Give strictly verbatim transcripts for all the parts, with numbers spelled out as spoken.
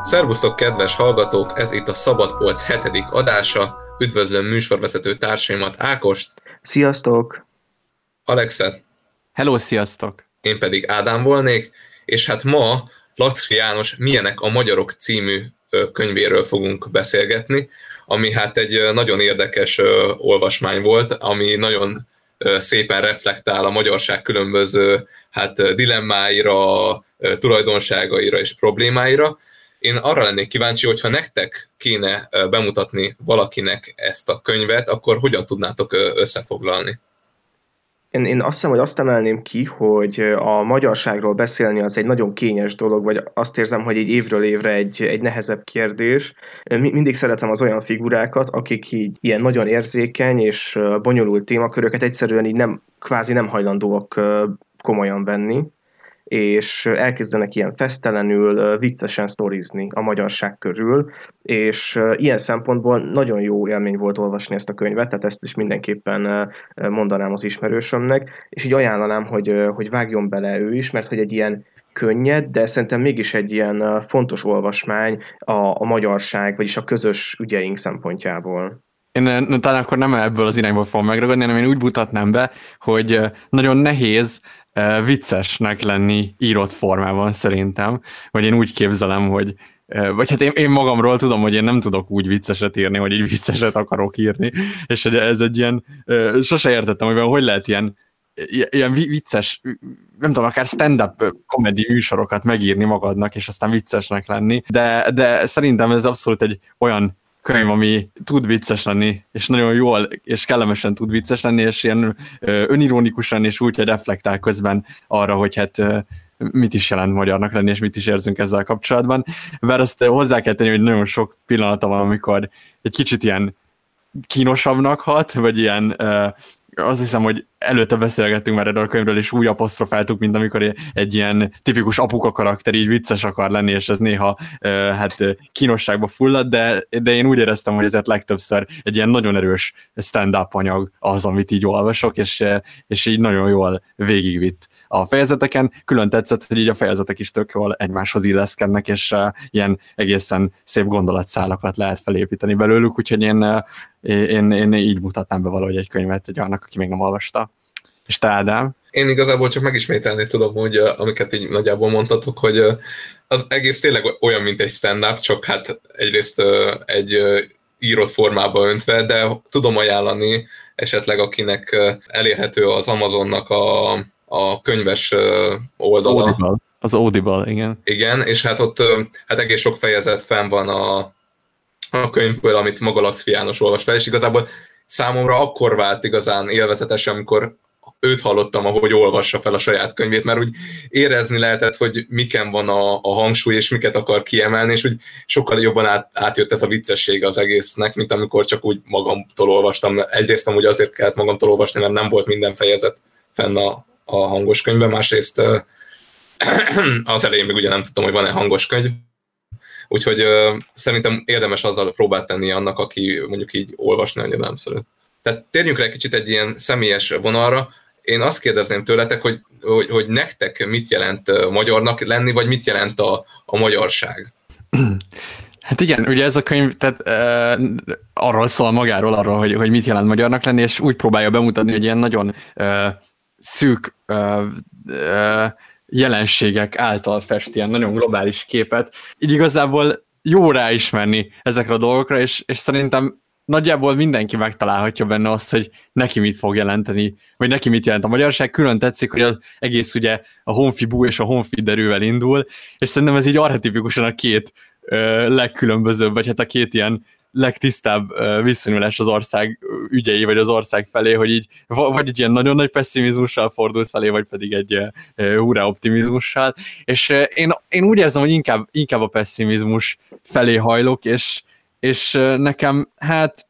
Szervusztok, kedves hallgatók! Ez itt a Szabadpolc hetedik adása. Üdvözlöm műsorvezető társaimat, Ákost. Sziasztok! Alexet. Hello, sziasztok! Én pedig Ádám volnék, és hát ma Lackfi János Milyenek a magyarok című könyvéről fogunk beszélgetni, ami hát egy nagyon érdekes olvasmány volt, ami nagyon szépen reflektál a magyarság különböző hát dilemmáira, tulajdonságaira és problémáira. Én arra lennék kíváncsi, hogyha nektek kéne bemutatni valakinek ezt a könyvet, akkor hogyan tudnátok összefoglalni? Én, én azt hiszem, hogy azt emelném ki, hogy a magyarságról beszélni az egy nagyon kényes dolog, vagy azt érzem, hogy így évről évre egy, egy nehezebb kérdés. Mindig szeretem az olyan figurákat, akik így ilyen nagyon érzékeny és bonyolult témaköröket egyszerűen így nem, kvázi nem hajlandóak komolyan venni, és elkezdenek ilyen fesztelenül, viccesen sztorizni a magyarság körül, és ilyen szempontból nagyon jó élmény volt olvasni ezt a könyvet, tehát ezt is mindenképpen mondanám az ismerősömnek, és így ajánlanám, hogy, hogy vágjon bele ő is, mert hogy egy ilyen könnyed, de szerintem mégis egy ilyen fontos olvasmány a, a magyarság, vagyis a közös ügyeink szempontjából. Én talán akkor nem ebből az irányból fogom megragadni, hanem én úgy mutatnám be, hogy nagyon nehéz viccesnek lenni írott formában szerintem, vagy én úgy képzelem, hogy vagy hát én, én magamról tudom, hogy én nem tudok úgy vicceset írni, hogy így vicceset akarok írni, és ez egy ilyen, sose értettem, hogy hogy lehet ilyen, ilyen vicces, nem tudom, akár stand-up comedy műsorokat megírni magadnak, és aztán viccesnek lenni, de, de szerintem ez abszolút egy olyan könyv, ami tud vicces lenni, és nagyon jól és kellemesen tud vicces lenni, és ilyen önironikusan és úgy, hogy reflektál közben arra, hogy hát mit is jelent magyarnak lenni, és mit is érzünk ezzel kapcsolatban. Bár azt hozzá kell tenni, hogy nagyon sok pillanata van, amikor egy kicsit ilyen kínosabbnak hat, vagy ilyen azt hiszem, hogy előtte beszélgettünk már erről a könyvről, és úgy apostrofáltuk, mint amikor egy ilyen tipikus apuka karakter így vicces akar lenni, és ez néha hát kínosságba fullad, de, de én úgy éreztem, hogy ezért legtöbbször egy ilyen nagyon erős stand-up anyag az, amit így olvasok, és, és így nagyon jól végigvitt a fejezeteken. Külön tetszett, hogy így a fejezetek is tök jól egymáshoz illeszkednek, és ilyen egészen szép gondolatszálakat lehet felépíteni belőlük, úgyhogy én Én, én így mutatnám be valahogy egy könyvet egy annak, aki még nem olvasta. És te, Ádám? Én igazából csak megismételni tudom, hogy amiket így nagyjából mondtatok, hogy az egész tényleg olyan, mint egy stand-up, csak hát egyrészt egy írott formába öntve, de tudom ajánlani esetleg, akinek elérhető az Amazonnak a, a könyves oldala. Az Audible. Az Audible, igen. Igen, és hát ott hát egész sok fejezet fenn van a a könyvből, amit maga Lackfi János olvas fel, és igazából számomra akkor vált igazán élvezetes, amikor őt hallottam, ahogy olvassa fel a saját könyvét, mert úgy érezni lehetett, hogy miken van a, a hangsúly, és miket akar kiemelni, és úgy sokkal jobban át, átjött ez a viccessége az egésznek, mint amikor csak úgy magamtól olvastam. Egyrészt amúgy azért kellett magamtól olvasni, mert nem volt minden fejezet fenn a, a hangos könyvben, másrészt az elején még ugye nem tudtam, hogy van-e hangos könyv. Úgyhogy uh, szerintem érdemes azzal próbát tenni annak, aki mondjuk így olvasni annyira nem szeret. Tehát térjünk rá egy kicsit egy ilyen személyes vonalra. Én azt kérdezném tőletek, hogy, hogy, hogy nektek mit jelent magyarnak lenni, vagy mit jelent a, a magyarság? Hát igen, ugye ez a könyv tehát, uh, arról szól magáról, arról, hogy, hogy mit jelent magyarnak lenni, és úgy próbálja bemutatni, hogy ilyen nagyon uh, szűk uh, uh, jelenségek által fest ilyen nagyon globális képet. Így igazából jó ráismerni ezekre a dolgokra, és, és szerintem nagyjából mindenki megtalálhatja benne azt, hogy neki mit fog jelenteni, vagy neki mit jelent a magyarság. Külön tetszik, hogy az egész ugye a honfibú és a honfiderővel indul, és szerintem ez így archetipikusan a két ö, legkülönbözőbb, vagy hát a két ilyen legtisztább viszonyulás az ország ügyei, vagy az ország felé, hogy így vagy egy ilyen nagyon nagy pessimizmussal fordulsz felé, vagy pedig egy hurrá optimizmussal. És én, én úgy érzem, hogy inkább, inkább a pessimizmus felé hajlok, és, és nekem hát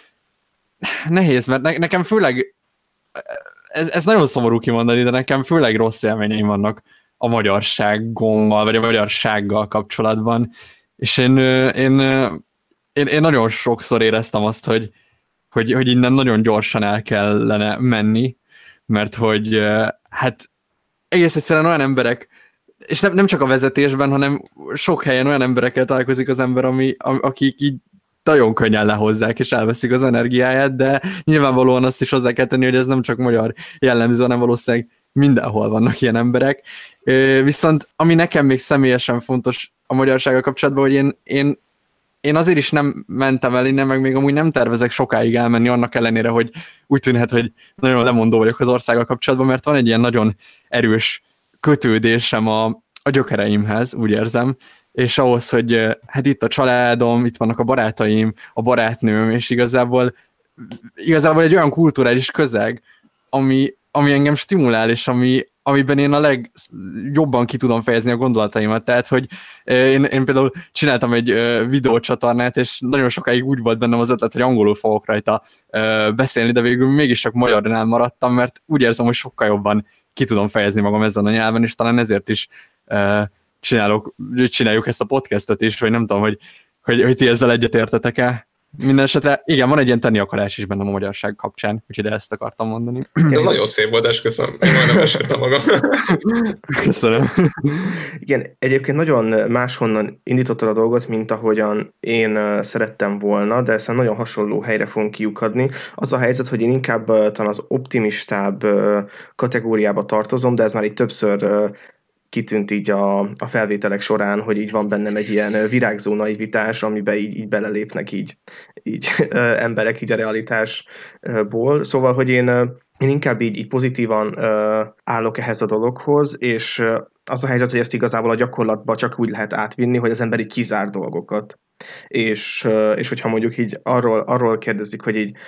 nehéz, mert ne, nekem főleg ez, ez nagyon szomorú kimondani, de nekem főleg rossz élményeim vannak a magyarságommal, vagy a magyarsággal kapcsolatban. És én, én Én, én nagyon sokszor éreztem azt, hogy, hogy, hogy innen nagyon gyorsan el kellene menni, mert hogy hát egész egyszerűen olyan emberek és nem, nem csak a vezetésben, hanem sok helyen olyan emberekkel találkozik az ember, ami, akik így nagyon könnyen lehozzák és elveszik az energiáját, de nyilvánvalóan azt is hozzá kell tenni, hogy ez nem csak magyar jellemző, hanem valószínűleg mindenhol vannak ilyen emberek. Viszont ami nekem még személyesen fontos a magyarsággal kapcsolatban, hogy én, én, én azért is nem mentem el innen, meg még amúgy nem tervezek sokáig elmenni, annak ellenére, hogy úgy tűnhet, hogy nagyon lemondó vagyok az országgal kapcsolatban, mert van egy ilyen nagyon erős kötődésem a, a gyökereimhez, úgy érzem, és ahhoz, hogy hát itt a családom, itt vannak a barátaim, a barátnőm, és igazából, igazából egy olyan kulturális közeg, ami, ami engem stimulál, és ami, amiben én a legjobban ki tudom fejezni a gondolataimat. Tehát, hogy én, én például csináltam egy videócsatornát, és nagyon sokáig úgy volt bennem az ötlet, hogy angolul fogok rajta beszélni, de végül mégis csak magyarnál maradtam, mert úgy érzem, hogy sokkal jobban ki tudom fejezni magam ezen a nyelven, és talán ezért is csinálok, csináljuk ezt a podcastet is, vagy nem tudom, hogy, hogy, hogy ti ezzel egyetértetek-e. Minden esetre, igen, van egy ilyen tenni akarás is bennem a magyarság kapcsán, úgyhogy ezt akartam mondani. Ez nagyon szép volt, esküszöm. Én majdnem esértem magam. Köszönöm. Igen, egyébként nagyon máshonnan indítottad a dolgot, mint ahogyan én szerettem volna, de ezt nagyon hasonló helyre fogunk kiukadni. Az a helyzet, hogy én inkább talán az optimistább kategóriába tartozom, de ez már így többször kitűnt így a, a felvételek során, hogy így van bennem egy ilyen virágzó naivitás, amiben így, így belelépnek így, így emberek így a realitásból. Szóval, hogy én, én inkább így, így pozitívan állok ehhez a dologhoz, és az a helyzet, hogy ezt igazából a gyakorlatban csak úgy lehet átvinni, hogy az ember így kizár dolgokat. És, és hogyha mondjuk így arról, arról kérdezik, hogy így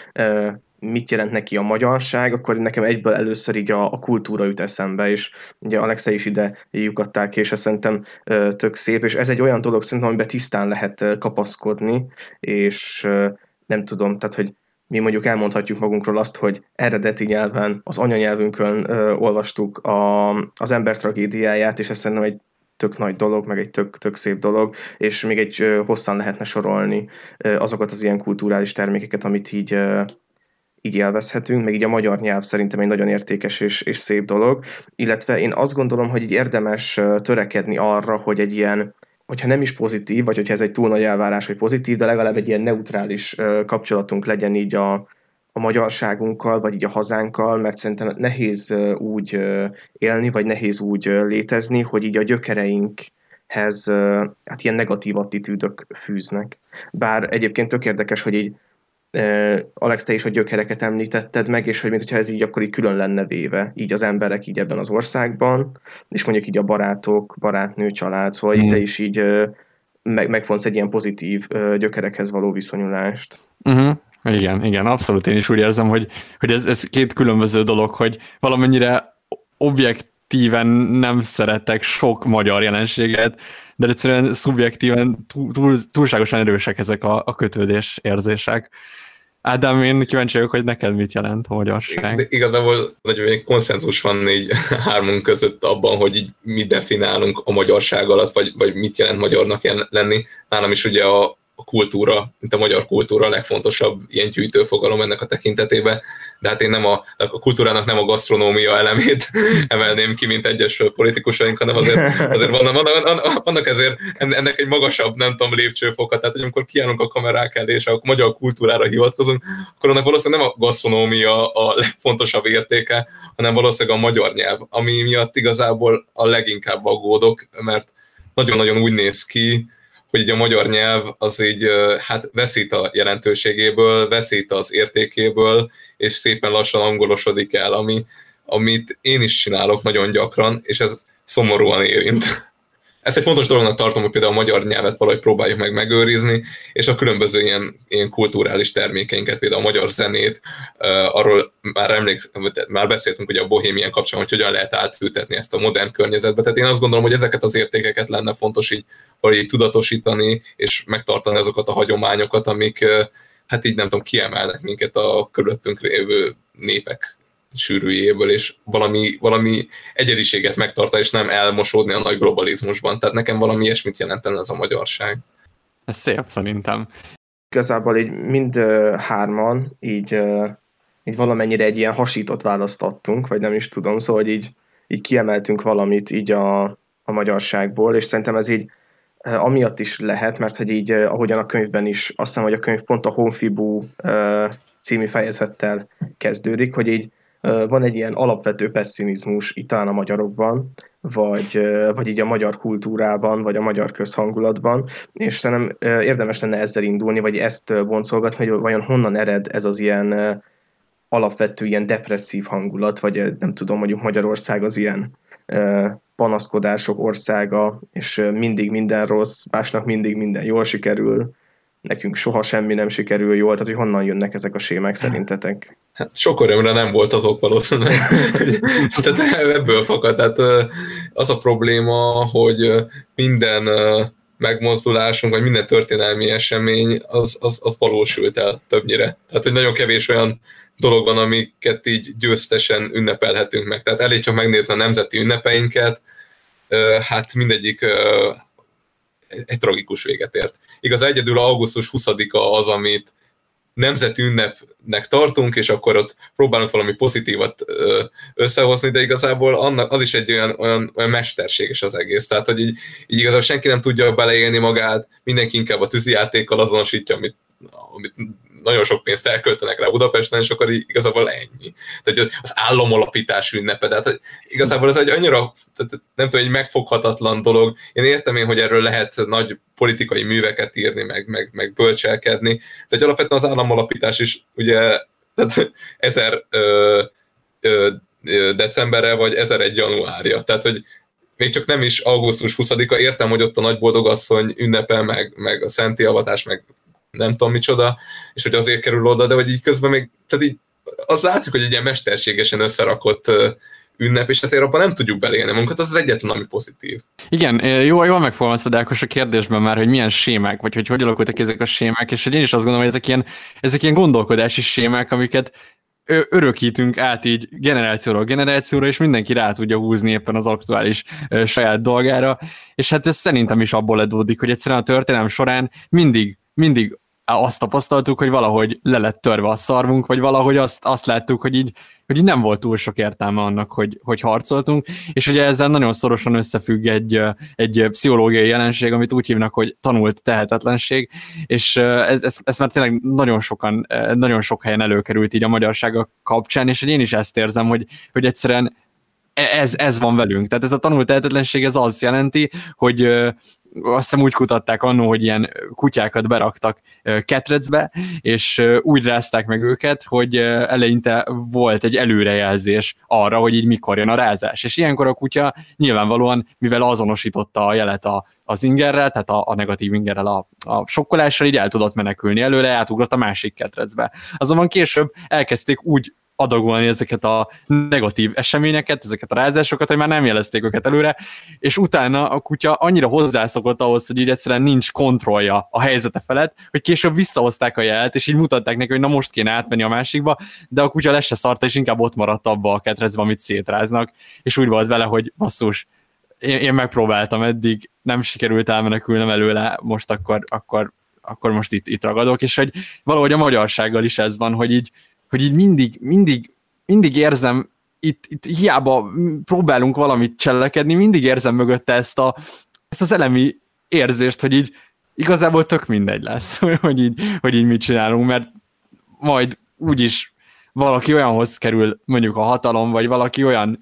mit jelent neki a magyarság, akkor nekem egyből először így a, a kultúra jut eszembe, és ugye Alexei is ide lyukadtál ki, és ez szerintem tök szép, és ez egy olyan dolog szerintem, amiben tisztán lehet kapaszkodni, és nem tudom, tehát, hogy mi mondjuk elmondhatjuk magunkról azt, hogy eredeti nyelven, az anyanyelvünkön ö, olvastuk a, az ember tragédiáját, és ez szerintem egy tök nagy dolog, meg egy tök, tök szép dolog, és még egy ö, hosszan lehetne sorolni ö, azokat az ilyen kulturális termékeket, amit így, ö, így élvezhetünk, meg így a magyar nyelv szerintem egy nagyon értékes és, és szép dolog, illetve én azt gondolom, hogy így érdemes törekedni arra, hogy egy ilyen, hogyha nem is pozitív, vagy hogyha ez egy túl nagy elvárás, hogy pozitív, de legalább egy ilyen neutrális kapcsolatunk legyen így a, a magyarságunkkal, vagy így a hazánkkal, mert szerintem nehéz úgy élni, vagy nehéz úgy létezni, hogy így a gyökereinkhez hát ilyen negatív attitűdök fűznek. Bár egyébként tök érdekes, hogy így Alex, te is a gyökereket említetted meg, és hogy mintha ez így akkor így külön lenne véve, így az emberek így ebben az országban, és mondjuk így a barátok, barátnő, család, szóval mm. te is így meg, megfonsz egy ilyen pozitív gyökerekhez való viszonyulást. Uh-huh. Igen, igen, abszolút én is úgy érzem, hogy, hogy ez, ez két különböző dolog, hogy valamennyire objektíven nem szeretek sok magyar jelenséget, de egyszerűen szubjektíven túl, túlságosan erősek ezek a, a kötődés érzések. Ádám, én kíváncsi vagyok, hogy neked mit jelent a magyarság. De igazából nagyon konszenzus van így hármunk között abban, hogy így mit definiálunk a magyarság alatt, vagy, vagy mit jelent magyarnak lenni. Nálam is ugye a, a kultúra, mint a magyar kultúra a legfontosabb ilyen gyűjtőfogalom ennek a tekintetében, de hát én nem a, a kultúrának nem a gasztronómia elemét emelném ki, mint egyes politikusaink, hanem azért, azért vannak, vannak, vannak ezért ennek egy magasabb, nem tudom, lépcsőfoka, tehát hogy amikor kiállunk a kamerák elé, és a magyar kultúrára hivatkozunk, akkor annak valószínűleg nem a gasztronómia a legfontosabb értéke, hanem valószínűleg a magyar nyelv, ami miatt igazából a leginkább aggódok, mert nagyon-nagyon úgy néz ki, hogy így a magyar nyelv az így hát veszít a jelentőségéből, veszít az értékéből, és szépen lassan angolosodik el, ami, amit én is csinálok nagyon gyakran, és ez szomorúan érint. Ezt egy fontos dolognak tartom, hogy például a magyar nyelvet valahogy próbáljuk meg megőrizni, és a különböző ilyen, ilyen kulturális termékeinket, például a magyar zenét, uh, arról már emlékszem, már beszéltünk ugye a bohémien kapcsán, hogy hogyan lehet átültetni ezt a modern környezetbe. Tehát én azt gondolom, hogy ezeket az értékeket lenne fontos így, így tudatosítani, és megtartani azokat a hagyományokat, amik uh, hát így nem tudom, kiemelnek minket a körülöttünk lévő népek sűrűjéből, és valami, valami egyediséget megtartani, és nem elmosódni a nagy globalizmusban. Tehát nekem valami ilyesmit jelentene ez a magyarság. Ez szép szerintem. Igazából így mind uh, hárman így, uh, így valamennyire egy ilyen hasított választ adtunk, vagy nem is tudom, szóval így, így kiemeltünk valamit így a, a a magyarságból, és szerintem ez így amiatt is lehet, mert hogy így, ahogyan a könyvben is, azt hiszem, hogy a könyv pont a Honfibú című fejezettel kezdődik, hogy így van egy ilyen alapvető pessimizmus itt talán a magyarokban, vagy, vagy így a magyar kultúrában, vagy a magyar közhangulatban, és szerintem érdemes lenne ezzel indulni, vagy ezt boncolgatni, hogy vajon honnan ered ez az ilyen alapvető, ilyen depresszív hangulat, vagy nem tudom, mondjuk Magyarország az ilyen panaszkodások országa, és mindig minden rossz, másnak mindig minden jól sikerül, nekünk soha semmi nem sikerül jól, tehát hogy honnan jönnek ezek a sémák szerintetek? Hát sok örömre nem volt azok valószínűleg. Tehát ebből fakad. Tehát az a probléma, hogy minden megmozdulásunk, vagy minden történelmi esemény, az, az, az valósult el többnyire. Tehát, hogy nagyon kevés olyan dolog van, amiket így győztesen ünnepelhetünk meg. Tehát elég csak megnézni a nemzeti ünnepeinket, hát mindegyik egy tragikus véget ért. Igaz, egyedül augusztus huszadika az, amit nemzeti ünnepnek tartunk, és akkor ott próbálunk valami pozitívat összehozni, de igazából annak, az is egy olyan, olyan, olyan mesterséges az egész. Tehát, hogy így, így igazából senki nem tudja beleélni magát, mindenki inkább a tűzijátékkal azonosítja, amit, amit nagyon sok pénzt elköltenek rá Budapesten, és akkor igazából ennyi. Tehát az államalapítás ünnepe, tehát igazából ez egy annyira, tehát nem tudom, egy megfoghatatlan dolog. Én értem én, hogy erről lehet nagy politikai műveket írni, meg, meg, meg bölcselkedni, de hogy alapvetően az államalapítás is ugye tehát ezer ö, ö, decemberre, vagy ezer-egy januárja. Tehát, hogy még csak nem is augusztus huszadika, értem, hogy ott a nagyboldogasszony ünnepe, meg, meg a szenti avatás, meg nem tudom micsoda, és hogy azért kerül oda, de hogy így közben még, tehát így az látszik, hogy egy ilyen mesterségesen összerakott ünnep, és ezért abban nem tudjuk belélni magunkat, az az egyetlen, ami pozitív. Igen, jó, jól megfogalmaztad Ákos a kérdésben már, hogy milyen sémák, vagy hogy hogy alakultak ezek a sémák, és hogy én is azt gondolom, hogy ezek ilyen, ezek ilyen gondolkodási sémák, amiket örökítünk át így generációról generációra, és mindenki rá tudja húzni éppen az aktuális saját dolgára, és hát ez szerintem is abból adódik, hogy egyszerűen a történelem során mindig, mindig azt tapasztaltuk, hogy valahogy le lett törve a szarvunk, vagy valahogy azt, azt láttuk, hogy így, hogy így nem volt túl sok értelme annak, hogy, hogy harcoltunk, és ugye ezzel nagyon szorosan összefügg egy, egy pszichológiai jelenség, amit úgy hívnak, hogy tanult tehetetlenség, és ez, ez, ez már tényleg nagyon sokan, nagyon sok helyen előkerült így a magyarsága kapcsán, és hogy én is ezt érzem, hogy, hogy egyszerűen ez, ez van velünk. Tehát ez a tanult tehetetlenség, ez azt jelenti, hogy azt hiszem úgy kutatták annó, hogy ilyen kutyákat beraktak ketrecbe, és úgy rázták meg őket, hogy eleinte volt egy előrejelzés arra, hogy így mikor jön a rázás. És ilyenkor a kutya nyilvánvalóan, mivel azonosította a jelet a, az ingerrel, tehát a, a negatív ingerrel a, a sokkolással, így el tudott menekülni előle, átugrott a másik ketrecbe. Azonban később elkezdték úgy adagolni ezeket a negatív eseményeket, ezeket a rázásokat, hogy már nem jelezték őket előre, és utána a kutya annyira hozzászokott ahhoz, hogy így egyszerűen nincs kontrollja a helyzete felett, hogy később visszahozták a jelet, és így mutatták neki, hogy na most kéne átvenni a másikba, de a kutya le se szarta, és inkább ott maradt abba a ketrecbe, amit szétráznak, és úgy volt vele, hogy basszus, én, én megpróbáltam eddig, nem sikerült elmenekülnem előle, most akkor, akkor, akkor most itt, itt ragadok, és hogy valahogy a magyarsággal is ez van, hogy így hogy így mindig, mindig, mindig érzem, itt, itt hiába próbálunk valamit cselekedni, mindig érzem mögötte ezt, a, ezt az elemi érzést, hogy így igazából tök mindegy lesz, hogy így, hogy így mit csinálunk, mert majd úgyis valaki olyanhoz kerül mondjuk a hatalom, vagy valaki olyan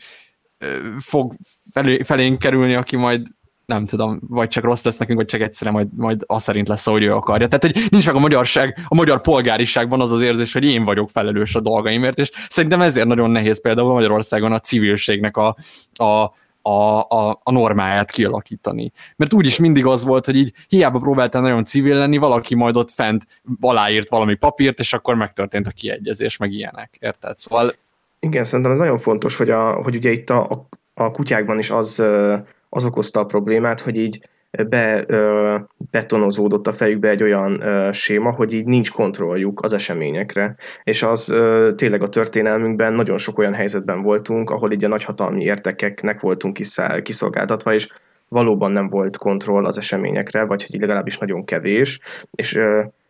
fog felé, felénk kerülni, aki majd nem tudom, vagy csak rossz lesz nekünk, vagy csak egyszerűen majd, majd az szerint lesz, ahogy ő akarja. Tehát, hogy nincs meg a magyarság, a magyar polgáriságban az az érzés, hogy én vagyok felelős a dolgaimért, és szerintem ezért nagyon nehéz például Magyarországon a civilségnek a, a, a, a, a normáját kialakítani. Mert úgyis mindig az volt, hogy így hiába próbáltál nagyon civil lenni, valaki majd ott fent aláírt valami papírt, és akkor megtörtént a kiegyezés, meg ilyenek. Érted? Szóval... Igen, szerintem ez nagyon fontos, hogy, a, hogy ugye itt a, a, a kutyákban is az... az okozta a problémát, hogy így be, ö, betonozódott a fejükbe egy olyan ö, séma, hogy így nincs kontrolljuk az eseményekre. És az ö, tényleg a történelmünkben nagyon sok olyan helyzetben voltunk, ahol így a nagyhatalmi értekeknek voltunk kiszál, kiszolgáltatva, és valóban nem volt kontroll az eseményekre, vagy hogy legalábbis nagyon kevés. És ö,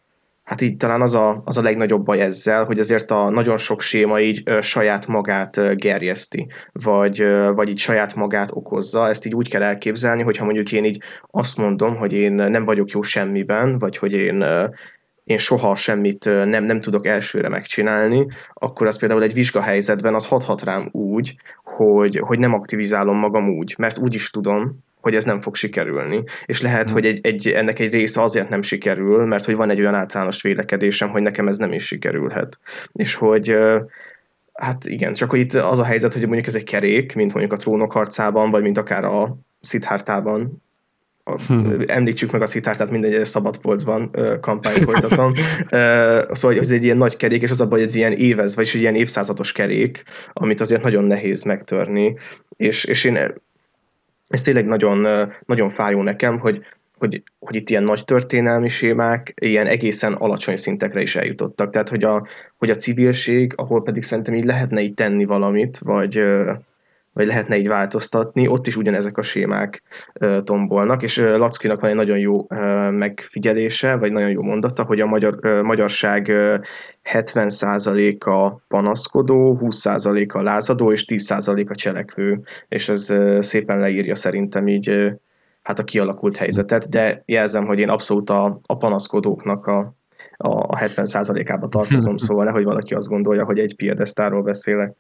Hát így talán az a, az a legnagyobb baj ezzel, hogy azért a nagyon sok séma így ö, saját magát ö, gerjeszti, vagy, ö, vagy így saját magát okozza. Ezt így úgy kell elképzelni, hogyha mondjuk én így azt mondom, hogy én nem vagyok jó semmiben, vagy hogy én, ö, én soha semmit ö, nem, nem tudok elsőre megcsinálni, akkor az például egy vizsgahelyzetben az hathat rám úgy, hogy, hogy nem aktivizálom magam úgy, mert úgy is tudom, hogy ez nem fog sikerülni. És lehet, hmm. hogy egy, egy, ennek egy része azért nem sikerül, mert hogy van egy olyan általános vélekedésem, hogy nekem ez nem is sikerülhet. És hogy hát igen, csak hogy itt az a helyzet, hogy mondjuk ez egy kerék, mint mondjuk a Trónok harcában, vagy mint akár a Szidhártában. Hmm. Említsük meg a Szidhártát, minden egyes szabadpolcban kampányt folytatom. Szóval ez egy ilyen nagy kerék, és az a baj, hogy ez ilyen évez, vagyis egy ilyen évszázados kerék, amit azért nagyon nehéz megtörni. És, és én ez tényleg nagyon, nagyon fájó nekem, hogy, hogy, hogy itt ilyen nagy történelmi sémák ilyen egészen alacsony szintekre is eljutottak. Tehát, hogy a, hogy a civilség, ahol pedig szerintem így lehetne így tenni valamit, vagy, vagy lehetne így változtatni, ott is ugyanezek a sémák tombolnak, és Lackinak van egy nagyon jó megfigyelése, vagy nagyon jó mondata, hogy a magyar, magyarság hetven százaléka panaszkodó, húsz százaléka lázadó, és tíz százaléka cselekvő, és ez szépen leírja szerintem így hát a kialakult helyzetet, de jelzem, hogy én abszolút a, a panaszkodóknak a, a hetven százalékába tartozom, szóval nehogy valaki azt gondolja, hogy egy piedesztáról beszélek.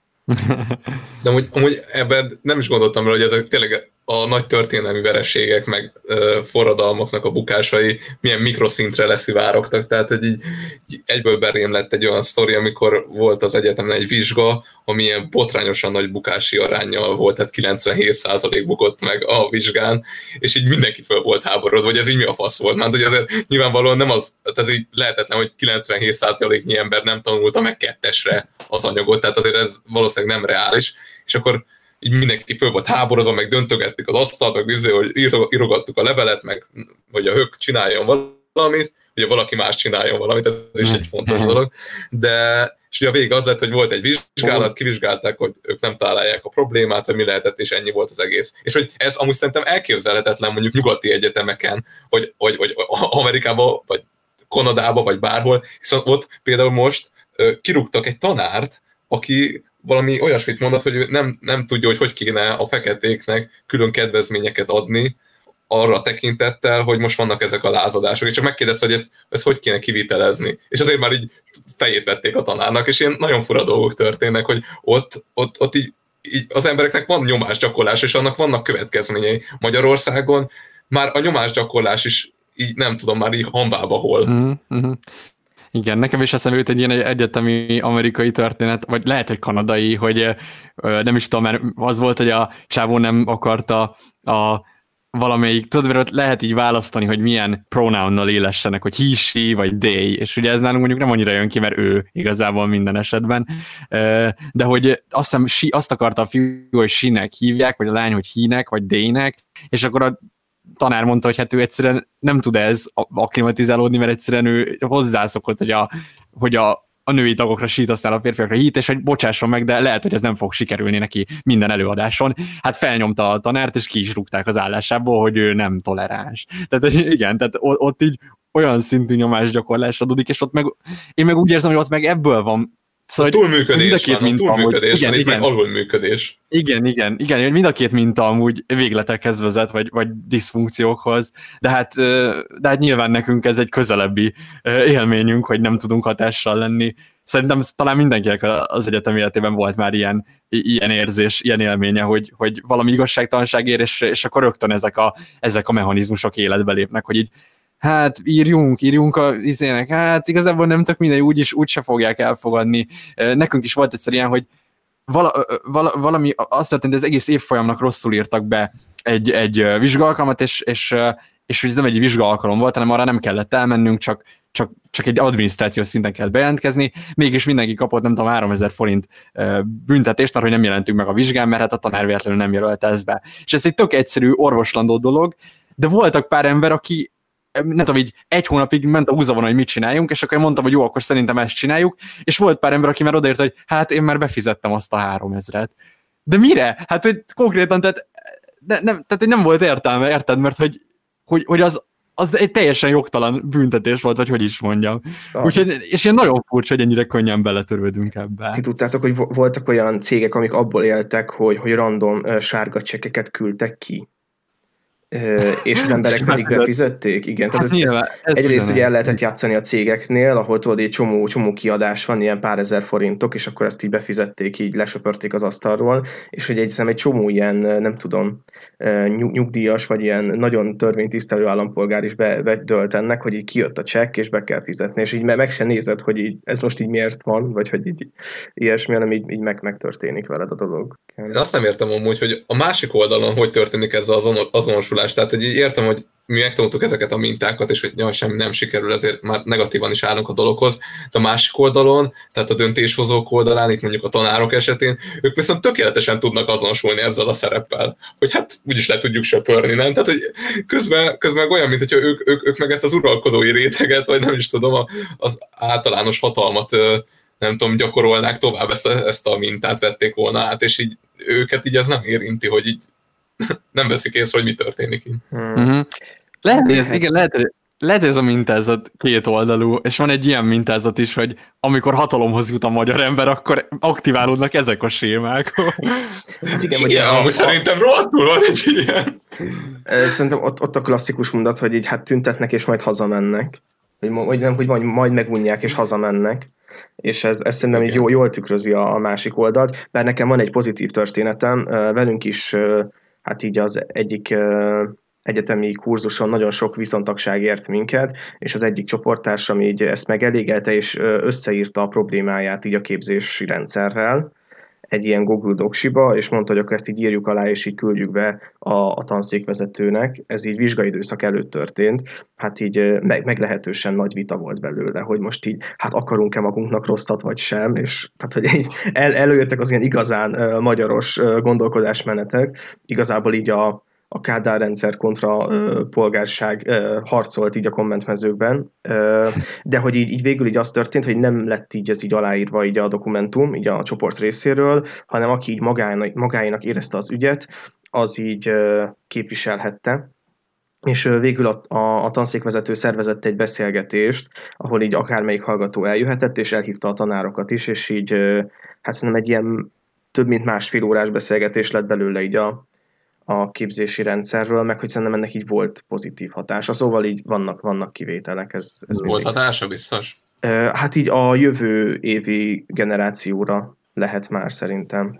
De amúgy, amúgy ebben nem is gondoltam rá, hogy ezek tényleg a nagy történelmi vereségek, meg ö, forradalmaknak a bukásai milyen mikroszintre leszivárogtak, tehát hogy így, így egyből berém lett egy olyan sztori, amikor volt az egyetemen egy vizsga, ami ilyen botrányosan nagy bukási aránnyal volt, tehát kilencvenhét százalék bukott meg a vizsgán, és így mindenki föl volt háborodva, hogy ez így mi a fasz volt, mert hogy azért nyilvánvalóan nem az, tehát ez így lehetetlen, hogy kilencvenhét százaléknyi ember nem tanulta meg kettesre az anyagot, tehát azért ez valószínűleg nem reális, és akkor így mindenki föl volt háborodva, meg döntögettük az asztalt, meg bizony, hogy írogattuk a levelet, meg hogy a hök csináljon valamit, hogy valaki más csináljon valamit, ez is egy fontos dolog. De és ugye a vége az lett, hogy volt egy vizsgálat, kivizsgálták, hogy ők nem találják a problémát, hogy mi lehetett, és ennyi volt az egész. És hogy ez amúgy szerintem elképzelhetetlen mondjuk nyugati egyetemeken, hogy, hogy, hogy Amerikában, vagy Kanadában, vagy bárhol, hiszen ott például most kirúgtak egy tanárt, aki valami olyasmit mondott, hogy ő nem, nem tudja, hogy hogy kéne a feketéknek külön kedvezményeket adni arra tekintettel, hogy most vannak ezek a lázadások, és csak megkérdezte, hogy ezt, ezt hogy kéne kivitelezni. És azért már így fejét vették a tanárnak, és ilyen nagyon fura dolgok történnek, hogy ott, ott, ott így, így az embereknek van nyomásgyakorlás, és annak vannak következményei. Magyarországon már a nyomásgyakorlás is így nem tudom, már így hanvába hol. Mm-hmm. Igen, nekem is eszembe jut egy ilyen egyetemi amerikai történet, vagy lehet, hogy kanadai, hogy nem is tudom, mert az volt, hogy a csávó nem akarta a valamelyik, tudod, mert lehet így választani, hogy milyen pronounnal élessenek, hogy he, she, vagy they, és ugye ez nálunk mondjuk nem annyira jön ki, mert ő igazából minden esetben, de hogy azt hiszem, she, azt akarta a fiú, hogy she-nek hívják, vagy a lány, hogy he-nek, vagy they-nek, és akkor a tanár mondta, hogy hát ő egyszerűen nem tud ez akklimatizálódni, mert egyszerűen ő hozzászokott, hogy a, hogy a, a női tagokra sít, aztán a férfiakra hít, és hogy bocsásson meg, de lehet, hogy ez nem fog sikerülni neki minden előadáson. Hát felnyomta a tanárt, és ki is rúgták az állásából, hogy ő nem toleráns. Tehát hogy igen, tehát ott így olyan szintű nyomásgyakorlás adódik, és ott meg, én meg úgy érzem, hogy ott meg ebből van. Szóval, a túlműködés van, a túlműködés van, itt meg alulműködés. Igen, igen, igen, mind a két minta amúgy végletekhez vezet, vagy, vagy diszfunkciókhoz, de hát, de hát nyilván nekünk ez egy közelebbi élményünk, hogy nem tudunk hatással lenni. Szerintem talán mindenkinek az egyetem életében volt már ilyen, ilyen érzés, ilyen élménye, hogy, hogy valami igazságtalanság ér, és, és akkor rögtön ezek a, ezek a mechanizmusok életbe lépnek, hogy így hát írjunk, írjunk a izének, hát igazából nem tök mindegy, úgyis úgyse fogják elfogadni. Nekünk is volt egyszer ilyen, hogy vala, vala, valami, azt történt, hogy az egész évfolyamnak rosszul írtak be egy, egy vizsgaalkalmat, és, és, és ez nem egy vizsgaalkalom volt, hanem arra nem kellett elmennünk, csak, csak, csak egy adminisztrációs szinten kellett bejelentkezni, mégis mindenki kapott, nem tudom, háromezer forint büntetést, mert hogy nem jelentünk meg a vizsgán, mert hát a tanár véletlenül nem jelölte ezt be. És ez egy tök egyszerű, orvoslandó dolog, de voltak pár ember, aki nem tudom, így egy hónapig ment a húzavon, hogy mit csináljunk, és akkor mondtam, hogy jó, akkor szerintem ezt csináljuk, és volt pár ember, aki már odaért, hogy hát én már befizettem azt a háromezret. De mire? Hát, hogy konkrétan, tehát, ne, nem, tehát hogy nem volt értelme, érted, mert hogy, hogy, hogy az az egy teljesen jogtalan büntetés volt, vagy hogy is mondjam. Ah. Úgyhogy, és ilyen nagyon furcsa, hogy ennyire könnyen beletörődünk ebbe. Ti tudtátok, hogy voltak olyan cégek, amik abból éltek, hogy, hogy random uh, sárga csekkeket küldtek ki? Uh, és az emberek pedig befizették? Igen, tehát hát ez, nyilván, ez egyrészt ugye el nem. lehetett játszani a cégeknél, ahol tudod, egy csomó, csomó kiadás van, ilyen pár ezer forintok, és akkor ezt így befizették, így lesöpörték az asztalról, és hogy egy, egy csomó ilyen, nem tudom, nyugdíjas, vagy ilyen nagyon törvénytisztelő állampolgár is bedölt ennek, hogy így kijött a csekk, és be kell fizetni, és így meg se nézed, hogy így, ez most így miért van, vagy hogy így ilyesmi, hanem így, így meg, megtörténik veled a dolog. De azt nem értem amúgy, hogy a másik oldalon hogy történik ez az azonosulás. Tehát, hogy így értem, hogy mi megtanultuk ezeket a mintákat, és hogy ja, semmi nem sikerül, ezért már negatívan is állunk a dologhoz, de a másik oldalon, tehát a döntéshozók oldalán, itt mondjuk a tanárok esetén, ők viszont tökéletesen tudnak azonosulni ezzel a szereppel, hogy hát úgyis le tudjuk söpörni, nem? Tehát, hogy közben, közben olyan, mint hogyha ők, ők, ők meg ezt az uralkodói réteget, vagy nem is tudom, az általános hatalmat nem tudom, gyakorolnák tovább, ezt a, ezt a mintát vették volna át, és így őket így ez nem érinti, hogy így nem veszik észre, hogy mi történik így. Hmm. Uh-huh. Lehet, hogy ez, igen, lehet, hogy, lehet, hogy ez a mintázat két oldalú, és van egy ilyen mintázat is, hogy amikor hatalomhoz jut a magyar ember, akkor aktiválódnak ezek a sémák. Hát igen, igen a, a, szerintem rohadtul van egy ilyen. Szerintem ott, ott a klasszikus mondat, hogy így hát tüntetnek, és majd hazamennek. Vagy, vagy nem, hogy majd, majd megunják, és hazamennek. És ez, ez szerintem okay. Jól, jól tükrözi a, a másik oldalt, bár nekem van egy pozitív történetem, velünk is, hát így az egyik egyetemi kurzuson nagyon sok viszontagság ért minket, és az egyik csoporttársam így ezt megelégelte, és összeírta a problémáját így a képzési rendszerrel, egy ilyen Google Docsiba, és mondta, hogy akkor ezt így írjuk alá, és így küldjük be a, a tanszékvezetőnek. Ez így vizsgaidőszak előtt történt. Hát így meg, meglehetősen nagy vita volt belőle, hogy most így, hát akarunk-e magunknak rosszat, vagy sem, és hát, hogy így el, előjöttek az ilyen igazán uh, magyaros uh, gondolkodásmenetek. Igazából így a a Kádár rendszer kontra ö, polgárság ö, harcolt így a kommentmezőkben, ö, de hogy így, így végül így az történt, hogy nem lett így ez így aláírva így a dokumentum, így a csoport részéről, hanem aki így magának, magáinak érezte az ügyet, az így ö, képviselhette. És ö, végül a, a, a tanszékvezető szervezett egy beszélgetést, ahol így akármelyik hallgató eljöhetett, és elhívta a tanárokat is, és így ö, hát szerintem egy ilyen több mint másfél órás beszélgetés lett belőle így a a képzési rendszerről, meg hogy szerintem ennek így volt pozitív hatása, szóval így vannak, vannak kivételek. Ez, ez volt mindig. Hatása biztos? Hát így a jövő évi generációra lehet már szerintem.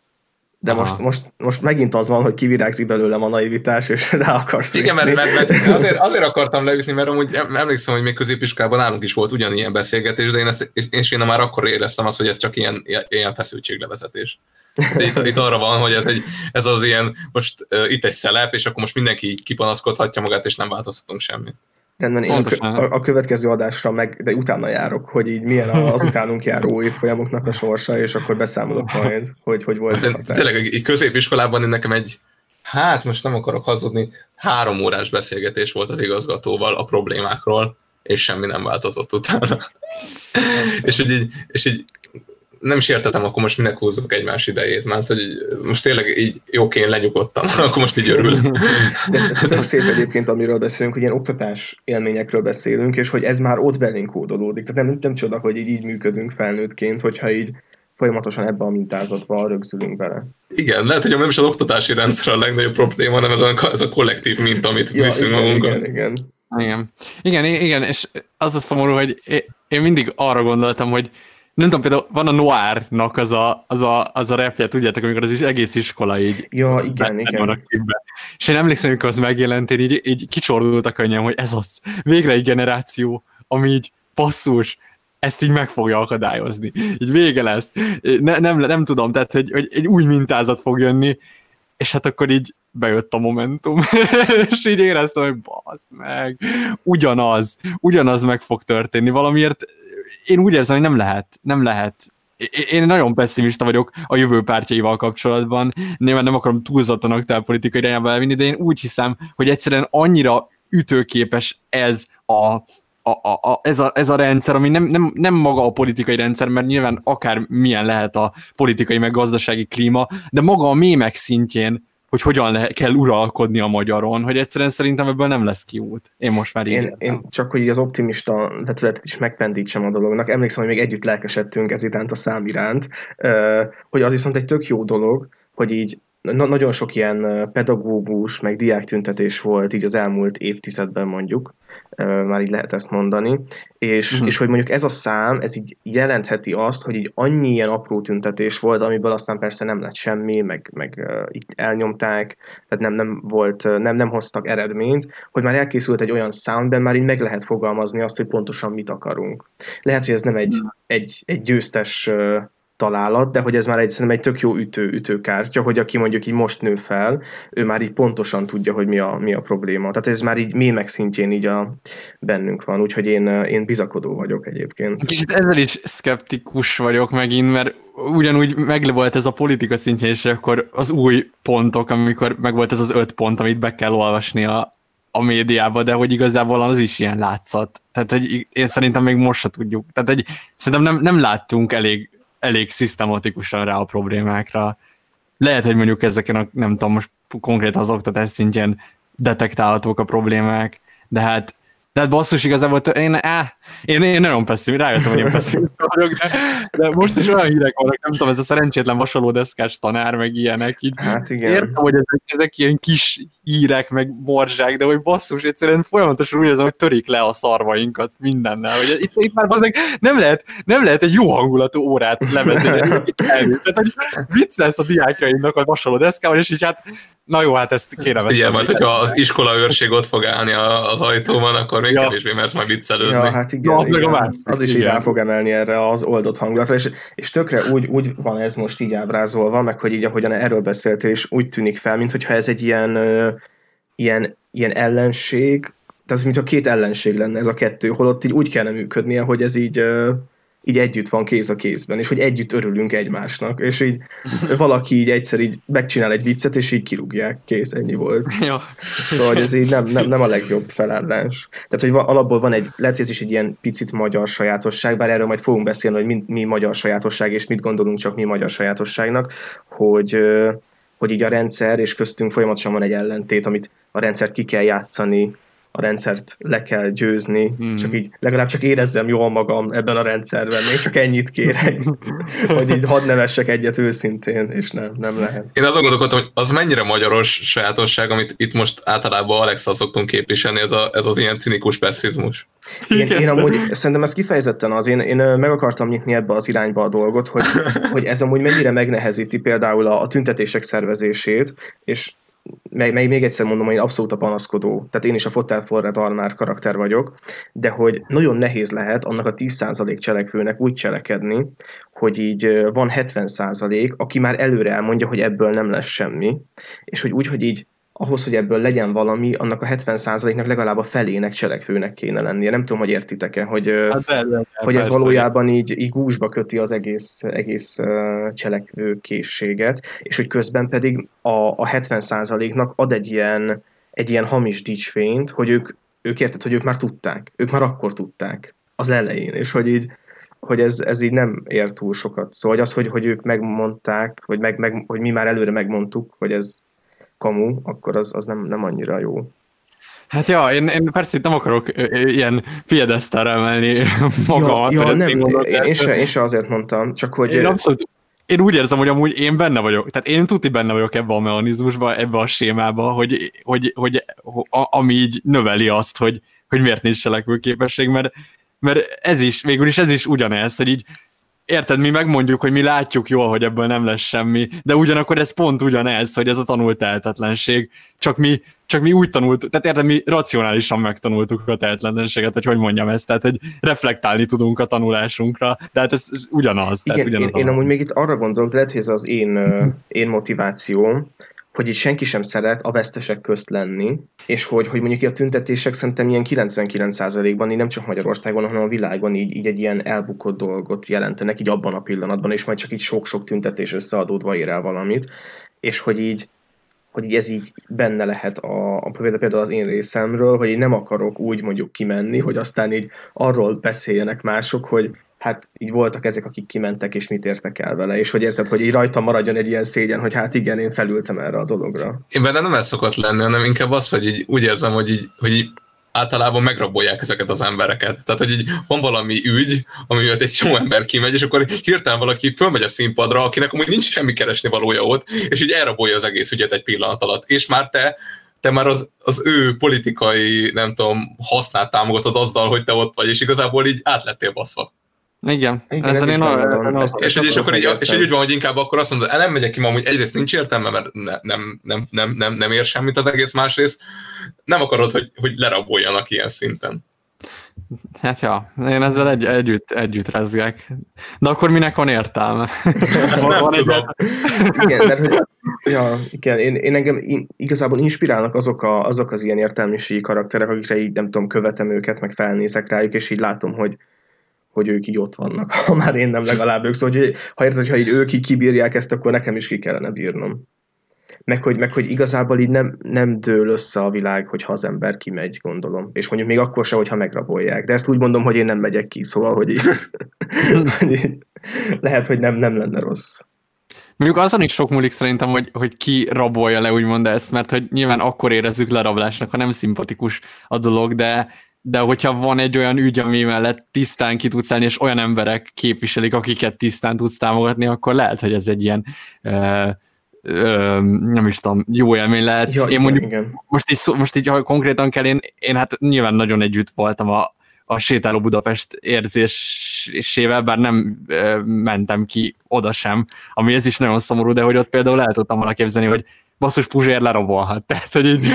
De most, most, most megint az van, hogy kivirágzik belőlem a naivitás, és rá akarsz igen, mert, mert, mert azért, azért akartam leütni, mert amúgy emlékszem, hogy még középiskolában nálunk is volt ugyanilyen beszélgetés, de én, ezt, és én már akkor éreztem azt, hogy ez csak ilyen, ilyen feszültséglevezetés. Itt, itt arra van, hogy ez, egy, ez az ilyen, most uh, itt egy szelep, és akkor most mindenki így kipanaszkodhatja magát, és nem változtatunk semmit. Rendben, én a, a következő adásra meg, de utána járok, hogy így milyen az utánunk járó évfolyamoknak a sorsa, és akkor beszámolok majd, hogy hogy volt. De, tényleg, így középiskolában nekem egy, hát most nem akarok hazudni, három órás beszélgetés volt az igazgatóval a problémákról, és semmi nem változott utána. és, így, és így nem is értettem, akkor most minek húzzuk egymás idejét, mert hogy most tényleg így oké, én lenyugodtam, akkor most így örülök. De ez nagyon szép egyébként, amiről beszélünk, hogy ilyen oktatás élményekről beszélünk, és hogy ez már ott belénk kódolódik. Tehát nem, nem csoda, hogy így, így működünk felnőttként, hogyha így folyamatosan ebbe a mintázatba rögzülünk bele. Igen, lehet, hogy nem is az oktatási rendszer a legnagyobb probléma, hanem ez a, ez a kollektív minta, amit ja, viszünk magunkkal. Igen, igen. Igen. Igen, igen, és az a szomorú, hogy én mindig arra gondoltam, hogy nem tudom, például van a Noir-nak az a, az a, az a repje, tudjátok, amikor az is egész iskola így ja, igen, igen. És én emlékszem, amikor az megjelent, én így, így kicsordult a könnyem, hogy ez az, végre egy generáció, ami így basszus, ezt így meg fogja akadályozni. Így vége lesz. Ne, nem, nem tudom, tehát, hogy, hogy egy új mintázat fog jönni, és hát akkor így bejött a Momentum, és így éreztem, hogy bassz meg, ugyanaz, ugyanaz meg fog történni. Valamiért én úgy érzem, hogy nem lehet, nem lehet. Én nagyon pessimista vagyok a jövő pártjaival kapcsolatban, nyilván nem akarom túlzottan aktuálpolitikai irányába elvinni, de én úgy hiszem, hogy egyszerűen annyira ütőképes ez a A, a, a, ez, a, ez a rendszer, ami nem, nem, nem maga a politikai rendszer, mert nyilván akár milyen lehet a politikai meg gazdasági klíma, de maga a mémek szintjén hogy hogyan le- kell uralkodni a magyaron, hogy egyszerűen szerintem ebből nem lesz kiút. Én most már így én, én csak, hogy az optimista vetületet is megpendítsem a dolognak, emlékszem, hogy még együtt lelkesedtünk ez iránt, a szám iránt, hogy az viszont egy tök jó dolog, hogy így na- nagyon sok ilyen pedagógus, meg diáktüntetés volt így az elmúlt évtizedben mondjuk, már így lehet ezt mondani, és, uh-huh. és hogy mondjuk ez a szám, ez így jelentheti azt, hogy így annyi ilyen apró tüntetés volt, amiből aztán persze nem lett semmi, meg, meg így elnyomták, tehát nem, nem volt, nem, nem hoztak eredményt, hogy már elkészült egy olyan számben, már így meg lehet fogalmazni azt, hogy pontosan mit akarunk. Lehet, hogy ez nem egy, uh-huh. egy, egy győztes találat, de hogy ez már egy, szerintem egy tök jó ütő, ütőkártya, hogy aki mondjuk így most nő fel, ő már így pontosan tudja, hogy mi a, mi a probléma. Tehát ez már így mémek szintjén így a, bennünk van, úgyhogy én, én bizakodó vagyok egyébként. Kicsit ezzel is szkeptikus vagyok megint, mert ugyanúgy meg volt ez a politika szintjén, és akkor az új pontok, amikor meg volt ez az öt pont, amit be kell olvasni a, a médiába, de hogy igazából az is ilyen látszat. Tehát, hogy én szerintem még most se tudjuk. Tehát, hogy szerintem nem, nem láttunk elég elég szisztematikusan rá a problémákra. Lehet, hogy mondjuk ezeken a, nem tudom, most konkrétan az oktatás szintjén detektálhatók a problémák, de hát, de hát basszus, igazából én, áh, én, én nagyon passzív, rájöttem, hogy én passzív vagyok, de, de most is olyan hírek vannak, nem tudom, ez a szerencsétlen vasalódeszkás tanár, meg ilyenek, így hát igen. Értem, hogy ezek, ezek ilyen kis hírek, meg morzsák, de hogy basszus, egyszerűen folyamatosan úgy érzem, hogy törik le a szarvainkat mindennel, hogy itt, itt már bazdmeg nem lehet, nem lehet egy jó hangulatú órát levezetni. Tehát, hogy vicc lesz a diákjainknak a vasalódeszkával, és így hát na jó, hát ezt kérem. Igen, majd hogyha az iskola őrség ott fog állni az ajtóban, akkor még ja. kevésbé mersz majd viccelődni. Ja, hát igen, ja, igen. Az is igen. Így rá fog emelni erre az oldott hangulatra, és, és tökre úgy, úgy van ez most így ábrázolva, meg hogy így ahogyan erről beszéltél, és úgy tűnik fel, mintha ez egy ilyen, uh, ilyen, ilyen ellenség, tehát mintha két ellenség lenne ez a kettő, holott így úgy kellene működnie, hogy ez így... Uh, így együtt van kéz a kézben, és hogy együtt örülünk egymásnak, és így valaki így egyszer így megcsinál egy viccet, és így kirúgják, kész, ennyi volt. Ja. Szóval ez így nem, nem, nem a legjobb felállás. Tehát, hogy alapból van egy, lehet, hogy ez is egy ilyen picit magyar sajátosság, bár erről majd fogunk beszélni, hogy mi, mi magyar sajátosság, és mit gondolunk csak mi magyar sajátosságnak, hogy, hogy így a rendszer, és köztünk folyamatosan van egy ellentét, amit a rendszert ki kell játszani, a rendszert le kell győzni, mm. csak így legalább csak érezzem jól magam ebben a rendszerben, még csak ennyit kérek, hogy így hadd nevessek egyet őszintén, és nem, nem lehet. Én azon gondolkodtam, hogy az mennyire magyaros sajátosság, amit itt most általában Alexa szoktunk képviselni, ez, a, ez az ilyen cinikus pessimizmus. Én, én amúgy szerintem ez kifejezetten az, én, én meg akartam nyitni ebbe az irányba a dolgot, hogy, hogy ez amúgy mennyire megnehezíti például a, a tüntetések szervezését, és Meg, meg még egyszer mondom, hogy én abszolút a panaszkodó, tehát én is a Fotel Forrad Arnár karakter vagyok, de hogy nagyon nehéz lehet annak a tíz százalék cselekvőnek úgy cselekedni, hogy így van hetven százalék, aki már előre elmondja, hogy ebből nem lesz semmi, és hogy úgy, hogy így ahhoz, hogy ebből legyen valami, annak a hetven százaléknak legalább a felének cselekvőnek kéne lennie. Nem tudom, hogy értitek-e, hogy, hát de, de, hogy ez valójában így, így gúzsba köti az egész, egész cselekvő készséget, és hogy közben pedig a, a hetven százaléknak ad egy ilyen, egy ilyen hamis dicsfényt, hogy ők, ők érted, hogy ők már tudták. Ők már akkor tudták az elején, és hogy így hogy ez, ez így nem ér túl sokat. Szóval az, hogy, hogy ők megmondták, hogy, meg, meg, hogy mi már előre megmondtuk, hogy ez kamu, akkor az, az nem, nem annyira jó. Hát ja, én, én persze nem akarok ilyen piedesztára emelni magamat. Ja, ja nem, én, én, se, én se azért mondtam, csak hogy... Én, abszolút, én úgy érzem, hogy amúgy én benne vagyok, tehát én tuti benne vagyok ebben a mechanizmusban, ebben a sémában, hogy, hogy, hogy a, ami így növeli azt, hogy, hogy miért nincs cselekvőképesség, mert, mert ez is, végül is ez is ugyanez, hogy így érted, mi megmondjuk, hogy mi látjuk jól, hogy ebből nem lesz semmi, de ugyanakkor ez pont ugyanez, hogy ez a tanult tehetetlenség, csak mi, csak mi úgy tanultuk, tehát érted, mi racionálisan megtanultuk a tehetetlenséget, hogy hogy mondjam ezt, tehát hogy reflektálni tudunk a tanulásunkra, de hát ez ugyanaz. Igen, tehát ugyanaz én, én amúgy még itt arra gondolok, de lehet, hogy ez az én, én motivációm, hogy így senki sem szeret a vesztesek közt lenni, és hogy, hogy mondjuk a tüntetések szerintem ilyen kilencvenkilenc százalékban így nem csak Magyarországon, hanem a világon így, így egy ilyen elbukott dolgot jelentenek így abban a pillanatban, és majd csak így sok-sok tüntetés összeadódva ér el valamit, és hogy így, hogy így ez így benne lehet a, a például az én részemről, hogy én nem akarok úgy mondjuk kimenni, hogy aztán így arról beszéljenek mások, hogy hát így voltak ezek, akik kimentek, és mit értek el vele, és hogy érted, hogy így rajtam maradjon egy ilyen szégyen, hogy hát igen, én felültem erre a dologra. Én benne nem ez szokott lenni, hanem inkább az, hogy így úgy érzem, hogy így, hogy így általában megrabolják ezeket az embereket. Tehát, hogy így van valami ügy, ami miatt egy csomó ember kimegy, és akkor hirtelen valaki fölmegy a színpadra, akinek amúgy nincs semmi keresni valója ott, és így elrabolja az egész ügyet egy pillanat alatt. És már te, te már az, az ő politikai, nem tudom, hasznát támogatod azzal, hogy te ott vagy, és igazából így át lettél baszva. Igen, Igen, ezzel ez én a, azt és, és, és akkor így, és így úgy van, hogy inkább akkor azt mondod, nem megyek ki, ma amúgy egyrészt nincs értelme, mert ne, nem, nem, nem, nem, nem ér semmit az egész, másrészt nem akarod, hogy, hogy leraboljanak ilyen szinten. Hát ja, én ezzel egy, együtt, együtt rezgek. De akkor minek van értelme? van, van egy... Igen, mert hogy, ja, igen, én, én engem én, igazából inspirálnak azok, a, azok az ilyen értelmiségi karakterek, akikre így nem tudom, követem őket, meg felnézek rájuk, és így látom, hogy hogy ők így ott vannak, ha már én nem legalább ők. Szóval, hogy, ha érted, ha így ők így kibírják ezt, akkor nekem is ki kellene bírnom. Meg hogy, meg, hogy igazából így nem, nem dől össze a világ, hogyha az ember kimegy, gondolom. És mondjuk még akkor sem, hogyha megrabolják. De ezt úgy mondom, hogy én nem megyek ki, szóval, hogy így, hogy így lehet, hogy nem, nem lenne rossz. Mondjuk azon is sok múlik szerintem, hogy, hogy ki rabolja le, úgymond ezt, mert hogy nyilván akkor érezzük lerablásnak, ha nem szimpatikus a dolog, de de hogyha van egy olyan ügy, ami mellett tisztán ki tudsz állni, és olyan emberek képviselik, akiket tisztán tudsz támogatni, akkor lehet, hogy ez egy ilyen ö, ö, nem is tudom, jó élmény lehet. Ja, én igen, mondjuk igen. Most, így, most így, ha konkrétan kell, én, én hát nyilván nagyon együtt voltam a, a Sétáló Budapest érzésével, bár nem ö, mentem ki oda sem, ami ez is nagyon szomorú, de hogy ott például el tudtam volna képzelni, hogy basszus Puzsér lerabolhat, tehát hogy így,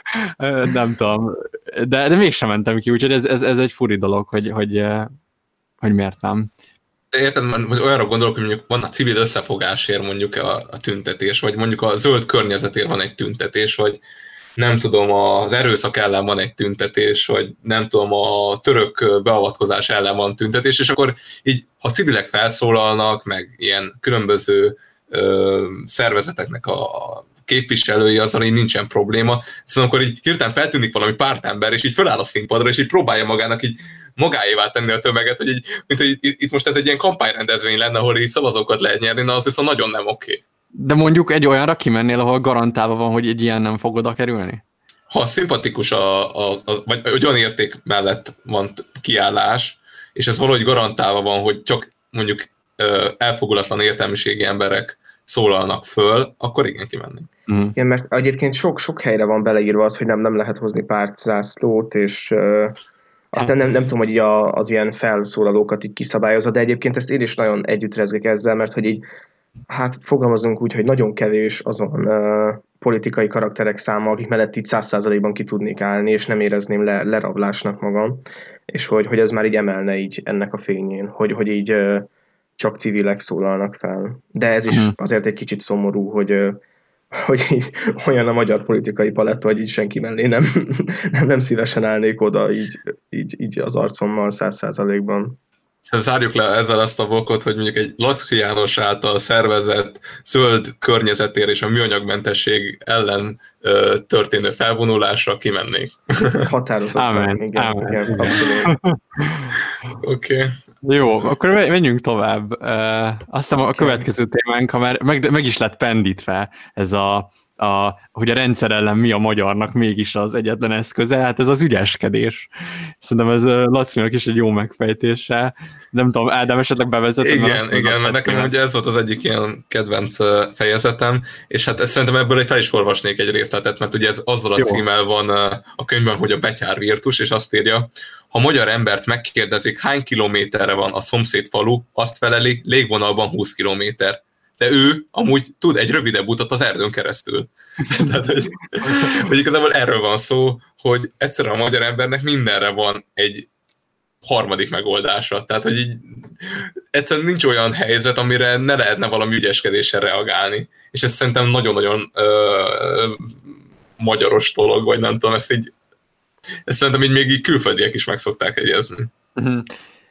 nem tudom, de, de mégsem mentem ki, úgyhogy ez, ez, ez egy furi dolog, hogy, hogy, hogy miért nem. Érted, hogy olyanra gondolok, hogy mondjuk van a civil összefogásért mondjuk a, a tüntetés, vagy mondjuk a zöld környezetért van egy tüntetés, vagy nem tudom, az erőszak ellen van egy tüntetés, vagy nem tudom, a török beavatkozás ellen van tüntetés, és akkor így, ha civilek felszólalnak, meg ilyen különböző ö, szervezeteknek a képviselői, azzal így nincsen probléma, szóval akkor így hirtelen feltűnik valami pártember, és így föláll a színpadra, és így próbálja magának így magáévá tenni a tömeget, hogy így, mint hogy itt, itt most ez egy ilyen kampányrendezvény lenne, ahol így szavazókat lehet nyerni, na az viszont nagyon nem oké. Okay. De mondjuk egy olyanra kimennél, ahol garantálva van, hogy egy ilyen nem fog oda kerülni? Ha szimpatikus, a, a, a, vagy olyan érték mellett van kiállás, és ez valahogy garantálva van, hogy csak mondjuk elfogulatlan értelmiségi emberek szólalnak föl, akkor igen, kimennénk. Mm. Igen, mert egyébként sok, sok helyre van beleírva az, hogy nem, nem lehet hozni pártzászlót, és uh, aztán nem, nem tudom, hogy a, az ilyen felszólalókat így kiszabályozza, de egyébként ezt én is nagyon együtt rezgek ezzel, mert hogy így, hát fogalmazunk úgy, hogy nagyon kevés azon uh, politikai karakterek száma, akik mellett így száz százalékban ki tudnék állni, és nem érezném le, lerablásnak magam, és hogy, hogy ez már így emelne így ennek a fényén, hogy, hogy így uh, csak civilek szólalnak fel. De ez is azért egy kicsit szomorú, hogy, hogy így olyan a magyar politikai paletta, hogy így senki mellé nem, nem, nem szívesen állnék oda így, így, így az arcommal száz százalékban. Zárjuk le ezzel ezt a blokkot, hogy mondjuk egy Laczky János által szervezett zöld környezetért és a műanyagmentesség ellen ö, történő felvonulásra kimennék. Határozottan. Amen. Igen, Amen. igen, abszolút. Oké. Okay. Jó, akkor menjünk tovább. Uh, azt hiszem a következő témánk, ha már meg, meg is lett pendítve ez a, a, hogy a rendszer ellen mi a magyarnak mégis az egyetlen eszköze, hát ez az ügyeskedés. Szerintem ez uh, Lacinak is egy jó megfejtése. Nem tudom, Ádám, esetleg bevezetem? Igen, a, igen, mert nekem ugye ez volt az egyik ilyen kedvenc fejezetem, és hát szerintem ebből egy fel is olvasnék egy részletet, mert ugye ez azzal a jó címmel van a könyvben, hogy a betyár virtus, és azt írja, ha magyar embert megkérdezik, hány kilométerre van a szomszéd falu, azt feleli, légvonalban húsz kilométer. De ő amúgy tud egy rövidebb utat az erdőn keresztül. Tehát, hogy, hogy igazából erről van szó, hogy egyszerűen a magyar embernek mindenre van egy harmadik megoldása. Tehát, hogy így egyszerűen nincs olyan helyzet, amire ne lehetne valami ügyeskedéssel reagálni. És ez szerintem nagyon-nagyon ö, ö, magyaros dolog, vagy nem tudom, ezt így ezt szerintem így még így külföldiek is meg szokták egyezni. Uh-huh.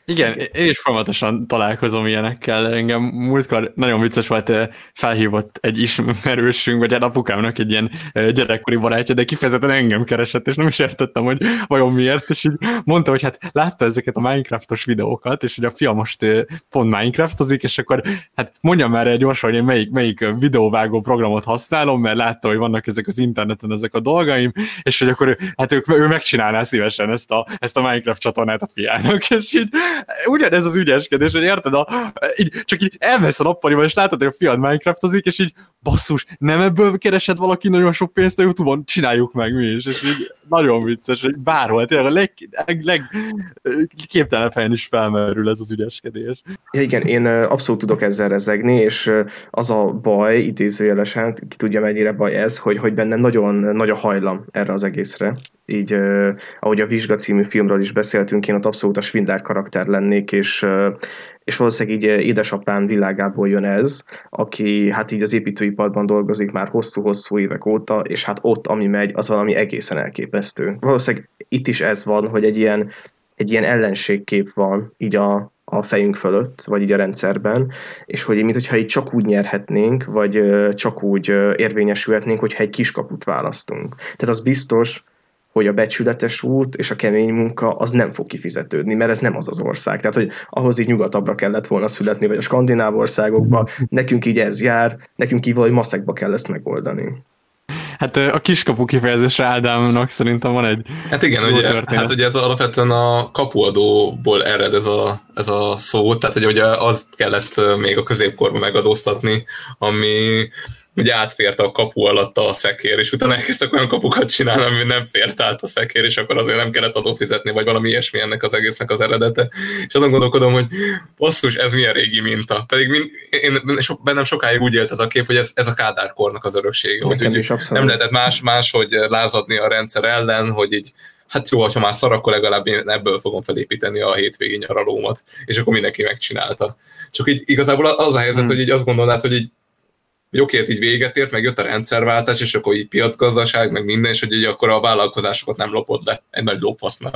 Igen, én is folyamatosan találkozom ilyenekkel. Engem múltkor nagyon vicces volt, felhívott egy ismerősünk, vagy egy apukámnak egy ilyen gyerekkori barátja, de kifejezetten engem keresett, és nem is értettem, hogy vajon miért, és így mondta, hogy hát látta ezeket a Minecraftos videókat, és hogy a fia most pont Minecraftozik, és akkor hát mondjam már gyorsan, hogy én melyik, melyik videóvágó programot használom, mert látta, hogy vannak ezek az interneten ezek a dolgaim, és hogy akkor hát ő, ő megcsinálná szívesen ezt a, ezt a Minecraft csatornát a fiának, és így ugyanez az ügyeskedés, hogy érted, a, így, csak így elmész a nappaliban, és látod, hogy a fiad Minecraftozik, és így basszus, nem ebből keresett valaki nagyon sok pénzt a YouTube-on, csináljuk meg mi is, és így nagyon vicces, hogy bárhol, tényleg a leg, leg, leg képtelenebb helyen is felmerül ez az ügyeskedés. Ja, igen, én abszolút tudok ezzel rezegni, és az a baj, idézőjelesen, ki tudja mennyire baj ez, hogy, hogy bennem nagyon nagy a hajlam erre az egészre. Így, eh, ahogy a Vizsga című filmről is beszéltünk, én ott abszolút a Svindler karakter lennék, és, eh, és valószínűleg így édesapám világából jön ez, aki hát így az építőiparban dolgozik már hosszú-hosszú évek óta, és hát ott, ami megy, az valami egészen elképesztő. Valószínűleg itt is ez van, hogy egy ilyen, egy ilyen ellenségkép van így a, a fejünk fölött, vagy így a rendszerben, és hogy mintha így csak úgy nyerhetnénk, vagy csak úgy érvényesülhetnénk, hogyha egy kiskaput választunk. Tehát az biztos, hogy a becsületes út és a kemény munka az nem fog kifizetődni, mert ez nem az az ország. Tehát, hogy ahhoz így nyugatabbra kellett volna születni, vagy a skandináv országokba, nekünk így ez jár, nekünk így valahogy maszekba kell ezt megoldani. Hát a kiskapu kifejezésre Ádámnak szerintem van egy Hát igen, ugye, hát ugye ez alapvetően a kapuadóból ered ez a, ez a szó, tehát hogy ugye az kellett még a középkorban megadóztatni, ami ugye átfért a kapu alatt a szekér, és utána elkezdtek olyan kapukat csinálni, ami nem fért át a szekér, és akkor azért nem kellett adófizetni, vagy valami ilyesmi ennek az egésznek az eredete. És azon gondolkodom, hogy basszus, ez milyen régi minta. Pedig mind, én, so, bennem sokáig úgy élt ez a kép, hogy ez, ez a Kádár kornak az öröksége, hogy úgy, nem lehetett más, máshogy lázadni a rendszer ellen, hogy így hát jó, ha már szar, akkor legalább én ebből fogom felépíteni a hétvégi nyaralómat, és akkor mindenki megcsinálta. Csak így igazából az a helyzet, hmm. hogy így azt gondolnád, hogy így hogy oké, ez így véget ért, meg jött a rendszerváltás, és akkor így piacgazdaság, meg minden, és hogy így akkor a vállalkozásokat nem lopod le. Egy nagy lopfasz nem.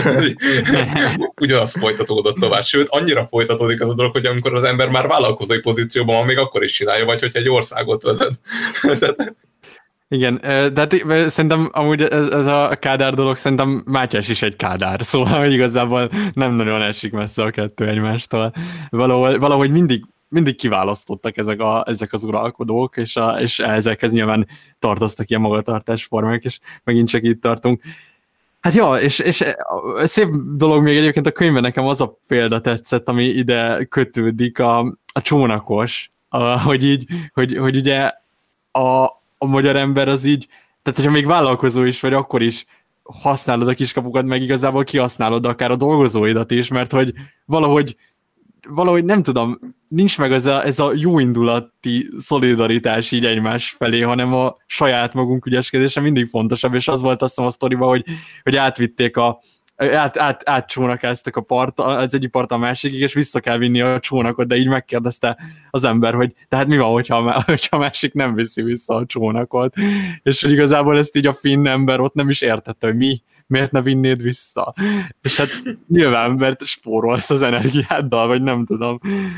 Ugyanaz folytatódott tovább. Sőt, annyira folytatódik az a dolog, hogy amikor az ember már vállalkozói pozícióban van, még akkor is csinálja, vagy hogyha egy országot vezet. Igen, de hát szerintem amúgy ez, ez a Kádár dolog, szerintem Mátyás is egy Kádár, szóval hogy igazából nem nagyon esik messze a kettő egymástól. Valahogy, valahogy mindig mindig kiválasztottak ezek, a, ezek az uralkodók, és, a, és ezekhez nyilván tartoztak ilyen magatartásformák, és megint csak itt tartunk. Hát ja, és, és szép dolog még egyébként a könyvben nekem az a példa tetszett, ami ide kötődik, a, a csónakos, a, hogy így, hogy, hogy ugye a, a magyar ember az így, tehát hogyha még vállalkozó is vagy, akkor is használod a kiskapukat, meg igazából kihasználod akár a dolgozóidat is, mert hogy valahogy valahogy nem tudom, nincs meg ez a, ez a jóindulati szolidaritás így egymás felé, hanem a saját magunk ügyeskedése mindig fontosabb, és az volt azt hiszem a sztoriban, hogy, hogy átvitték a át, át, átcsónakáztak a part, az egyik part a másikig, és vissza kell vinni a csónakot, de így megkérdezte az ember, hogy tehát mi van, hogyha a, hogyha a másik nem viszi vissza a csónakot, és hogy igazából ezt így a finn ember ott nem is értette, hogy mi, miért ne vinnéd vissza? És hát nyilván, mert spórolsz az energiáddal, vagy nem tudom,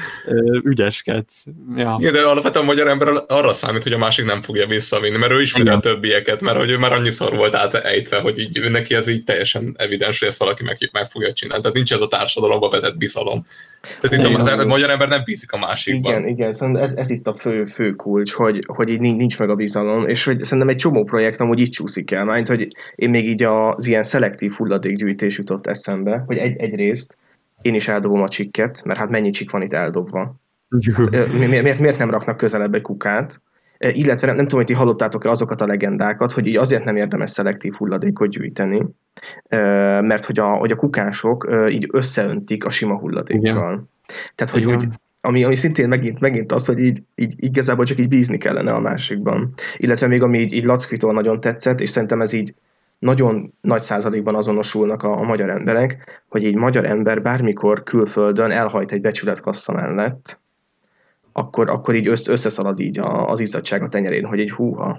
ügyeskedsz. Ja. Igen, de alapvetően a magyar ember arra számít, hogy a másik nem fogja visszavinni, mert ő ismeri a többieket, mert hogy ő már annyiszor volt átejtve, hogy így ő neki ez így teljesen evidens, hogy ezt valaki meg, meg fogja csinálni. Tehát nincs ez a társadalomba vezet bizalom. Tehát itt a, a magyar ember nem bízik a másikban. Igen, igen, szerintem ez, ez itt a fő, fő kulcs, hogy, hogy így nincs meg a bizalom, és hogy szerintem egy csomó projekt amúgy így csúszik el, mert hogy én még így az ilyen szelektív hulladékgyűjtés jutott eszembe, hogy egy, egyrészt én is eldobom a csikket, mert hát mennyi csik van itt eldobva. miért, miért, miért nem raknak közelebb egy kukát? Illetve nem, nem tudom, hogy ti hallottátok-e azokat a legendákat, hogy így azért nem érdemes szelektív hulladékot gyűjteni, mert hogy a, hogy a kukások így összeöntik a sima hulladékkal. Igen. Tehát, hogy, hogy ami, ami szintén megint, megint az, hogy így, így igazából csak így bízni kellene a másikban. Illetve még ami így, így Lackitól nagyon tetszett, és szerintem ez így nagyon nagy százalékban azonosulnak a, a magyar emberek, hogy egy magyar ember bármikor külföldön elhajt egy becsületkassa mellett, akkor, akkor így össz, összeszalad így a, az izzadság a tenyerén, hogy egy húha.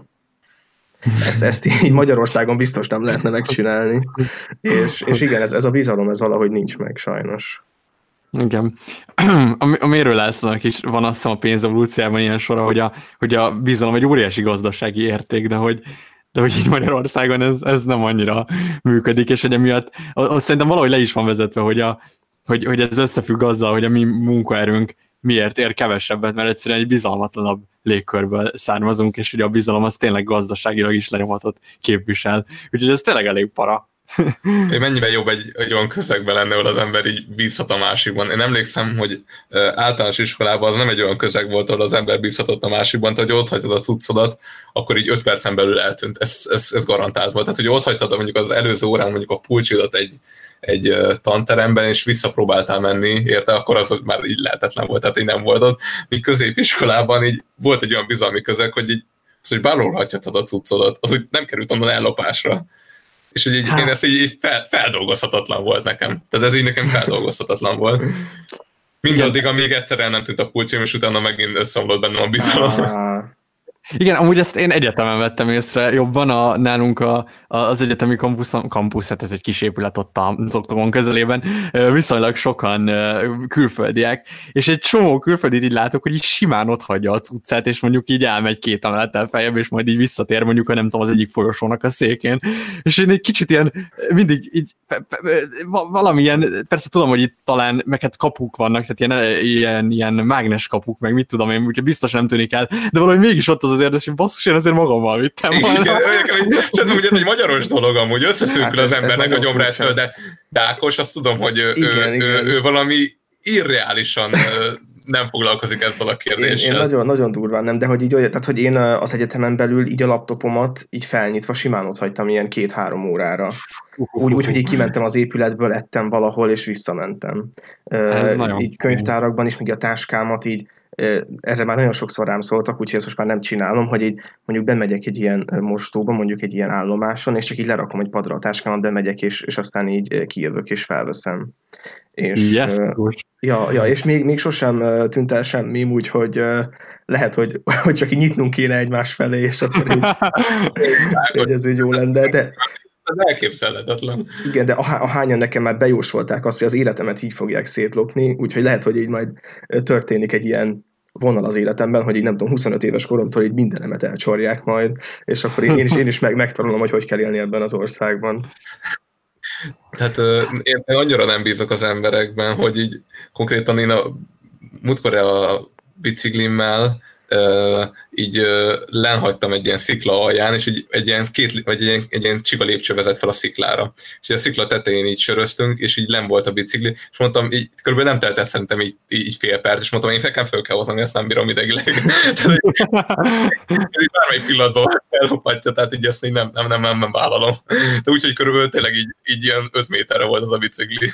Ezt, ezt így Magyarországon biztos nem lehetne megcsinálni. És, és igen, ez, ez a bizalom, ez valahogy nincs meg sajnos. Igen. A Mérő Lászlónak is van azt hiszem a pénzevolúciában ilyen sora, hogy a, hogy a bizalom egy óriási gazdasági érték, de hogy, de hogy így Magyarországon ez, ez nem annyira működik, és hogy emiatt ott szerintem valahogy le is van vezetve, hogy, a, hogy, hogy ez összefügg azzal, hogy a mi munkaerőnk miért ér kevesebbet, mert egyszerűen egy bizalmatlanabb légkörből származunk, és ugye a bizalom az tényleg gazdaságilag is lenyomatot képvisel. Úgyhogy ez tényleg elég para. Én mennyivel jobb egy, egy olyan közegben lenne, ahol az ember így bízhat a másikban. Én emlékszem, hogy általános iskolában az nem egy olyan közeg volt, ahol az ember bízhatott a másikban, tehát hogy ott hagytad a cuccodat, akkor így öt percen belül eltűnt. Ez, ez, ez garantált volt. Tehát, hogy ott hagytad mondjuk az előző órán mondjuk a pulcsidat egy, egy tanteremben, és visszapróbáltál menni, érte, akkor az már így lehetetlen volt, tehát így nem volt ott. Míg középiskolában így volt egy olyan bizalmi közeg, hogy így, az, hogy bárhol hagyhatod a cuccodat, az úgy nem került onnan ellopásra. És hogy így, én ezt így fel, feldolgozhatatlan volt nekem. Tehát ez így nekem feldolgozhatatlan volt. Mindaddig, amíg egyszerűen nem tűnt a pulcsim, és utána megint összeomlott bennem a bizalom. Igen, amúgy ezt én egyetemen vettem észre jobban, a, nálunk a, a, az egyetemi kampusz, kampusz, hát ez egy kis épület ott az Oktogon közelében, viszonylag sokan külföldiek, és egy csomó külföldit így látok, hogy így simán ott hagyja a cuccát, és mondjuk így elmegy két emelettel feljebb, és majd így visszatér mondjuk, nem tudom, az egyik folyosónak a székén, és én egy kicsit ilyen, mindig így valamilyen, persze tudom, hogy itt talán, meg hát kapuk vannak, tehát ilyen, ilyen, ilyen mágnes kapuk, meg mit tudom én, úgyhogy biztos nem tűnik el, de valahogy mégis ott az az érdekes, hogy basszus, én azért magammal vittem volna. Igen, szerintem ugye egy magyaros dolog amúgy, összeszűkül az embernek a gyomrától, de Ákos, azt tudom, hogy ő, igen, ő, igen. Ő, ő valami irreálisan nem foglalkozik ezzel a kérdéssel. Én, én nagyon, nagyon durván nem, de hogy így olyan, tehát hogy én az egyetemen belül így a laptopomat így felnyitva simán ott hagytam ilyen két-három órára. Úgy, úgy, hogy így kimentem az épületből, ettem valahol, és visszamentem. Ez uh, így könyvtárakban is, még a táskámat így, uh, erre már nagyon sokszor rám szóltak, úgyhogy ezt most már nem csinálom, hogy így mondjuk bemegyek egy ilyen mostóba, mondjuk egy ilyen állomáson, és csak így lerakom egy padra a táskámat, bemegyek, és, és aztán így kijövök, és felveszem. És, yes, uh, ja, ja, és még, még sosem uh, tűnt el semmim, úgyhogy uh, lehet, hogy, hogy csak így nyitnunk kéne egymás felé, és akkor így, így ez úgy jó lenne, de... Ez elképzelhetetlen. Igen, de ahányan nekem már bejósolták azt, hogy az életemet így fogják szétlopni, úgyhogy lehet, hogy így majd történik egy ilyen vonal az életemben, hogy így nem tudom, huszonöt éves koromtól így mindenemet elcsorják majd, és akkor én is, én is meg, megtanulom, hogy hogy kell élni ebben az országban. Tehát én annyira nem bízok az emberekben, hogy így konkrétan én a múltkor a biciklimmel Uh, így uh, lenhagytam egy ilyen szikla alján, és így egy ilyen, két, vagy egy ilyen, egy ilyen csiga lépcső vezet fel a sziklára. És a szikla tetején így söröztünk, és így len volt a bicikli, és mondtam, így körülbelül nem telt el szerintem így, így fél perc, és mondtam, én nekem föl kell hozni, ezt nem bírom idegileg. Tehát ez így bármelyik pillanatban ellophatja, tehát így ezt így nem, nem, nem, nem, nem vállalom. De úgyhogy körülbelül tényleg így, így ilyen öt méterre volt az a bicikli.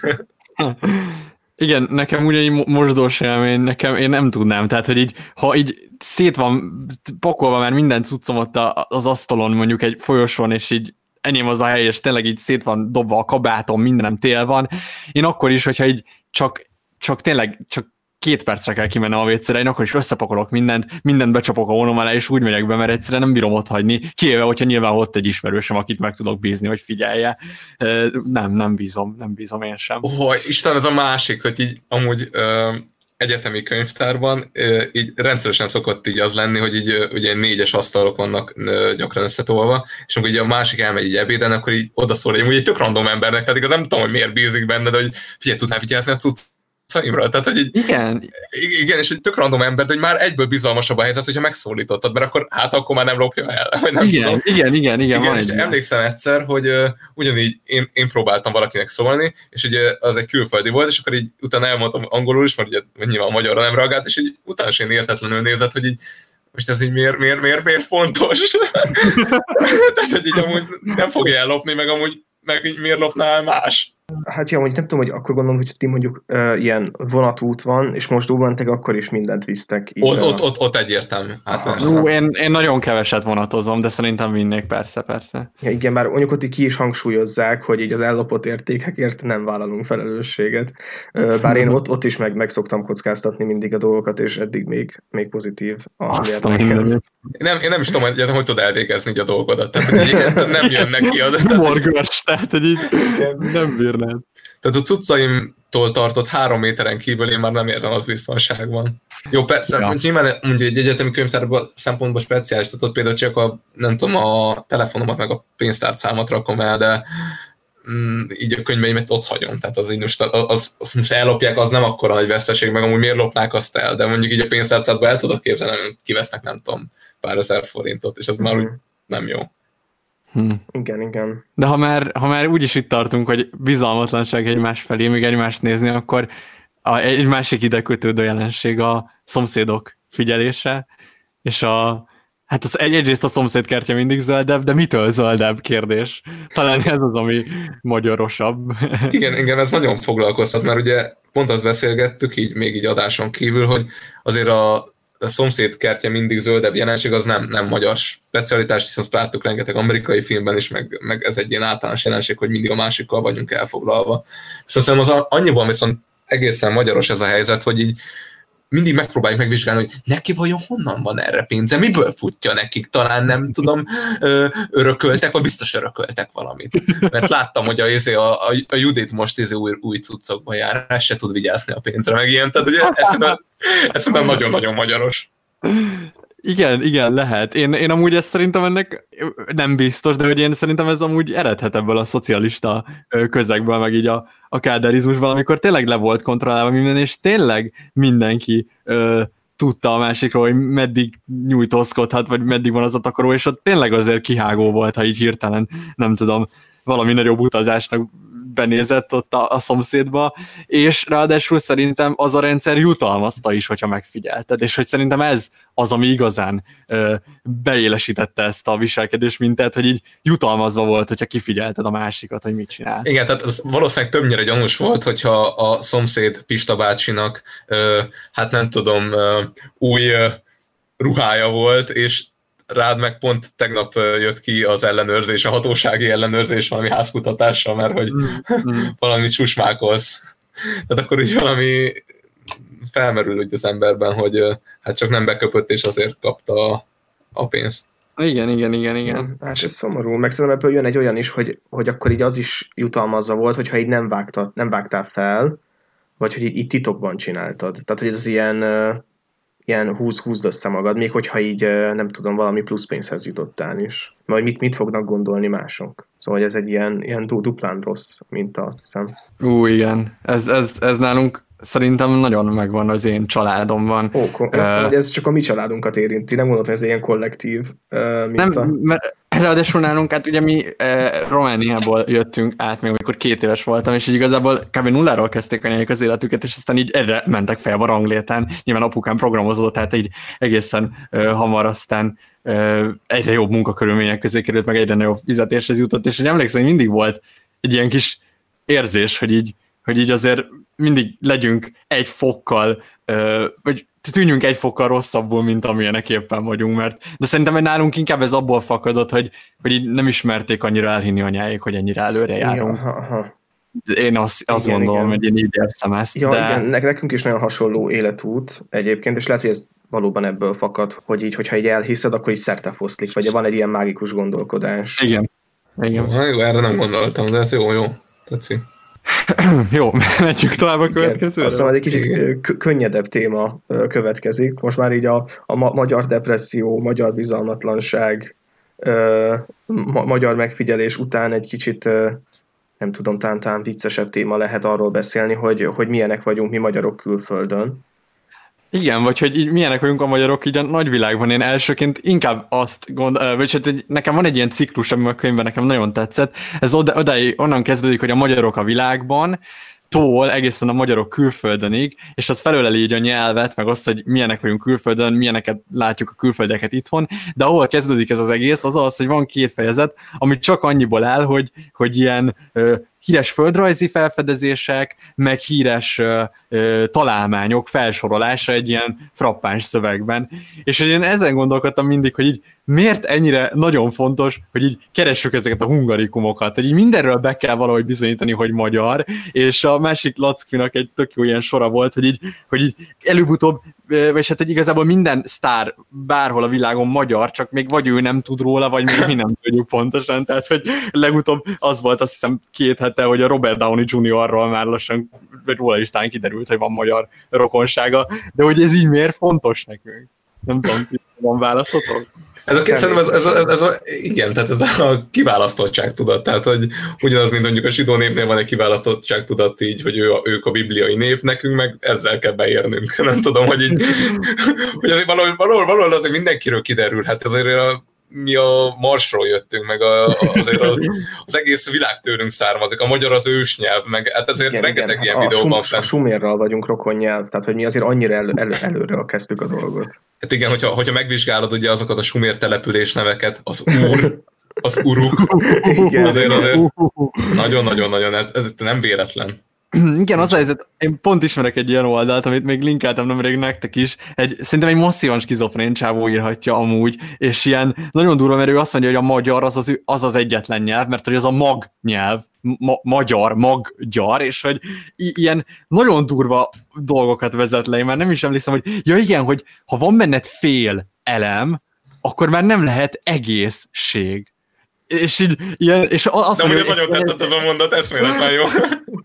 Igen, nekem ugye egy mosdós élmény, nekem én nem tudnám, tehát hogy így, ha így szét van pakolva már minden cuccom ott az asztalon, mondjuk egy folyosón, és így enyém az a hely, és tényleg így szét van dobva a kabátom, mindenem tél van, én akkor is, hogyha így csak, csak tényleg csak két percre kell kimennem a vécére, én akkor is összepakolok mindent, mindent becsapok a vonom alá, és úgy megyek be, mert egyszerűen nem bírom ott hagyni, kivéve, hogyha nyilván ott egy ismerősöm, akit meg tudok bízni, hogy figyelje. Nem, nem bízom, nem bízom én sem. Ó, Isten, ez a másik, hogy így amúgy ö, egyetemi könyvtárban ö, így rendszeresen szokott így az lenni, hogy így ö, ugye négyes asztalok vannak ö, gyakran összetolva, és amikor így a másik elmegy így ebéden, akkor így odaszól, hogy egy tök random embernek, tehát igaz nem tudom, hogy miért bízik benne, de hogy figyelj, tudnál vigyázni a cucc szaimra. Tehát, hogy így, igen. Igen, és egy tök random ember, de hogy már egyből bizalmasabb a helyzet, hogyha megszólítottad, mert akkor hát akkor már nem lopja el. Vagy nem igen, tudom. igen, igen, igen, igen, van és egy emlékszem ilyen. egyszer, hogy uh, ugyanígy én, én próbáltam valakinek szólni, és ugye az egy külföldi volt, és akkor így utána elmondtam angolul is, mert ugye nyilván magyarra nem reagált, és így utána is én értetlenül nézett, hogy így most ez így miért, miért, miért, miért fontos? Tehát, hogy így amúgy nem fogja ellopni, meg amúgy meg így miért lopnál más? Hát ja, mondjuk nem tudom, hogy akkor gondolom, hogy ti mondjuk uh, ilyen vonatút van, és mosdóban te akkor is mindent visztek. Ott, ott, ott, ott egyértelmű. Hát Ú, én, én nagyon keveset vonatozom, de szerintem vinnék, persze, persze. Ja, igen, bár mondjuk ott ki is hangsúlyozzák, hogy így az ellopott értékekért nem vállalunk felelősséget. Uh, bár én ott, ott is meg, meg szoktam kockáztatni mindig a dolgokat, és eddig még, még pozitív. Azt nem, én nem is tudom, hogy, hogy tudod elvégezni a dolgodat. Tehát, hogy nem jön neki a... Morgörs, tehát hogy így nem bírnám. lehet. Tehát a cuccaimtól tartott három méteren kívül én már nem érzem, az biztonságban. Jó, persze, ja. Nyilván mondjuk egy egyetemi könyvtárban szempontból speciális, tehát ott például csak a, nem tudom, a telefonomat meg a pénztárcámat rakom el, de mm, így a könyveimet ott hagyom, tehát az így most, az, az most ellopják, az nem akkora nagy veszteség, meg amúgy miért lopnák azt el, de mondjuk így a pénztárcádba el tudod képzelni, hogy kivesznek, nem tudom, pár ezer forintot, és az mm. már úgy nem jó. Hm. Igen, igen. De ha már, ha már úgyis itt tartunk, hogy bizalmatlanság egymás felé, még egymást nézni, akkor a, egy másik ide kötődő jelenség a szomszédok figyelése, és a, hát az, egy, egyrészt a szomszéd kertje mindig zöldebb, de mitől zöldebb kérdés? Talán ez az, ami magyarosabb. Igen, igen, ez nagyon foglalkoztat, mert ugye pont azt beszélgettük, így még így adáson kívül, hogy azért a a szomszéd kertje mindig zöldebb jelenség, az nem, nem magyar specialitás, hiszen azt láttuk rengeteg amerikai filmben is, meg, meg ez egy ilyen általános jelenség, hogy mindig a másikkal vagyunk elfoglalva. Viszont az annyiban viszont egészen magyaros ez a helyzet, hogy így mindig megpróbáljuk megvizsgálni, hogy neki vajon honnan van erre pénze, miből futja nekik, talán nem tudom, örököltek, vagy biztos örököltek valamit. Mert láttam, hogy a, a, a Judit most izé új, új cuccokba jár, ez se tud vigyázni a pénzre, meg ilyen, tehát ugye ez nem nagyon-nagyon magyaros. Igen, igen, lehet. Én, én amúgy ezt szerintem ennek nem biztos, de hogy én szerintem ez amúgy eredhet ebből a szocialista közegből, meg így a, a kádárizmusban, amikor tényleg le volt kontrollálva minden, és tényleg mindenki ö, tudta a másikról, hogy meddig nyújtózkodhat, vagy meddig van az a takaró, és ott tényleg azért kihágó volt, ha így hirtelen, nem tudom, valami nagyobb utazásnak benézett ott a, a szomszédba, és ráadásul szerintem az a rendszer jutalmazta is, hogyha megfigyelted, és hogy szerintem ez az, ami igazán ö, beélesítette ezt a viselkedés mintát, hogy így jutalmazva volt, hogyha kifigyelted a másikat, hogy mit csinál. Igen, tehát az valószínűleg többnyire gyanús volt, hogyha a szomszéd Pista bácsinak ö, hát nem tudom, ö, új ö, ruhája volt, és rád meg pont tegnap jött ki az ellenőrzés, a hatósági ellenőrzés valami házkutatással, mert hogy mm. valami susmákolsz. Tehát akkor így valami felmerül úgy az emberben, hogy hát csak nem beköpött, és azért kapta a, a pénzt. Igen, igen, igen, igen. Hát ez szomorú. Meg szerintem ebből jön egy olyan is, hogy, hogy akkor így az is jutalmazva volt, hogyha így nem, vágtad, nem vágtál fel, vagy hogy így, így titokban csináltad. Tehát, hogy ez ilyen... ilyen húz-húzd össze magad, még hogyha így, nem tudom, valami plusz pénzhez jutottál is. Majd mit, mit fognak gondolni mások. Szóval ez egy ilyen, ilyen duplán rossz minta, azt hiszem. Ú, igen. Ez, ez, ez nálunk szerintem nagyon megvan az én családomban. Ó, uh, aztán, hogy ez csak a mi családunkat érinti, nem gondoltam, hogy ez ilyen kollektív uh, minta. Nem, mert ráadásul nálunk, hát ugye mi uh, Romániából jöttünk át, még amikor két éves voltam, és így igazából kb. Nulláról kezdték anyáik az életüket, és aztán így egyre mentek fel a ranglétán. Nyilván apukám programozott, tehát így egészen uh, hamar aztán uh, egyre jobb munkakörülmények közé került, meg egyre nagyobb fizetéshez jutott, és hogy emlékszem, hogy mindig volt egy ilyen kis érzés, hogy így, hogy így azért mindig legyünk egy fokkal, vagy tűnjünk egy fokkal rosszabbul, mint amilyenek éppen vagyunk, mert de szerintem, hogy nálunk inkább ez abból fakadott, hogy, hogy így nem ismerték annyira elhinni anyáik, hogy ennyire előre járunk. Ja, aha. Én azt, azt igen, gondolom, igen. hogy én így érzem ezt. Ja, de... igen, nekünk is nagyon hasonló életút egyébként, és lehet, hogy ez valóban ebből fakad, hogy így, hogyha így elhiszed, akkor így szertefoszlik, vagy van egy ilyen mágikus gondolkodás. Igen. igen. Jó, jó, erre nem gondoltam, de ez jó, jó. Tetszik. Jó, menjünk tovább a következőre. Azt mondom, egy kicsit k- könnyedebb téma következik. Most már így a, a ma- magyar depresszió, magyar bizalmatlanság, ma- magyar megfigyelés után egy kicsit, nem tudom, talán, talán viccesebb téma lehet arról beszélni, hogy, hogy milyenek vagyunk mi magyarok külföldön. Igen, vagy hogy így milyenek vagyunk a magyarok így a nagyvilágban. Én elsőként inkább azt gondolom, vagy hát nekem van egy ilyen ciklus, ami a könyvben nekem nagyon tetszett. Ez oda, odáig, onnan kezdődik, hogy a magyarok a világban, tól egészen a magyarok külföldönig, és az felöleli így a nyelvet, meg azt, hogy milyenek vagyunk külföldön, milyeneket látjuk a külföldeket itthon, de ahol kezdődik ez az egész, az az, hogy van két fejezet, ami csak annyiból áll, hogy, hogy ilyen ö, híres földrajzi felfedezések, meg híres ö, ö, találmányok felsorolása egy ilyen frappáns szövegben. És hogy én ezen gondolkodtam mindig, hogy így miért ennyire nagyon fontos, hogy így keressük ezeket a hungarikumokat, hogy így mindenről be kell valahogy bizonyítani, hogy magyar, és a másik Lackfinak egy tök jó ilyen sora volt, hogy így, hogy így előbb-utóbb vagy hát, hogy igazából minden sztár bárhol a világon magyar, csak még vagy ő nem tud róla, vagy még mi nem tudjuk pontosan, tehát, hogy legutóbb az volt, azt hiszem két hete, hogy a Robert Downey juniorról már lassan, vagy róla is talán kiderült, hogy van magyar rokonsága, de hogy ez így miért fontos nekünk? Nem tudom, van válaszotok? Ez a, ez, ez, ez, ez, ez a, igen, tehát ez a kiválasztottság tudat, tehát hogy ugyanaz, mint mondjuk a zsidó népnél van egy kiválasztottság tudat így, hogy ő a, ők a bibliai nép, nekünk meg ezzel kell beérnünk. Nem tudom, hogy így, hogy azért valahol, valahol, valahol azért mindenkiről kiderülhet, azért a, mi a Marsról jöttünk, meg a, azért a, az egész világ tőlünk származik, a magyar az ősnyelv, meg hát azért igen, rengeteg igen, ilyen videó van fenn. A sumérral vagyunk rokonnyelv, tehát hogy mi azért annyira elő, elő, előről kezdtük a dolgot. Hát igen, hogyha, hogyha megvizsgálod ugye azokat a sumér település neveket, az úr, az uruk, igen, azért, azért nagyon-nagyon-nagyon, ez, ez nem véletlen. Igen, az a helyzet, én pont ismerek egy ilyen oldalt, amit még linkeltem nemrég nektek is, egy, szerintem egy masszívan skizofrén csávó írhatja amúgy, és ilyen nagyon durva, mert ő azt mondja, hogy a magyar az az, az, az egyetlen nyelv, mert hogy az a mag nyelv, ma, magyar, magyar, és hogy i- ilyen nagyon durva dolgokat vezet le, én már nem is emlékszem, hogy ja igen, hogy ha van benned fél elem, akkor már nem lehet egészség. És így ilyen, és azt de mondja, nagyon tetszett az a mondat, eszméletlen jó.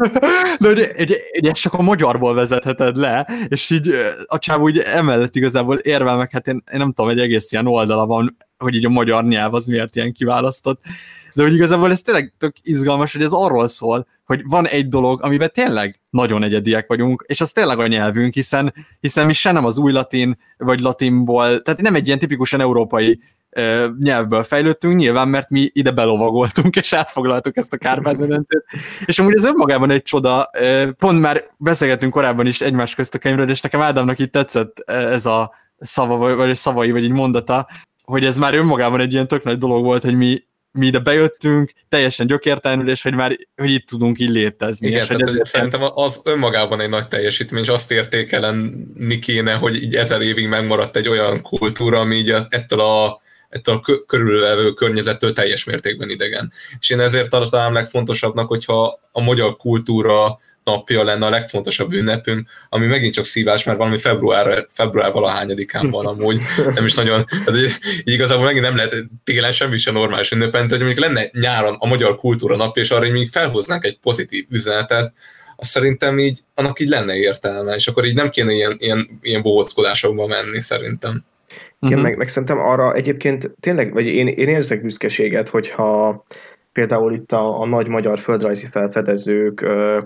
De ugye, ugye, ugye ezt csak a magyarból vezetheted le, és így a csávó úgy emellett igazából érvel meg, hát én, én nem tudom, egy egész ilyen oldala van, hogy így a magyar nyelv az miért ilyen kiválasztott. De hogy igazából ez tényleg tök izgalmas, hogy ez arról szól, hogy van egy dolog, amiben tényleg nagyon egyediek vagyunk, és az tényleg a nyelvünk, hiszen, hiszen mi se nem az új latin, vagy latinból, tehát nem egy ilyen tipikusan európai nyelvből fejlődtünk, nyilván, mert mi ide belovagoltunk, és elfoglaltuk ezt a Kárpát-medencét. És amúgy ez önmagában egy csoda, pont már beszélgettünk korábban is egymás közt a könyvről, és nekem Ádámnak itt tetszett ez a szava, vagy szavai, vagy egy mondata, hogy ez már önmagában egy ilyen tök nagy dolog volt, hogy mi, mi ide bejöttünk, teljesen gyökértelenül, és hogy már hogy itt tudunk így létezni. Igen, és tehát hogy szerintem az önmagában egy nagy teljesítmény, és azt értékelni kéne, hogy így ezer évig megmaradt egy olyan kultúra, ami így ettől a ettől a körülvevő környezettől teljes mértékben idegen. És én ezért tartanám legfontosabbnak, hogyha a magyar kultúra napja lenne a legfontosabb ünnepünk, ami megint csak szívás, mert valami február, február valahányadikán van amúgy, nem is nagyon, tehát így, így igazából megint nem lehet télen semmi sem normális ünnepelni, hogy mondjuk lenne nyáron a magyar kultúra napja, és arra, hogy még felhoznánk egy pozitív üzenetet, azt szerintem így, annak így lenne értelme, és akkor így nem kéne ilyen, ilyen, ilyen bohóckodásokba menni szerintem. Igen, uh-huh. meg, meg szerintem arra egyébként tényleg, vagy én, én érzek büszkeséget, hogyha például itt a, a nagy magyar földrajzi felfedezők,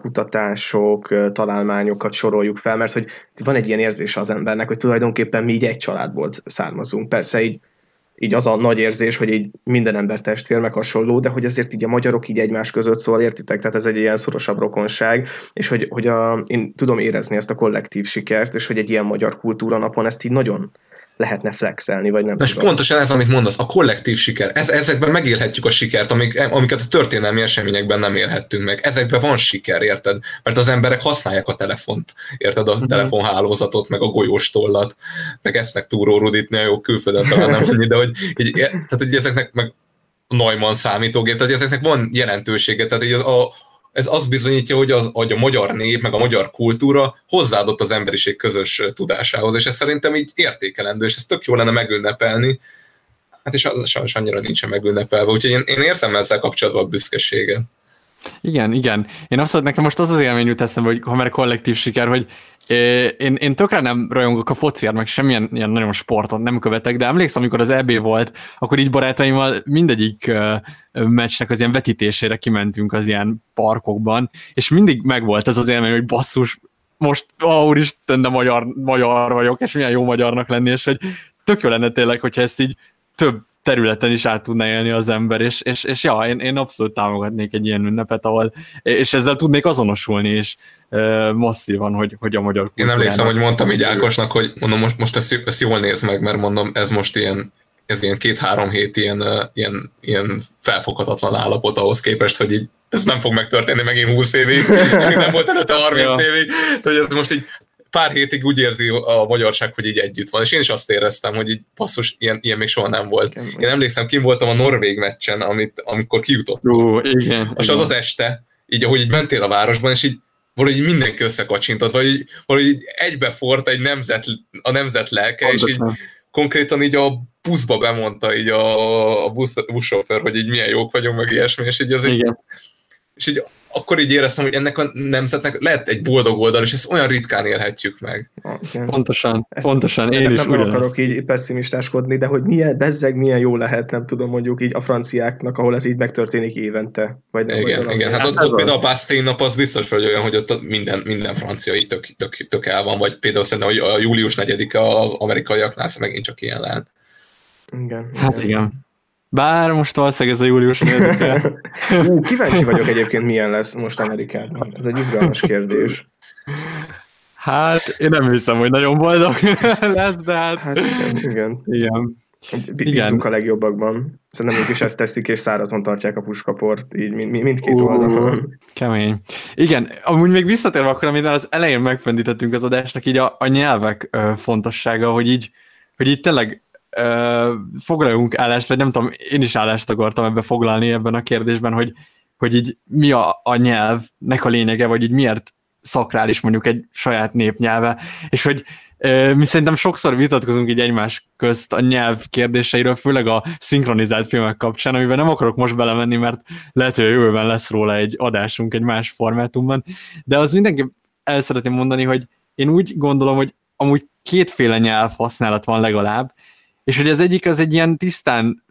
kutatások, találmányokat soroljuk fel, mert hogy van egy ilyen érzése az embernek, hogy tulajdonképpen mi így egy családból származunk. Persze így, így az a nagy érzés, hogy így minden ember testvér, meg hasonló, de hogy azért így a magyarok így egymás között szól, értitek? Tehát ez egy ilyen szorosabb rokonság, és hogy, hogy a, én tudom érezni ezt a kollektív sikert, és hogy egy ilyen magyar kultúra napon ezt így nagyon lehetne flexelni, vagy nem. És pontosan ez, amit mondasz, a kollektív siker. Ez, ezekben megélhetjük a sikert, amik, amiket a történelmi eseményekben nem élhettünk meg. Ezekben van siker, érted? Mert az emberek használják a telefont, érted? A uh-huh. telefonhálózatot, meg a golyóstollat, meg esznek túró ruditni, a jó külföldön talán nem annyi, de hogy, így, tehát, hogy ezeknek meg a Neumann számítógép, tehát ezeknek van jelentősége, tehát hogy az a ez azt bizonyítja, hogy, az, hogy a magyar nép, meg a magyar kultúra hozzáadott az emberiség közös tudásához, és ez szerintem így értékelendő, és ez tök jó lenne megünnepelni, hát és az sajnos annyira nincsen megünnepelve, úgyhogy én, én érzem ezzel kapcsolatban a büszkeséget. Igen, igen. Én azt mondom, nekem most az az élmény jut eszembe, hogy ha már kollektív siker, hogy én, én tökre nem rajongok a fociért, meg semmilyen ilyen nagyon sportot nem követek, de emlékszem, amikor az é bé volt, akkor így barátaimmal mindegyik uh, meccsnek az ilyen vetítésére kimentünk az ilyen parkokban, és mindig megvolt ez az élmény, hogy basszus, most, ó, úristen, de magyar, magyar vagyok, és milyen jó magyarnak lenni, és hogy tök jó lenne tényleg, hogyha ezt így több területen is át tudna élni az ember, és, és, és ja, én, én abszolút támogatnék egy ilyen ünnepet, ahol, és ezzel tudnék azonosulni, és uh, masszívan, hogy, hogy a magyar kultúrának... Én emlékszem, hogy mondtam így Ákosnak, hogy mondom, most, most ezt, ezt jól néz meg, mert mondom, ez most ilyen, ez ilyen két-három hét ilyen, uh, ilyen, ilyen felfoghatatlan állapot ahhoz képest, hogy így ez nem fog megtörténni megint húsz évig, meg nem volt előtte harminc ja. évig, de hogy ez most így pár hétig úgy érzi a magyarság, hogy így együtt van, és én is azt éreztem, hogy így basszus, ilyen, ilyen még soha nem volt. Igen, én emlékszem, kim voltam a norvég meccsen, amit, amikor kijutottunk. Uh, igen, és igen. az az este, így ahogy így mentél a városban, és így valahogy mindenki összekacsintott, vagy valahogy egybefort egy nemzet, a nemzet lelke, pontosan. És így konkrétan így a buszba bemondta így a, a busz, buszsofőr, hogy így milyen jók vagyunk, meg ilyesmi, és így az így, és így akkor így éreztem, hogy ennek a nemzetnek lehet egy boldog oldal, és ezt olyan ritkán élhetjük meg. Igen. Pontosan, ezt pontosan, én is nem ugyanezt. akarok így pessimistáskodni, de hogy milyen, bezzeg milyen jó lehet, nem tudom, mondjuk így a franciáknak, ahol ez így megtörténik évente. Vagy nem, igen, vagy igen. Hát ott, ott például a Bastille nap az biztos, hogy olyan, hogy ott minden, minden francia így tök, tök, tök el van, vagy például szerintem, hogy a július negyedike az amerikaiaknál megint csak ilyen lehet. Igen. Hát igen. igen. Bár most valószínűleg ez a július negyedike. Ú, kíváncsi vagyok egyébként, milyen lesz most Amerikában. Ez egy izgalmas kérdés. Hát, én nem hiszem, hogy nagyon boldog lesz, de hát... Hát igen, igen. igen. Bízunk a legjobbakban. Szerintem ők is ezt teszik, és szárazon tartják a puskaport, így mind, mindkét uh, oldalon. Kemény. Igen, amúgy még visszatérve akkor, amit az elején megfendítettünk az adásnak, így a, a nyelvek ö, fontossága, hogy így, hogy így tényleg ö, foglaljunk állást, vagy nem tudom, én is állást akartam ebbe foglalni ebben a kérdésben, hogy, hogy így mi a, a nyelvnek a lényege, vagy így miért szakrális mondjuk egy saját népnyelve, és hogy ö, mi szerintem sokszor vitatkozunk így egymás közt a nyelv kérdéseiről, főleg a szinkronizált filmek kapcsán, amiben nem akarok most belemenni, mert lehet, hogy a jövőben lesz róla egy adásunk egy más formátumban, de az mindenképp el szeretném mondani, hogy én úgy gondolom, hogy amúgy kétféle nyelv használat van legalább, és hogy az egyik az egy ilyen tisztán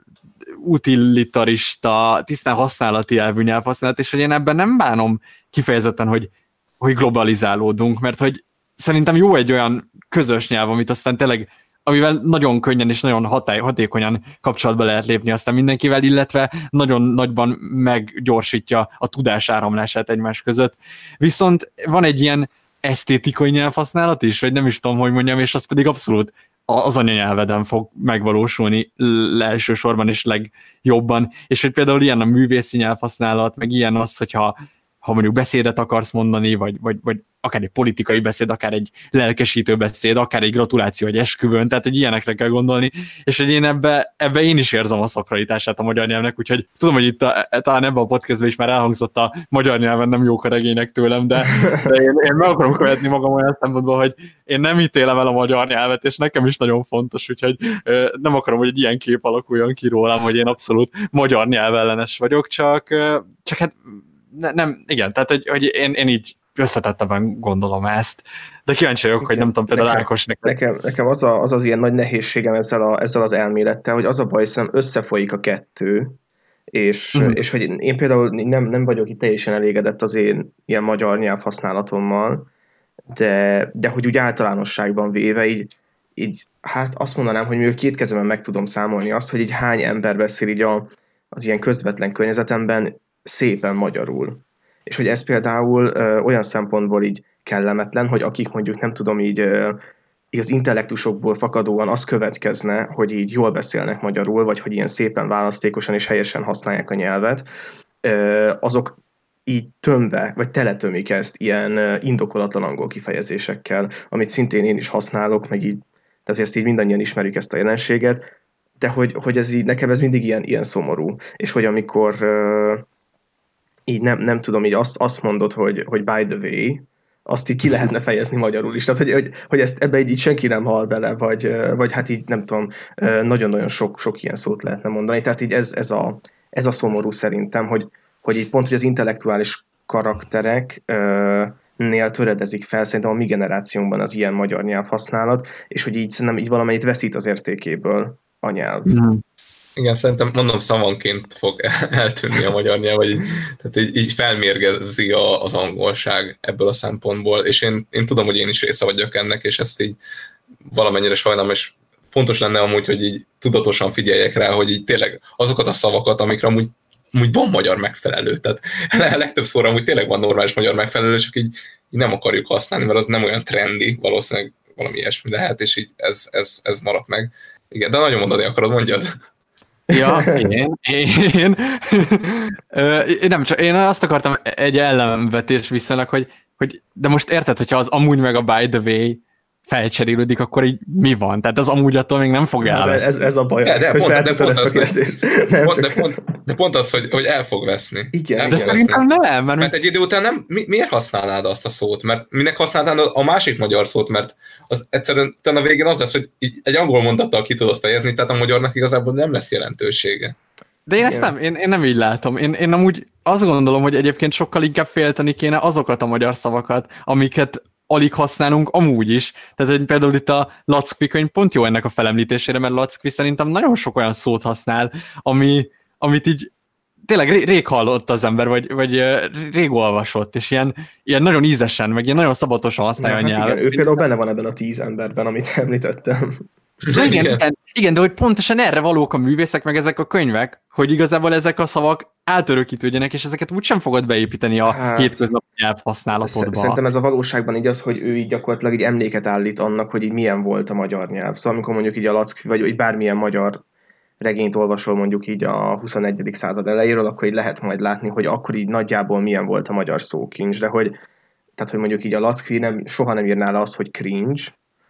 utilitarista, tisztán használati elvű nyelvhasználat, és hogy én ebben nem bánom kifejezetten, hogy, hogy globalizálódunk, mert hogy szerintem jó egy olyan közös nyelv, amit aztán tényleg, amivel nagyon könnyen és nagyon hatály, hatékonyan kapcsolatba lehet lépni aztán mindenkivel, illetve nagyon nagyban meggyorsítja a tudás áramlását egymás között. Viszont van egy ilyen esztétikai nyelvhasználat is, vagy nem is tudom, hogy mondjam, és az pedig abszolút az anyanyelveden fog megvalósulni elsősorban és legjobban. És hogy például ilyen a művészi nyelvhasználat, meg ilyen az, hogyha ha mondjuk beszédet akarsz mondani, vagy, vagy, vagy akár egy politikai beszéd, akár egy lelkesítő beszéd, akár egy gratuláció, egy esküvőn, tehát egy ilyenekre kell gondolni, és hogy én ebbe, ebbe én is érzem a szakralitását a magyar nyelvnek, úgyhogy tudom, hogy itt a, talán ebben a podcastben is már elhangzott a magyar nyelven nem jók a regények tőlem, de, de én, én meg akarom követni magam olyan szempontból, hogy én nem ítélem el a magyar nyelvet, és nekem is nagyon fontos, úgyhogy nem akarom, hogy egy ilyen kép alakuljon ki rólam, hogy én abszolút magyar nyelvellenes vagyok, csak, csak hát Ne, nem, igen, tehát hogy, hogy én, én így összetettebben gondolom ezt, de kíváncsi vagyok, hogy nem tudom, például nekem, Ákos neked. Nekem, nekem az, a, az az ilyen nagy nehézségem ezzel, a, ezzel az elmélettel, hogy az a baj, szerintem összefolyik a kettő, és, mm. és hogy én például nem, nem vagyok itt teljesen elégedett az én ilyen magyar nyelvhasználatommal, de, de hogy úgy általánosságban véve így, így hát azt mondanám, hogy mivel két kezemen meg tudom számolni azt, hogy így hány ember beszél így a, az ilyen közvetlen környezetemben szépen magyarul. És hogy ez például ö, olyan szempontból így kellemetlen, hogy akik mondjuk nem tudom így, ö, így az intellektusokból fakadóan az következne, hogy így jól beszélnek magyarul, vagy hogy ilyen szépen választékosan és helyesen használják a nyelvet, ö, azok így tömve, vagy teletömik ezt ilyen ö, indokolatlan angol kifejezésekkel, amit szintén én is használok, meg így, tehát ezt így mindannyian ismerjük ezt a jelenséget, de hogy, hogy ez így, nekem ez mindig ilyen, ilyen szomorú. És hogy amikor ö, így nem, nem tudom, így azt, azt mondod, hogy, hogy by the way, azt így ki lehetne fejezni magyarul is. Tehát, hogy, hogy, hogy ezt ebbe így, így senki nem hal bele, vagy, vagy hát így nem tudom, nagyon-nagyon sok, sok ilyen szót lehetne mondani. Tehát így ez, ez, a, ez a szomorú szerintem, hogy, hogy így pont, hogy az intellektuális karaktereknél töredezik fel szerintem a mi generációnkban az ilyen magyar nyelvhasználat, és hogy így szerintem így valamennyit veszít az értékéből a nyelv. Mm. Igen, szerintem mondom, szavanként fog eltűnni a magyar nyelv, vagy így, tehát így, így felmérgezi a, az angolság ebből a szempontból, és én, én tudom, hogy én is része vagyok ennek, és ezt így valamennyire sajnálom, és fontos lenne amúgy, hogy így tudatosan figyeljek rá, hogy így tényleg azokat a szavakat, amikre amúgy, amúgy van magyar megfelelő, tehát a legtöbb szóra amúgy tényleg van normális magyar megfelelő, csak így, így nem akarjuk használni, mert az nem olyan trendi, valószínűleg valami ilyesmi lehet, és így ez, ez, ez maradt meg. Igen, de nagyon mondani akarod, mondjad. Ja, én, én, én nem csak, én azt akartam egy ellenvetés viszonylag, hogy, hogy de most érted, hogyha az amúgy meg a by the way felcserélődik, akkor így mi van? Tehát az amúgy attól még nem fog elveszni. Ez, ez a baj, de, de, hogy felteszed ezt a kérdést. De, de, pont, De pont az, hogy, hogy el fog veszni. Igen, el de fog szerintem veszni. nem, mert, Mert egy idő után nem, mi, miért használnád azt a szót? Mert minek használnád a másik magyar szót? Mert az egyszerűen a végén az lesz, hogy egy angol mondattal ki tudod fejezni, tehát a magyarnak igazából nem lesz jelentősége. De én ezt nem, én, én nem így látom. Én, én amúgy azt gondolom, hogy egyébként sokkal inkább félteni kéne azokat a magyar szavakat, amiket alig használunk amúgy is. Tehát hogy például itt a Lackfi könyv pont jó ennek a felemlítésére, mert Lackfi szerintem nagyon sok olyan szót használ, ami, amit így tényleg ré, rég hallott az ember, vagy, vagy rég olvasott, és ilyen, ilyen nagyon ízesen, meg ilyen nagyon szabatosan használja a hát nyelvet. igen, ő például benne van ebben a tíz emberben, amit említettem. De igen, igen, igen, de hogy pontosan erre valók a művészek, meg ezek a könyvek, hogy igazából ezek a szavak átörökítődjenek, és ezeket úgysem fogod beépíteni a hát, hétköznapi nyelvhasználatodba. Szerintem ez a valóságban így az, hogy ő így gyakorlatilag így emléket állít annak, hogy így milyen volt a magyar nyelv. Szóval amikor mondjuk így a Lackfi, vagy így bármilyen magyar regényt olvasol mondjuk így a huszonegyedik század elejéről, akkor így lehet majd látni, hogy akkor így nagyjából milyen volt a magyar szókincs, de hogy, tehát, hogy mondjuk így a Lackfi nem, soha nem írná le azt, hogy cringe,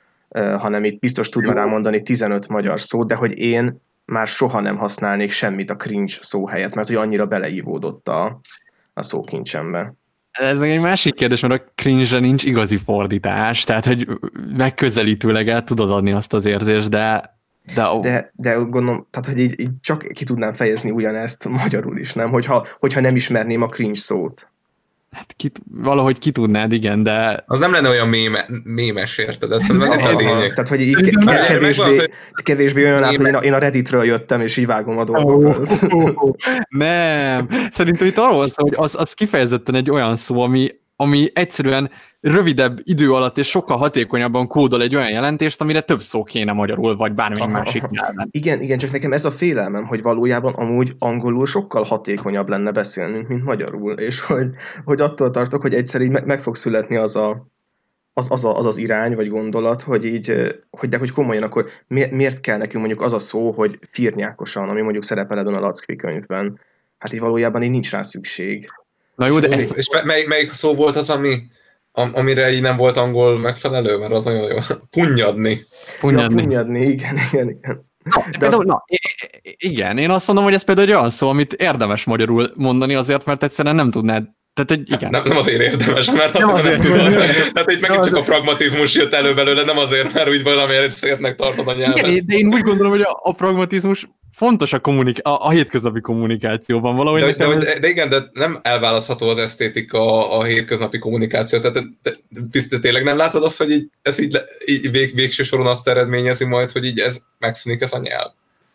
hanem itt biztos tudna rá mondani tizenöt magyar szót, de hogy én már soha nem használnék semmit a cringe szó helyett, mert hogy annyira beleívódott a, a szókincsembe. Ez egy másik kérdés, mert a cringe-re nincs igazi fordítás, tehát hogy megközelítőleg el tudod adni azt az érzést, de De, oh. de, de gondolom, tehát hogy így, így csak ki tudnám fejezni ugyanezt magyarul is, nem? Hogyha, hogyha nem ismerném a cringe szót. Hát ki, valahogy ki tudnád, igen, de... Az nem lenne olyan méme, mémes, érted? Ez nem a lényeg. Tehát, hogy így kevésbé, kevésbé olyan át, hogy én a, én a Redditről jöttem, és így vágom a dolgokat. Oh, oh, oh. Nem! Szerintem itt arról van szó, hogy az, az kifejezetten egy olyan szó, ami, ami egyszerűen rövidebb idő alatt és sokkal hatékonyabban kódol egy olyan jelentést, amire több szó kéne magyarul, vagy bármilyen másik nyelven. Igen, igen, csak nekem ez a félelmem, hogy valójában amúgy angolul sokkal hatékonyabb lenne beszélnünk, mint magyarul, és hogy, hogy attól tartok, hogy egyszer így meg fog születni az a, az, az, a, az az irány, vagy gondolat, hogy így, hogy de hogy komolyan, akkor miért, miért kell nekünk mondjuk az a szó, hogy firnyákosan, ami mondjuk szerepel ebben a Lackfi könyvben. Hát így valójában így nincs rá szükség. Na jó, de és, ezt... és mely, melyik szó volt az, ami, amire így nem volt angol megfelelő, mert az nagyon jó. Punnyadni. Punnyadni. Ja, punnyadni, igen, igen, igen. Na, például, az... na, igen, én azt mondom, hogy ez például egy olyan szó, amit érdemes magyarul mondani azért, mert egyszerűen nem tudnád. Tehát, hogy igen. Nem, nem azért érdemes, mert nem azért nem tudod. Tehát itt megint csak a pragmatizmus jött elő belőle, nem azért, mert úgy valamiért szépnek tartod a nyelvet. Igen, de én úgy gondolom, hogy a, a pragmatizmus fontos a, kommunik- a, a hétköznapi kommunikációban valahogy. De, de, ez... de, de igen, de nem elválasztható az esztétika a hétköznapi kommunikáció. Tehát de, de, de tényleg nem látod azt, hogy így, ez így, így vég, végső soron azt eredményezi majd, hogy így ez megszűnik ez a nyelv?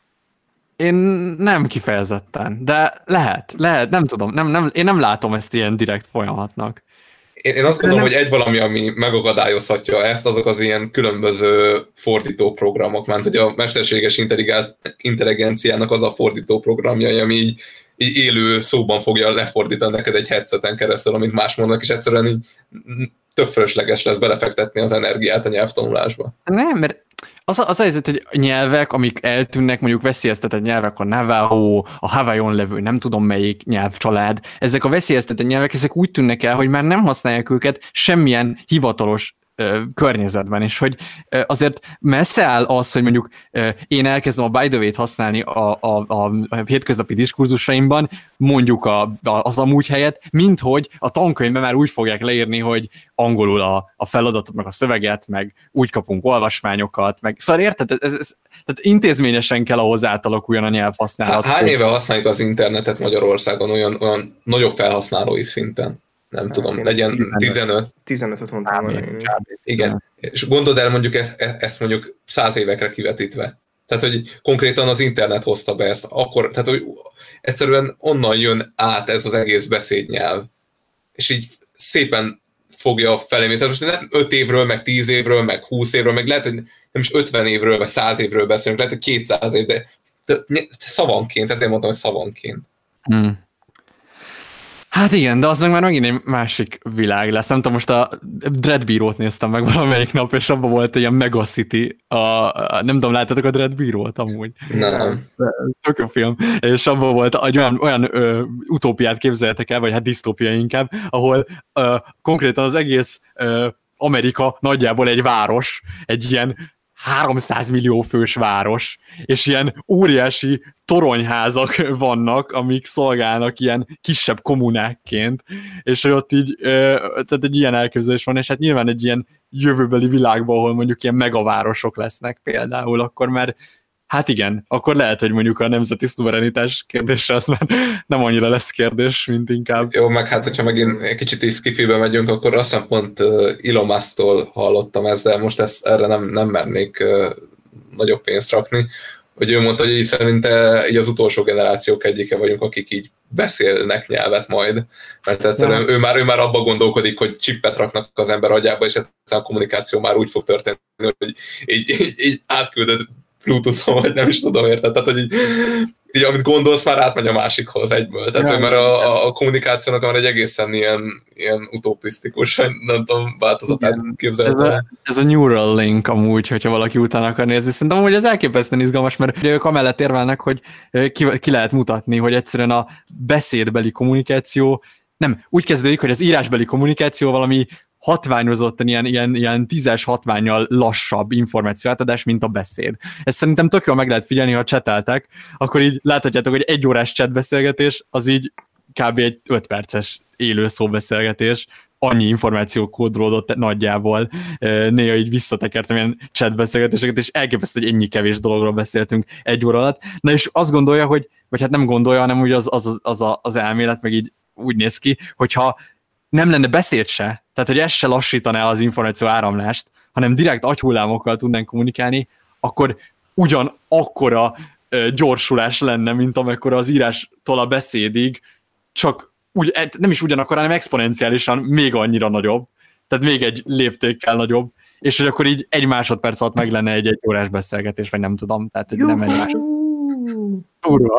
Én nem kifejezetten, de lehet, lehet, nem tudom, nem, nem, én nem látom ezt ilyen direkt folyamatnak. Én, én azt gondolom, nem... hogy egy valami, ami megakadályozhatja ezt, azok az ilyen különböző fordító programok, mert hogy a mesterséges intelligenciának az a fordító programja, ami így, így élő szóban fogja lefordítani neked egy headseten keresztül, amit más mondanak, és egyszerűen így több fölösleges lesz belefektetni az energiát a nyelvtanulásba. Nem, mert az az helyzet, hogy nyelvek, amik eltűnnek, mondjuk veszélyeztetett nyelvek, a Navajo, a Hawaiion levő, nem tudom melyik nyelvcsalád, ezek a veszélyeztetett nyelvek, ezek úgy tűnnek el, hogy már nem használják őket semmilyen hivatalos ö, környezetben, és hogy ö, azért messze áll az, hogy mondjuk ö, én elkezdem a by the way-t használni a, a, a, a hétköznapi diskurzusaimban, mondjuk a, a, az amúgy helyett, mint hogy a tankönyvben már úgy fogják leírni, hogy angolul a, a feladatot, meg a szöveget, meg úgy kapunk olvasmányokat, meg szóval érted? Ez, ez, tehát intézményesen kell ahhoz átalakuljon a nyelvhasználat. Hány éve használjuk az internetet Magyarországon olyan, olyan nagyobb felhasználói szinten? Nem hát tudom, legyen tizenöt. tizenötöt mondtam. Igen, és gondold el mondjuk ezt, ezt mondjuk száz évekre kivetítve. Tehát, hogy konkrétan az internet hozta be ezt. Akkor, tehát, hogy egyszerűen onnan jön át ez az egész beszédnyelv. És így szépen fogja felé. Tehát most nem öt évről, meg tíz évről, meg húsz évről, meg lehet, hogy nem is ötven évről, vagy száz évről beszélünk, lehet, hogy kétszáz év, de, de, de szavanként, ezért mondtam, hogy szavanként. Hmm. Hát igen, de az meg már megint egy másik világ lesz. Nem tudom, most a Dreadbírót néztem meg valamelyik nap, és abban volt egy ilyen Megacity, a, a, nem tudom, láttatok a Dreadbírót amúgy? Nem. Tök a film. És abban volt egy olyan, olyan ö, utópiát képzeljetek el, vagy hát disztópia inkább, ahol ö, konkrétan az egész ö, Amerika nagyjából egy város, egy ilyen háromszáz millió fős város, és ilyen óriási toronyházak vannak, amik szolgálnak ilyen kisebb kommunákként, és hogy ott így, tehát egy ilyen elképzelés van, és hát nyilván egy ilyen jövőbeli világban, ahol mondjuk ilyen megavárosok lesznek például, akkor már hát igen, akkor lehet, hogy mondjuk a nemzeti szuverenitás kérdése az már nem annyira lesz kérdés, mint inkább. Jó, meg hát, hogyha megint egy kicsit is skifibe megyünk, akkor azt hiszem pont Elon Musk-tól hallottam ezt, de most ezt, erre nem, nem mernék nagyobb pénzt rakni, hogy ő mondta, hogy így szerinte így az utolsó generációk egyike vagyunk, akik így beszélnek nyelvet majd, mert egyszerűen ő már, ő már abba gondolkodik, hogy csippet raknak az ember agyába, és egyszerűen a kommunikáció már úgy fog történni, hogy így, így, így átküldöd Bluetooth-on, vagy nem is tudom, érted? Tehát, hogy így, így amit gondolsz, már átmegy a másikhoz egyből. Tehát, hogy már a, a kommunikációnak már egy egészen ilyen, ilyen utopisztikus, nem tudom, változatát képzeltem. Ez a, ez a Neuralink amúgy, hogyha valaki utána akar nézni. Szerintem amúgy ez elképesztően izgalmas, mert ők amellett érvelnek, hogy ki, ki lehet mutatni, hogy egyszerűen a beszédbeli kommunikáció, nem, úgy kezdődik, hogy az írásbeli kommunikáció valami hatványozottan ilyen, ilyen, ilyen tízes hatvánnyal lassabb információátadás, mint a beszéd. Ezt szerintem tök jól meg lehet figyelni, ha cseteltek, akkor így láthatjátok, hogy egy órás chatbeszélgetés, az így kb. Egy öt perces élő szóbeszélgetés, annyi információ kódolódott nagyjából, néha így visszatekertem ilyen chatbeszélgetéseket, és elképesztő, hogy ennyi kevés dologról beszéltünk egy óra alatt. Na és azt gondolja, hogy, vagy hát nem gondolja, hanem úgy az, az, az, az, az elmélet, meg így úgy néz ki, hogyha nem lenne beszéd se, tehát hogy ez se lassítaná az információ áramlást, hanem direkt agyhullámokkal tudnánk kommunikálni, akkor ugyan akkora ö, gyorsulás lenne, mint amekkora az írástól a beszédig, csak úgy, nem is ugyanakkor, hanem exponenciálisan még annyira nagyobb, tehát még egy léptékkel nagyobb, és hogy akkor így egy másodperc alatt meg lenne egy egy órás beszélgetés, vagy nem tudom, tehát hogy nem egy másodperc. Durva.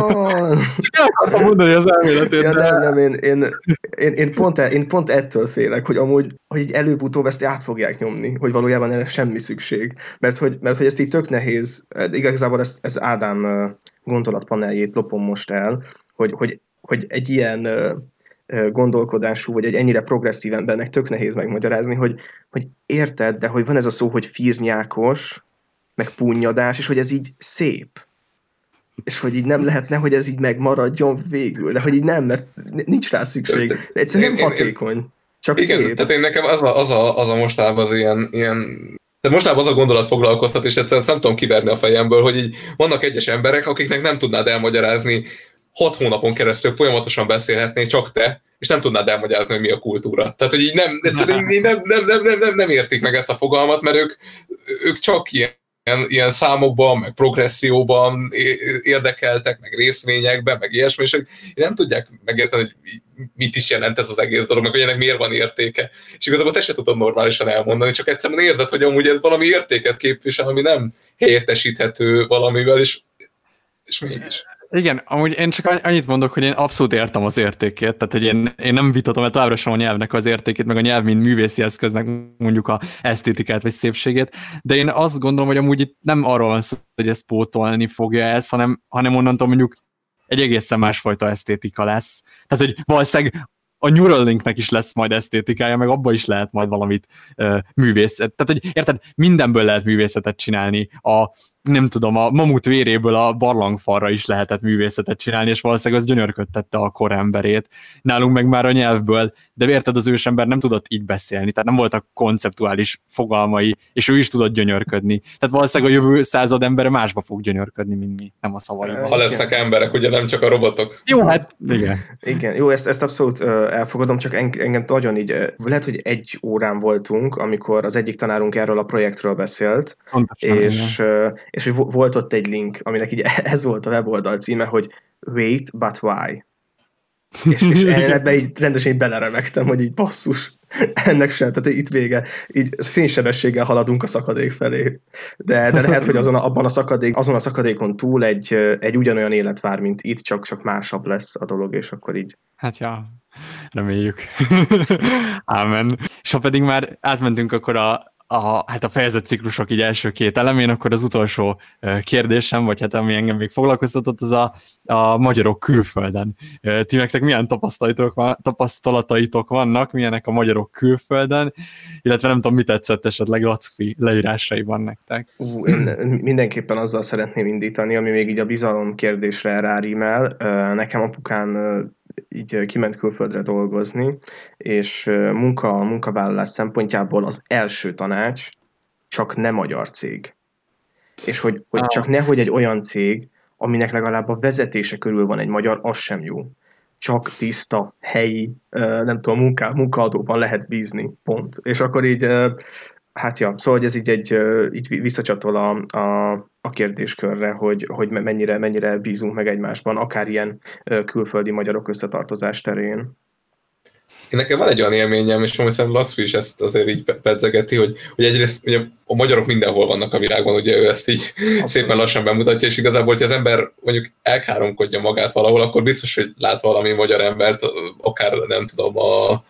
El akartam mondani az elméletét. Ja, nem, nem, én, én, én, én, pont, én pont ettől félek, hogy amúgy, hogy így előbb-utóbb ezt át fogják nyomni, hogy valójában erre semmi szükség. Mert hogy, mert hogy ezt így tök nehéz, igazából ez, ez Ádám gondolatpaneljét lopom most el, hogy, hogy, hogy egy ilyen gondolkodású, vagy egy ennyire progresszív embernek tök nehéz megmagyarázni, hogy, hogy érted, de hogy van ez a szó, hogy firnyákos, meg punnyadás, és hogy ez így szép. És hogy így nem lehetne, hogy ez így megmaradjon végül, de hogy így nem, mert nincs rá szükség. De egyszerűen nem hatékony, csak igen, szép. Tehát én nekem az a, az a, az a mostában az ilyen, ilyen tehát mostában az a gondolat foglalkoztat, és egyszerűen nem tudom kiverni a fejemből, hogy így vannak egyes emberek, akiknek nem tudnád elmagyarázni, hat hónapon keresztül folyamatosan beszélhetnél csak te, és nem tudnád elmagyarázni, hogy mi a kultúra. Tehát, hogy így nem, egyszerűen nem, nem, nem, nem, nem, nem értik meg ezt a fogalmat, mert ők, ők csak ilyen Ilyen, ilyen számokban, meg progresszióban érdekeltek, meg részvényekben, meg ilyesmi, és nem tudják megérteni, hogy mit is jelent ez az egész dolog, meg hogy ennek miért van értéke. És igazából te se tudod normálisan elmondani, csak egyszerűen érzed, hogy amúgy ez valami értéket képvisel, ami nem helyettesíthető valamivel, és, és mégis. Igen, amúgy én csak annyit mondok, hogy én abszolút értem az értékét, tehát hogy én, én nem vitatom el továbbra sem a nyelvnek az értékét, meg a nyelv, mint művészi eszköznek mondjuk a esztétikát vagy szépségét, de én azt gondolom, hogy amúgy itt nem arról van szó, hogy ezt pótolni fogja ez, hanem, hanem onnantól mondjuk egy egészen másfajta esztétika lesz. Tehát, hogy valószínűleg a Neuralinknek is lesz majd esztétikája, meg abban is lehet majd valamit uh, művészet. Tehát, hogy érted, mindenből lehet művészetet csinálni. A, nem tudom, a mamut véréből a barlangfalra is lehetett művészetet csinálni, és valószínűleg az gyönyörködtette a koremberét. Nálunk meg már a nyelvből, de érted, az ősember nem tudott így beszélni, tehát nem voltak konceptuális fogalmai, és ő is tudott gyönyörködni. Tehát valószínűleg a jövő század embere másba fog gyönyörködni, mint mi, nem a szavaiban. Ha lesznek emberek, ugye nem csak a robotok. Jó, hát igen. Igen, jó, ezt, ezt abszolút uh, elfogadom, csak engem nagyon így, uh, lehet, hogy egy órán voltunk, amikor az egyik tanárunk erről a projektről beszélt, Pontosan, és, uh, és hogy volt ott egy link, aminek így ez volt a weboldal címe, hogy Wait, but why? és, és ebbe így rendesen így beleremegtem, hogy így basszus, ennek sem, tehát itt vége, így fénysebességgel haladunk a szakadék felé. De, de lehet, hogy azon a, abban a szakadék, azon a szakadékon túl egy, egy ugyanolyan élet vár, mint itt, csak, csak másabb lesz a dolog, és akkor így. Hát ja, reméljük. Ámen. És ha pedig már átmentünk akkor a a, hát a fejezet ciklusok így első két elemén, akkor az utolsó kérdésem, vagy hát ami engem még foglalkoztatott, az a, a magyarok külföldön. Ti nektek milyen tapasztalatotok, tapasztalataitok vannak, milyenek a magyarok külföldön, illetve nem tudom, mit tetszett esetleg Lackfi leírásaiban nektek? Uh, én mindenképpen azzal szeretném indítani, ami még így a bizalom kérdésre rárímel. Nekem apukám így kiment külföldre dolgozni, és munka, munkavállalás szempontjából az első tanács csak nem magyar cég. És hogy, hogy csak nehogy egy olyan cég, aminek legalább a vezetése körül van egy magyar, az sem jó. Csak tiszta, helyi, nem tudom, munka, munkaadóban lehet bízni, pont. És akkor így, hát ja, szóval ez így, egy, így visszacsatol a, a, a kérdéskörre, hogy, hogy mennyire, mennyire bízunk meg egymásban, akár ilyen külföldi magyarok összetartozás terén. Én nekem van egy olyan élményem, és szerintem Lackfi is ezt azért így pedzegeti, hogy, hogy egyrészt ugye, a magyarok mindenhol vannak a világon, ugye ő ezt így Abszolút. Szépen lassan bemutatja, és igazából, hogy az ember mondjuk elkáromkodja magát valahol, akkor biztos, hogy lát valami magyar embert, akár nem tudom, a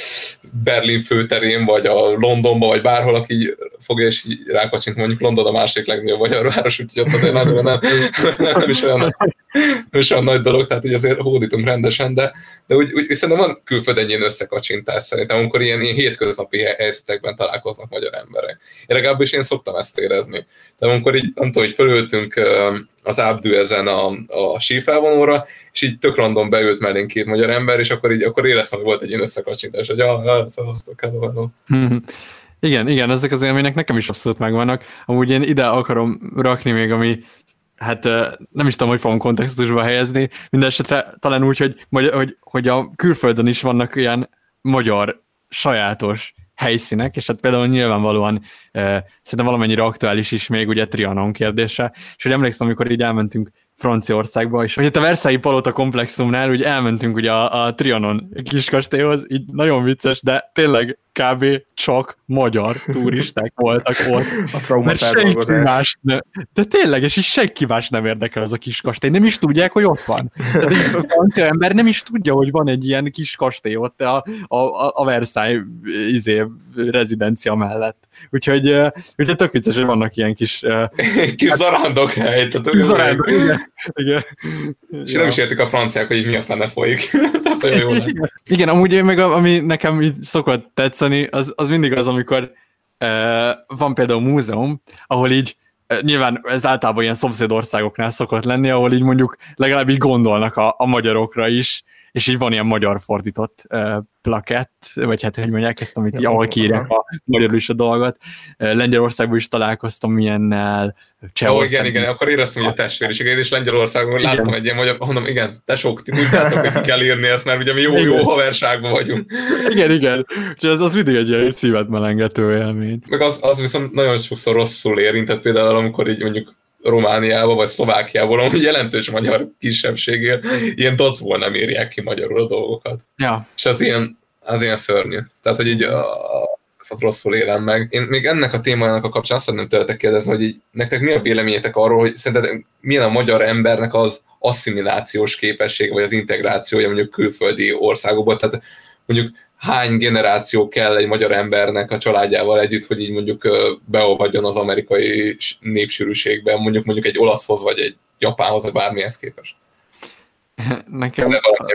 Berlin főterén, vagy a Londonban, vagy bárhol, aki fogja és így rákacsint, mondjuk London a másik legnagyobb magyar város, úgyhogy ott azért nagyon nem, nem, nem, is olyan, nem is olyan nagy dolog, tehát így azért hódítunk rendesen, de, de úgy, úgy szerintem van külföldön ilyen összekacsintás szerintem, amikor ilyen, ilyen hétköznapi helyzetekben találkoznak magyar emberek. Én legalábbis én szoktam ezt érezni. Tehát amikor így, nem tudom, hogy fölültünk az Ábdű ezen a, a sífelvonóra, és így tök random beült mellénk két magyar ember, és akkor így akkor éreztem, hogy volt egy ilyen összekacsintás, hogy ah, ah szavaztok, hello, hello. Igen, igen, ezek az élmények nekem is abszolút megvannak. Amúgy én ide akarom rakni még, ami, hát nem is tudom, hogy fogom kontextusba helyezni, mindenesetre talán úgy, hogy, hogy, hogy a külföldön is vannak ilyen magyar sajátos helyszínek, és hát például nyilvánvalóan eh, szerintem valamennyire aktuális is még ugye Trianon kérdése, és hogy emlékszem, amikor így elmentünk Franciaországba, és hogy itt a Versailles Palota komplexumnál úgy elmentünk ugye a, a Trianon kiskastélyhoz, így nagyon vicces, de tényleg kb. Csak magyar turisták voltak ott. A trauma mert senki más ne, de tényleg, és is senki más nem érdekel az a kis kastély. Nem is tudják, hogy ott van. Tehát egy francia ember nem is tudja, hogy van egy ilyen kis kastély ott a, a, a Versailles izé, rezidencia mellett. Úgyhogy, úgyhogy tök vicces, hogy vannak ilyen kis... kis hát, zarándok hely. Kis zarándok, igen. igen. És ja. Nem is értik a franciák, hogy mi a fene folyik. jó igen. igen, amúgy én meg, ami nekem így szokott tetszeni, az, az mindig az, amikor uh, van például múzeum, ahol így uh, nyilván ez általában ilyen szomszédországoknál szokott lenni, ahol így mondjuk legalább így gondolnak a, a magyarokra is, és így van ilyen magyar fordított uh, plakett, vagy hát hogy mondják ezt, amit ja, ahol kiírják a magyarul is a dolgot. Uh, Lengyelországban is találkoztam ilyennel, Csehország. Oh, igen, igen, akkor éreztem, hogy a testvériség, én is Lengyelországban láttam egy ilyen magyar, mondom, igen, tesók, ti tudjátok, hogy ki kell írni ezt, mert ugye mi jó, jó haverságban vagyunk. Igen, igen, és ez az mindig egy ilyen szívet melengető élmény. Meg az, az viszont nagyon sokszor rosszul érintett, például amikor így mondjuk Romániába vagy Szlovákiából, ahol jelentős magyar kisebbségél, ilyen dacból nem írják ki magyarul a dolgokat. Ja. És az ilyen, az ilyen szörnyű. Tehát, hogy így a, azt rosszul élem meg. Én még ennek a témájának a kapcsán azt szeretném tőletek kérdezni, hogy így, nektek mi a véleményetek arról, hogy szerinted milyen a magyar embernek az asszimilációs képesség, vagy az integrációja mondjuk külföldi országokban, tehát mondjuk hány generáció kell egy magyar embernek a családjával együtt, hogy így mondjuk beolvadjon az amerikai népsűrűségben, mondjuk mondjuk egy olaszhoz, vagy egy japánhoz, vagy bármihez képest. Nekem...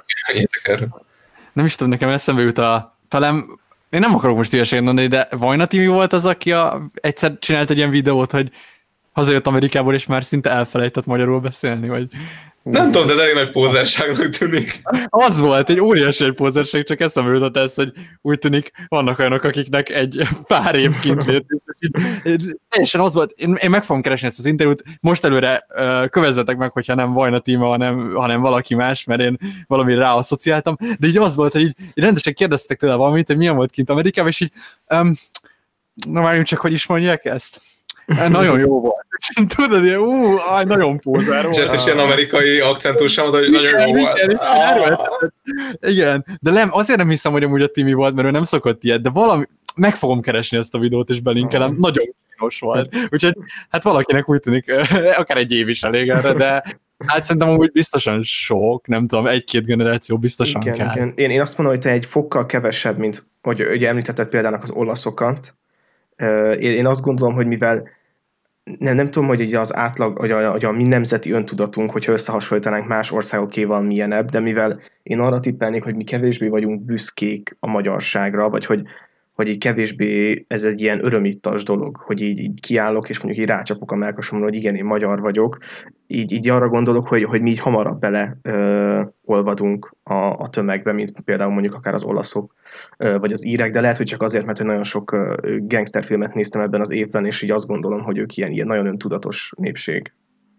Nem is tudom, nekem eszembe jut a... Talán... Én nem akarok most hülyeséget mondani, de Vajna Timi volt az, aki a... egyszer csinált egy ilyen videót, hogy hazajött Amerikából, és már szinte elfelejtett magyarul beszélni, vagy... Nem tudom, de elég nagy pózerságnak tűnik. Az volt, egy óriási egy pózerség, csak eszembe jutott ez, hogy úgy tűnik, vannak olyanok, akiknek egy pár év kint létük. Teljesen az volt, én, én meg fogom keresni ezt az interjút, most előre uh, kövezzetek meg, hogyha nem Vajna Tíma, hanem, hanem valaki más, mert én valamire ráasszociáltam, de így az volt, hogy így, így rendesen kérdeztek tőle valamit, hogy milyen volt kint Amerikában, és így, um, na várjunk csak, hogy is mondják ezt. Nagyon jó volt. Tudod, ilyen, ú, áj, nagyon pózár volt. És ezt is ilyen amerikai akcentussal mondod, hogy igen, nagyon jó volt. Igen, ah. igen, de nem, azért nem hiszem, hogy amúgy a Timi volt, mert ő nem szokott ilyet, de valami, meg fogom keresni ezt a videót, és belinkelem, nagyon kínos volt. Úgyhogy hát valakinek úgy tűnik, akár egy év is elég erre, de hát szerintem amúgy biztosan sok, nem tudom, egy-két generáció biztosan igen, kell. Igen. Én, én azt mondom, hogy te egy fokkal kevesebb, mint, hogy ugye említetted például az olaszokat, Én, én azt gondolom, hogy mivel nem, nem tudom, hogy az átlag, hogy a, hogy a mi nemzeti öntudatunk, hogyha összehasonlítanánk más országokéval milyenebb, de mivel én arra tippelnék, hogy mi kevésbé vagyunk büszkék a magyarságra, vagy hogy, hogy így kevésbé ez egy ilyen örömittas dolog, hogy így, így kiállok, és mondjuk így rácsapok a mellkasomra, hogy igen, én magyar vagyok. Így, így arra gondolok, hogy, hogy mi így hamarabb bele ö, olvadunk a, a tömegbe, mint például mondjuk akár az olaszok, ö, vagy az írek, de lehet, hogy csak azért, mert hogy nagyon sok ö, gangsterfilmet néztem ebben az évben, és így azt gondolom, hogy ők ilyen, ilyen nagyon öntudatos népség.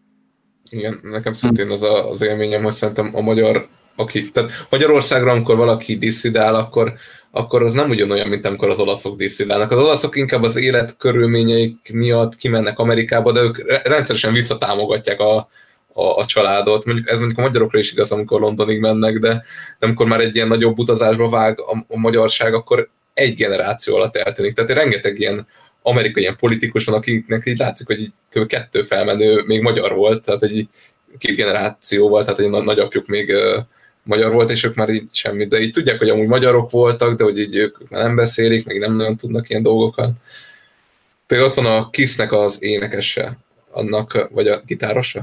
Igen, nekem szintén az a, az élményem, hogy szerintem a magyar, aki, tehát Magyarországra, amikor valaki disszidál, akkor akkor az nem ugyanolyan, mint amikor az olaszok disszidálnak. Az olaszok inkább az életkörülményeik miatt kimennek Amerikába, de ők rendszeresen visszatámogatják a, a, a családot. Mondjuk ez mondjuk a magyarokra is igaz, amikor Londonig mennek, de, de amikor már egy ilyen nagyobb utazásba vág a, a magyarság, akkor egy generáció alatt eltűnik. Tehát rengeteg ilyen amerikai ilyen politikus van, akiknek így látszik, hogy így kb. Kettő felmenő még magyar volt, tehát egy két generáció volt, tehát egy nagyapjuk még magyar volt, és ők már így semmit, de így tudják, hogy amúgy magyarok voltak, de hogy így ők már nem beszélik, meg nem nagyon tudnak ilyen dolgokat. Például ott van a Kissnek az énekese, annak, vagy a gitárosa?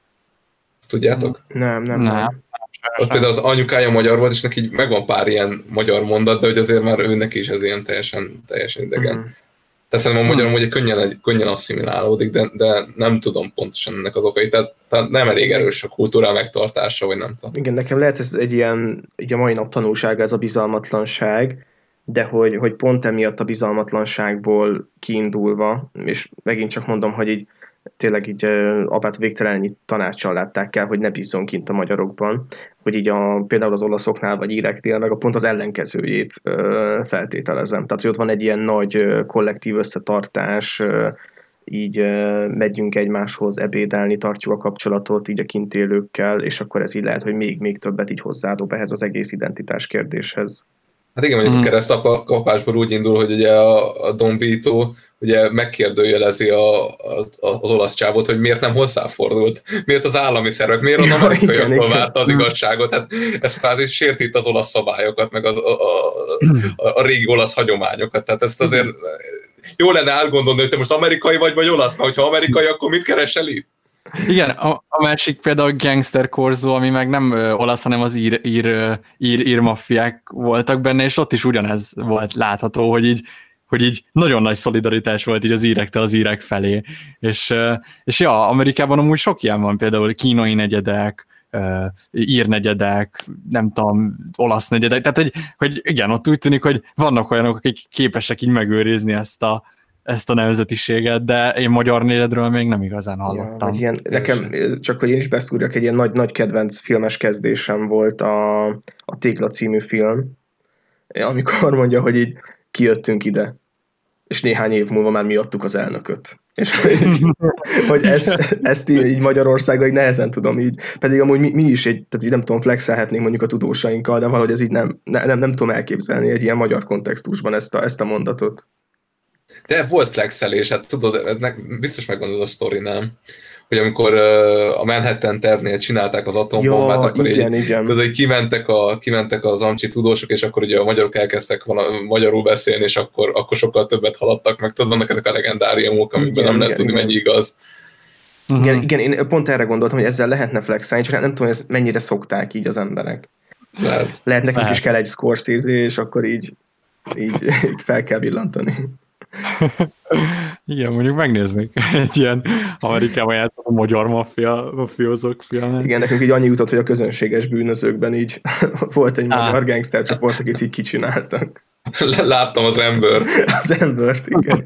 Azt tudjátok? Nem, nem, nem. nem. Ott például az anyukája magyar volt, és neki így megvan pár ilyen magyar mondat, de hogy azért már őnek is ez ilyen teljesen, teljesen idegen. Mm. Tehát szerintem a magyar amúgy könnyen, könnyen asszimilálódik, de, de nem tudom pontosan ennek az okai. Tehát, tehát nem elég erős a kultúra megtartása, vagy nem tudom. Igen, nekem lehet ez egy ilyen, így a mai nap tanulsága, ez a bizalmatlanság, de hogy, hogy pont emiatt a bizalmatlanságból kiindulva, és megint csak mondom, hogy így tényleg így apát végtelenennyi tanácssal látták el, hogy ne bízzon kint a magyarokban, hogy így a, például az olaszoknál vagy íreknél meg a pont az ellenkezőjét ö, feltételezem. Tehát, hogy ott van egy ilyen nagy ö, kollektív összetartás, ö, így ö, megyünk egymáshoz ebédelni, tartjuk a kapcsolatot így a kint élőkkel, és akkor ez így lehet, hogy még, még többet így hozzádob ehhez az egész identitás kérdéshez. Hát igen, mondjuk mm. a keresztapásból úgy indul, hogy ugye a, a Don Vito ugye megkérdőjelezi a, a, az olasz csávot, hogy miért nem hozzáfordult, miért az állami szervek, miért az amerikaiaktól várta az igazságot, hát ez kvázi sérti itt az olasz szabályokat, meg az, a, a, a, a régi olasz hagyományokat, tehát ezt azért jó lenne átgondolni, hogy te most amerikai vagy, vagy olasz, mert hogyha amerikai, akkor mit keresel itt? Igen, a, a másik például Gangster Corzo, ami meg nem ö, olasz, hanem az ír, ír, ír, ír maffiák voltak benne, és ott is ugyanez volt látható, hogy így, hogy így nagyon nagy szolidaritás volt így az írektől az írek felé. És, és ja, Amerikában amúgy sok ilyen van, például kínai negyedek, ír negyedek, nem tudom, olasz negyedek, tehát hogy, hogy igen, ott úgy tűnik, hogy vannak olyanok, akik képesek így megőrizni ezt a ezt a nemzetiséget, de én magyar negyedről még nem igazán hallottam. Ja, ilyen, nekem, csak hogy én is beszúrjak, egy ilyen nagy, nagy kedvenc filmes kezdésem volt a, a Tégla című film, amikor mondja, hogy így kijöttünk ide, és néhány év múlva már mi adtuk az elnököt. És hogy, hogy ezt, ezt így, így Magyarországon így nehezen tudom így, pedig amúgy mi, mi is egy, tehát így nem tudom, flexelhetnénk mondjuk a tudósainkkal, de valahogy ez így nem, nem, nem, nem tudom elképzelni egy ilyen magyar kontextusban ezt a, ezt a mondatot. De volt flexelés, hát tudod, ennek biztos megvan az a sztori, nem? Hogy amikor uh, a Manhattan tervnél csinálták az atombombát, akkor igen, így, igen. tudod, hogy kimentek, a, kimentek az amcsi tudósok, és akkor ugye a magyarok elkezdtek vala, magyarul beszélni, és akkor, akkor sokkal többet haladtak meg. Tudod, vannak ezek a legendáriumok, amikben igen, nem lehet tudni, igen. mennyi igaz. Igen, uh-huh. igen, én pont erre gondoltam, hogy ezzel lehetne flexelni, csak nem tudom, hogy mennyire szokták így az emberek. Lehet, lehet nekünk lehet. Is kell egy Scorsese, és akkor így, így fel kell villantani. Igen, mondjuk megnéznék egy ilyen Amerikában játszott a magyar maffia, mafiózók filmet. Igen, nekünk így annyi jutott, hogy a közönséges bűnözőkben így volt egy ah. magyar gangster csoport, akit így kicsináltak. Láttam az embert. Az embert, igen.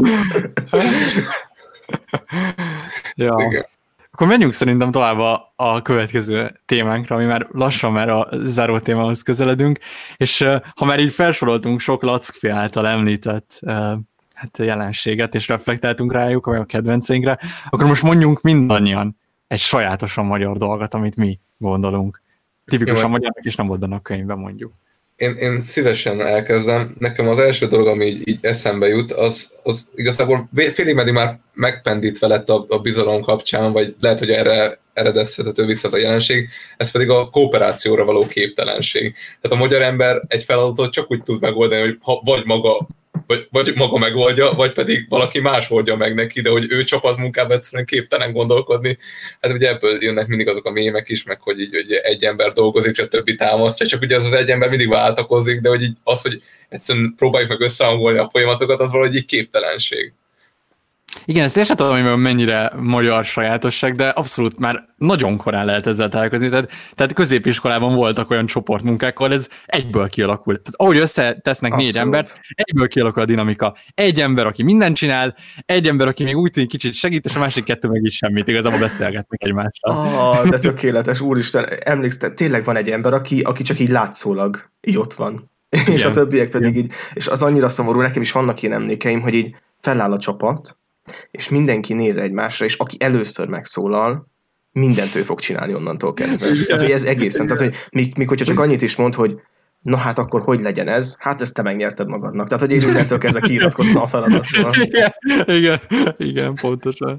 Ja. Igen. Akkor menjünk szerintem tovább a, a következő témánkra, ami már lassan már a záró témához közeledünk, és uh, ha már így felsoroltunk sok Lackfi által említett uh, hát jelenséget, és reflektáltunk rájuk, vagy a kedvenceinkre, akkor most mondjunk mindannyian egy sajátosan magyar dolgot, amit mi gondolunk. Tipikusan magyarnak is nem volt benne a könyvben, mondjuk. Én, én szívesen elkezdem. Nekem az első dolog, ami így, így eszembe jut, az, az igazából félig meddig már megpendítve lett a, a bizalom kapcsán, vagy lehet, hogy erre eredezhető vissza az a jelenség, ez pedig a kooperációra való képtelenség. Tehát a magyar ember egy feladatot csak úgy tud megoldani, hogy ha vagy maga vagy, vagy maga megoldja, vagy pedig valaki más oldja meg neki, de hogy ő csapatmunkában egyszerűen képtelen gondolkodni. Hát ugye ebből jönnek mindig azok a mémek is, meg hogy így hogy egy ember dolgozik, és a többi támasztja, csak ugye az az egy ember mindig váltakozik, de hogy így az, hogy egyszerűen próbáljuk meg összehangolni a folyamatokat, az valahogy így képtelenség. Igen, ezt én sem tudom, hogy mennyire magyar sajátosság, de abszolút már nagyon korán lehet ezzel találkozni. Tehát, tehát középiskolában voltak olyan csoportmunkák, ahol ez egyből kialakult. Tehát ahogy összetesznek abszolút. Négy embert, egyből kialakul a dinamika. Egy ember, aki mindent csinál, egy ember, aki még úgy tűnik kicsit segít, és a másik kettő meg is semmit. Igazából beszélgetnek egymással. Ah, de tökéletes, úristen, emlékszem, tényleg van egy ember, aki, aki csak így látszólag így ott van. Igen. És a többiek pedig igen. Így, és az annyira szomorú, nekem is vannak ilyen emlékeim, hogy így feláll a csapat, és mindenki néz egymásra, és aki először megszólal, mindent ő fog csinálni onnantól kezdve. Tehát, hogy ez egészen. Tehát, hogy mik, mik, hogyha csak annyit is mond, hogy na hát akkor hogy legyen ez? Hát ezt te megnyerted magadnak. Tehát, hogy én mindentől kezdve kiiratkoztam a feladatra. Igen, igen, igen, pontosan.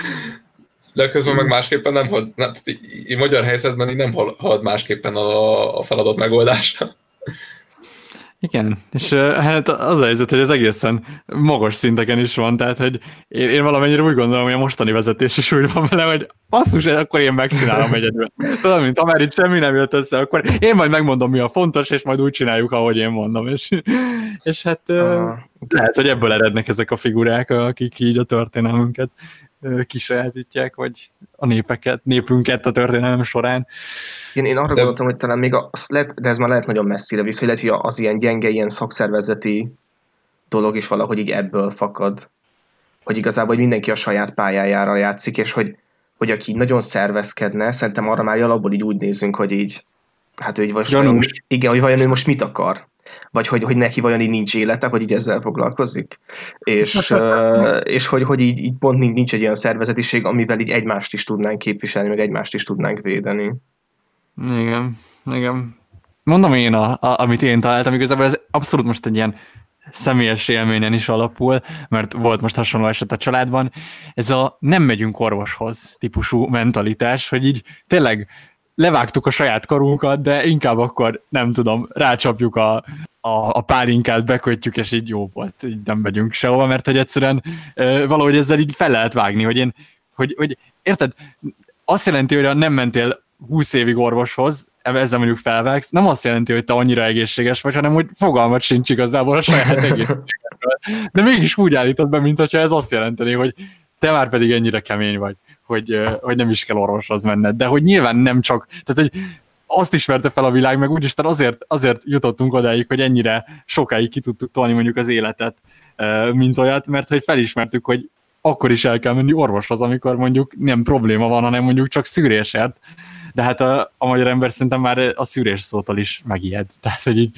De közben meg másképpen nem halad, nem, így magyar helyzetben így nem halad másképpen a, a feladat megoldása. Igen, és hát az a helyzet, hogy ez egészen magas szinteken is van, tehát hogy én, én valamennyire úgy gondolom, hogy a mostani vezetés is úgy van vele, hogy basszus, akkor én megcsinálom egyedül. Tudod, mint ha már itt semmi nem jött össze, akkor én majd megmondom, mi a fontos, és majd úgy csináljuk, ahogy én mondom. És, és hát uh, lehet, hogy ebből erednek ezek a figurák, akik így a történelmünket kisajátítják, vagy a népeket, népünket a történelem során. Én, én arra de... gondoltam, hogy talán még az lehet, de ez már lehet nagyon messzire visz, hogy lehet, hogy az ilyen gyenge, ilyen szakszervezeti dolog is valahogy így ebből fakad. Hogy igazából hogy mindenki a saját pályájára játszik, és hogy, hogy aki így nagyon szervezkedne, szerintem arra már alapból így úgy nézünk, hogy így, hát hogy vajon, igen, hogy vajon ő most mit akar. Vagy hogy, hogy neki vajon így nincs élete, hogy így ezzel foglalkozik. És, uh, és hogy, hogy így, így pont nincs egy olyan szervezetiség, amivel így egymást is tudnánk képviselni, meg egymást is tudnánk védeni. Igen, igen. Mondom én, a, a, amit én találtam, igazából ez abszolút most egy ilyen személyes élményen is alapul, mert volt most hasonló eset a családban. Ez a nem megyünk orvoshoz típusú mentalitás, hogy így tényleg levágtuk a saját karunkat, de inkább akkor, nem tudom, rácsapjuk a, a, a pálinkát, bekötjük, és így jó volt, így nem megyünk sehova, mert hogy egyszerűen e, valahogy ezzel így fel lehet vágni, hogy én, hogy, hogy érted, azt jelenti, hogy nem mentél húsz évig orvoshoz, ezzel mondjuk felvágsz, nem azt jelenti, hogy te annyira egészséges vagy, hanem hogy fogalmat sincs igazából a saját egészségedről. De mégis úgy állítod be, mintha ez azt jelenteni, hogy te már pedig ennyire kemény vagy, hogy, hogy nem is kell orvoshoz menned. De hogy nyilván nem csak, tehát hogy azt ismerte fel a világ, meg úgyisten azért, azért jutottunk odáig, hogy ennyire sokáig ki tudtuk tolni mondjuk az életet, mint olyat, mert hogy felismertük, hogy akkor is el kell menni orvoshoz, amikor mondjuk nem probléma van, hanem mondjuk csak szűrésért. De hát a, a magyar ember szerintem már a szűrés szótól is megijed. Tehát, hogy így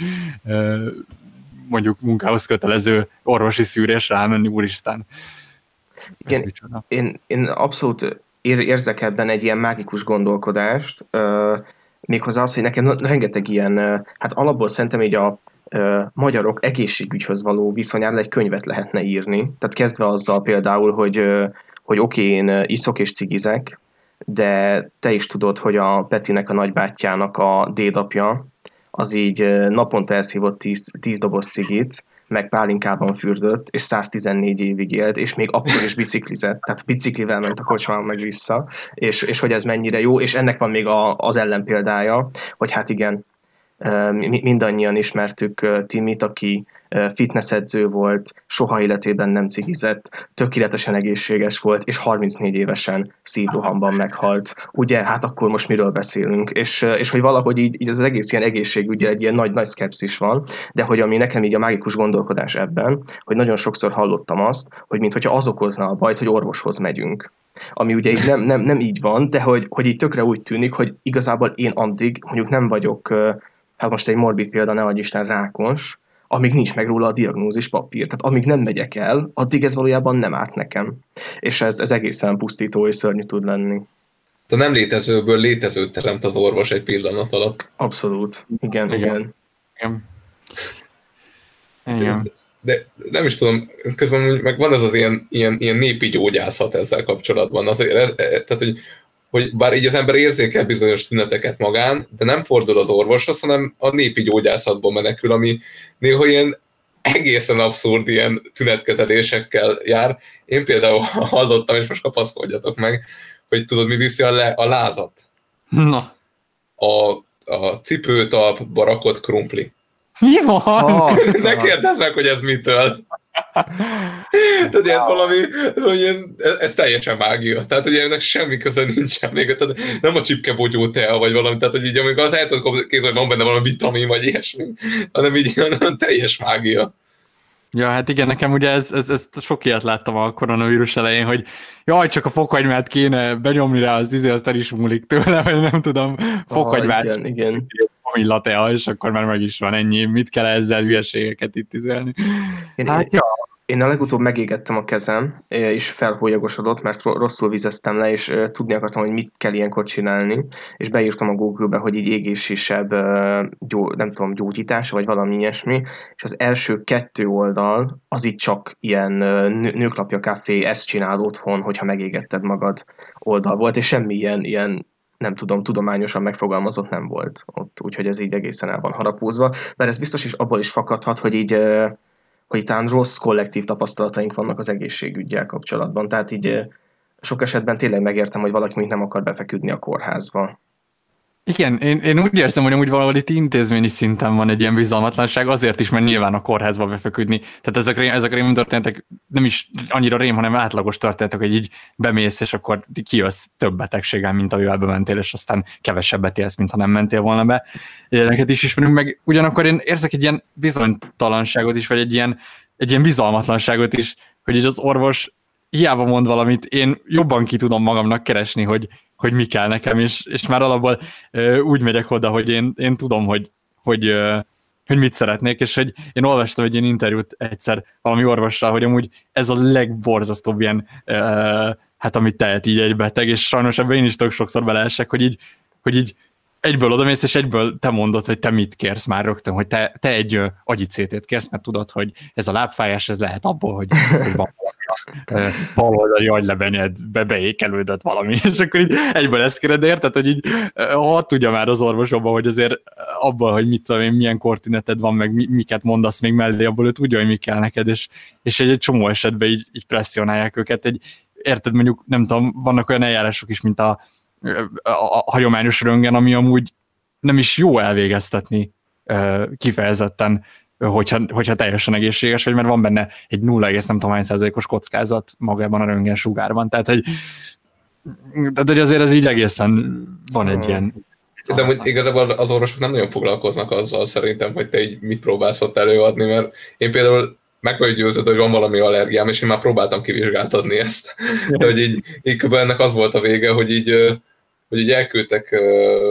mondjuk munkához kötelező orvosi szűrésre elmenni, úristen. Igen, én, én abszolút ér, érzek ebben egy ilyen mágikus gondolkodást, uh, méghozzá az, hogy nekem rengeteg ilyen, uh, hát alapból szerintem így a uh, magyarok egészségügyhöz való viszonyáról egy könyvet lehetne írni. Tehát kezdve azzal például, hogy, uh, hogy oké, okay, én iszok és cigizek, de te is tudod, hogy a Petinek a nagybátyjának a dédapja, az így uh, naponta elszívott tíz, tíz doboz cigit, meg pálinkában fürdött, és száztizennégy évig élt, és még akkor is biciklizett, tehát biciklivel ment a kocsmán meg vissza, és, és hogy ez mennyire jó, és ennek van még a, az ellenpéldája, hogy hát igen, mindannyian ismertük Timit, aki fitnessedző volt, soha életében nem cigizett, tökéletesen egészséges volt, és harmincnégy évesen szívrohamban meghalt. Ugye, hát akkor most miről beszélünk? És, és hogy valahogy így, így az egész ilyen egészségügyel egy ilyen nagy-nagy szkepszis van, de hogy ami nekem így a mágikus gondolkodás ebben, hogy nagyon sokszor hallottam azt, hogy minthogyha az okozna a bajt, hogy orvoshoz megyünk. Ami ugye így nem, nem, nem így van, de hogy, hogy így tökre úgy tűnik, hogy igazából én addig mondjuk nem vagyok, hát most egy morbid példa, ne adj Isten, rákos, amíg nincs meg róla a diagnózis papír. Tehát amíg nem megyek el, addig ez valójában nem árt nekem. És ez, ez egészen pusztító és szörnyű tud lenni. De nem létezőből létezőt teremt az orvos egy pillanat alatt. Abszolút. Igen, igen. Igen. igen. De, de nem is tudom, közben meg van ez az ilyen, ilyen, ilyen népi gyógyászat ezzel kapcsolatban. Azért, tehát, hogy hogy bár így az ember érzékel bizonyos tüneteket magán, de nem fordul az orvoshoz, hanem a népi gyógyászatból menekül, ami néha ilyen egészen abszurd ilyen tünetkezelésekkel jár. Én például hallottam, és most kapaszkodjatok meg, hogy tudod, mi viszi a, le, a lázat? Na. A, a cipőtalpba rakott krumpli. Mi van? Azt Ne kérdezz meg, hogy ez mitől. Tehát ez valami, hogy ilyen, ez, ez teljesen mágia. Tehát, hogy ennek semmi köze nincsen még. Tehát nem a csipkebogyó tea, vagy valami, tehát, hogy így amikor az el tudod képzelni, hogy van benne valami vitamin, vagy ilyesmi, hanem így ilyen teljes mágia. Ja, hát igen, nekem ugye ez, ez, ez sok ilyet láttam a koronavírus elején, hogy jaj, csak a fokhagymát kéne benyomni rá, az izé, azt el is múlik tőle, vagy nem tudom, fokhagymát. Ah, igen, igen. Latea, és akkor már meg is van ennyi, mit kell ezzel hülyeségeket itt izélni. Én, hát, ja. Én a legutóbb megégettem a kezem, és felhólyagosodott, mert rosszul vizeztem le, és tudni akartam, hogy mit kell ilyenkor csinálni, és beírtam a Google-be, hogy így égésisebb, gyó, nem tudom, gyógyítás, vagy valami ilyesmi, és az első kettő oldal, az itt csak ilyen nőklapja kávé, ezt csinál otthon, hogyha megégetted magad oldal volt, és semmi ilyen, ilyen nem tudom, tudományosan megfogalmazott nem volt ott, úgyhogy ez így egészen el van harapózva, mert ez biztos is abból is fakadhat, hogy így, hogy talán rossz kollektív tapasztalataink vannak az egészségüggyel kapcsolatban, tehát így sok esetben tényleg megértem, hogy valaki még nem akar befeküdni a kórházba. Igen, én, én úgy érzem, hogy amúgy valahol itt intézményi szinten van egy ilyen bizalmatlanság, azért is, mert nyilván a kórházba befeküdni. Tehát ezek, ezek a rém történetek nem is annyira rém, hanem átlagos történetek, hogy így bemész, és akkor kijössz több betegséggel, mint amivel bementél, és aztán kevesebbet élsz, mint ha nem mentél volna be. Ilyeneket is ismerünk meg. Ugyanakkor én érzek egy ilyen bizonytalanságot is, vagy egy ilyen, egy ilyen bizalmatlanságot is, hogy így az orvos hiába mond valamit, én jobban ki tudom magamnak keresni, hogy hogy mi kell nekem, és, és már alapból uh, úgy megyek oda, hogy én, én tudom, hogy, hogy, uh, hogy mit szeretnék, és hogy én olvastam egy ilyen interjút egyszer valami orvossal, hogy amúgy ez a legborzasztóbb ilyen, uh, hát amit tehet így egy beteg, és sajnos ebben én is tök sokszor beleesek, hogy így, hogy így egyből odamész, és egyből te mondod, hogy te mit kérsz már rögtön, hogy te, te egy uh, agyi cé tét kérsz, mert tudod, hogy ez a lábfájás, ez lehet abból, hogy, hogy van valami baloldali agylebenyedbe beékelődött valami, és akkor így egyből ezt kéred, érted, hogy így ha tudja már az orvosomban, hogy azért abban, hogy mit tudom én, milyen kortüneted van, meg miket mondasz még mellé, abból ő tudja, hogy mi kell neked, és, és egy, egy csomó esetben így, így presszionálják őket, egy, érted, mondjuk, nem tudom, vannak olyan eljárások is, mint a A, a hagyományos röntgen, ami amúgy nem is jó elvégeztetni kifejezetten, hogyha, hogyha teljesen egészséges vagy, mert van benne egy nulla egész nem tudom hány százalékos kockázat magában a röntgen sugárban, tehát hogy, tehát, hogy azért ez így egészen van egy ilyen... De hogy igazából az orvosok nem nagyon foglalkoznak azzal szerintem, hogy te így mit próbálsz ott előadni, mert én például meg vagyok győződve, hogy van valami allergiám, és én már próbáltam kivizsgáltatni ezt. De hogy így, így ennek az volt a vége, hogy így, hogy így elküldtek,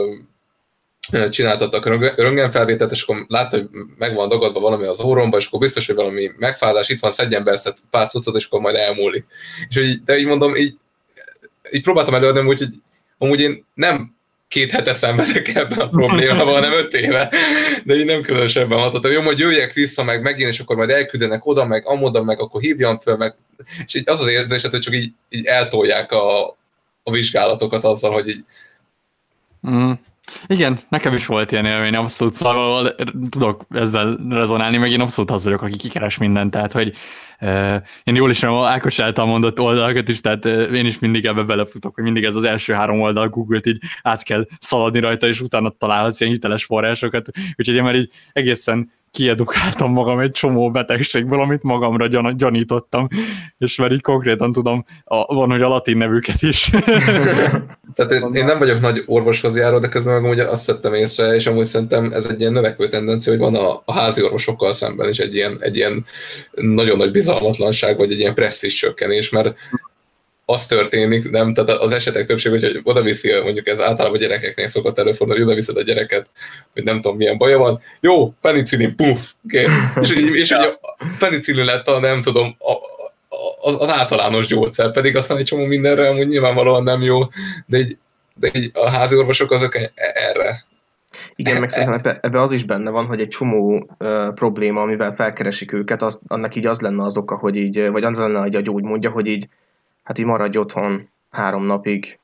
csináltattak röntgenfelvételt, és akkor látta, hogy meg van dagadva valami az orromba, és akkor biztos, hogy valami megfázás, itt van, szedjen be ezt a pár cuccot, és akkor majd elmúlik. És hogy, de így mondom, így, így próbáltam előadni, úgyhogy amúgy én nem két hete szenvedek ebben a problémában, hanem öt éve, de így nem különösebben hatottam. Jó, majd jöjjek vissza, meg megint, és akkor majd elküldenek oda, meg amoda, meg akkor hívjam föl, meg... És így az az érzés, hogy csak így, így eltolják a, a vizsgálatokat azzal, hogy így... Mm. Igen, nekem is volt ilyen élmény, abszolút, szóval tudok ezzel rezonálni, meg én abszolút az vagyok, aki kikeres mindent, tehát hogy uh, én jól ismerem Ákos által mondott oldalakat is, tehát uh, én is mindig ebbe belefutok, hogy mindig ez az első három oldal Google-t így át kell szaladni rajta, és utána találhatsz ilyen hiteles forrásokat, úgyhogy én már így egészen kiedukáltam magam egy csomó betegségből, amit magamra gyan- gyanítottam, és már így konkrétan tudom, a, van, hogy a latin nevüket is. Tehát én, én nem vagyok nagy orvoshoz járó, de közben meg amúgy azt vettem észre, és amúgy szerintem ez egy ilyen növekvő tendencia, hogy van a, a házi orvosokkal szemben is egy ilyen, egy ilyen nagyon nagy bizalmatlanság, vagy egy ilyen presztízs csökkenés, mert az történik, nem, tehát az esetek többség, hogy oda viszi, mondjuk ez általában gyerekeknél szokott előfordulni, hogy oda viszed a gyereket, hogy nem tudom milyen baja van, jó, penicillin, puff, kész. És, és hogy a penicillin lett a, nem tudom, a, az, az általános gyógyszer, pedig aztán egy csomó mindenre amúgy nyilvánvalóan nem jó, de így, de így a házi orvosok azok erre. Igen, meg szerintem ebbe, ebbe az is benne van, hogy egy csomó uh, probléma, amivel felkeresik őket, az, annak így az lenne az oka, hogy így, vagy az lenne, hogy a gyógymódja, hogy így hát így maradj otthon három napig,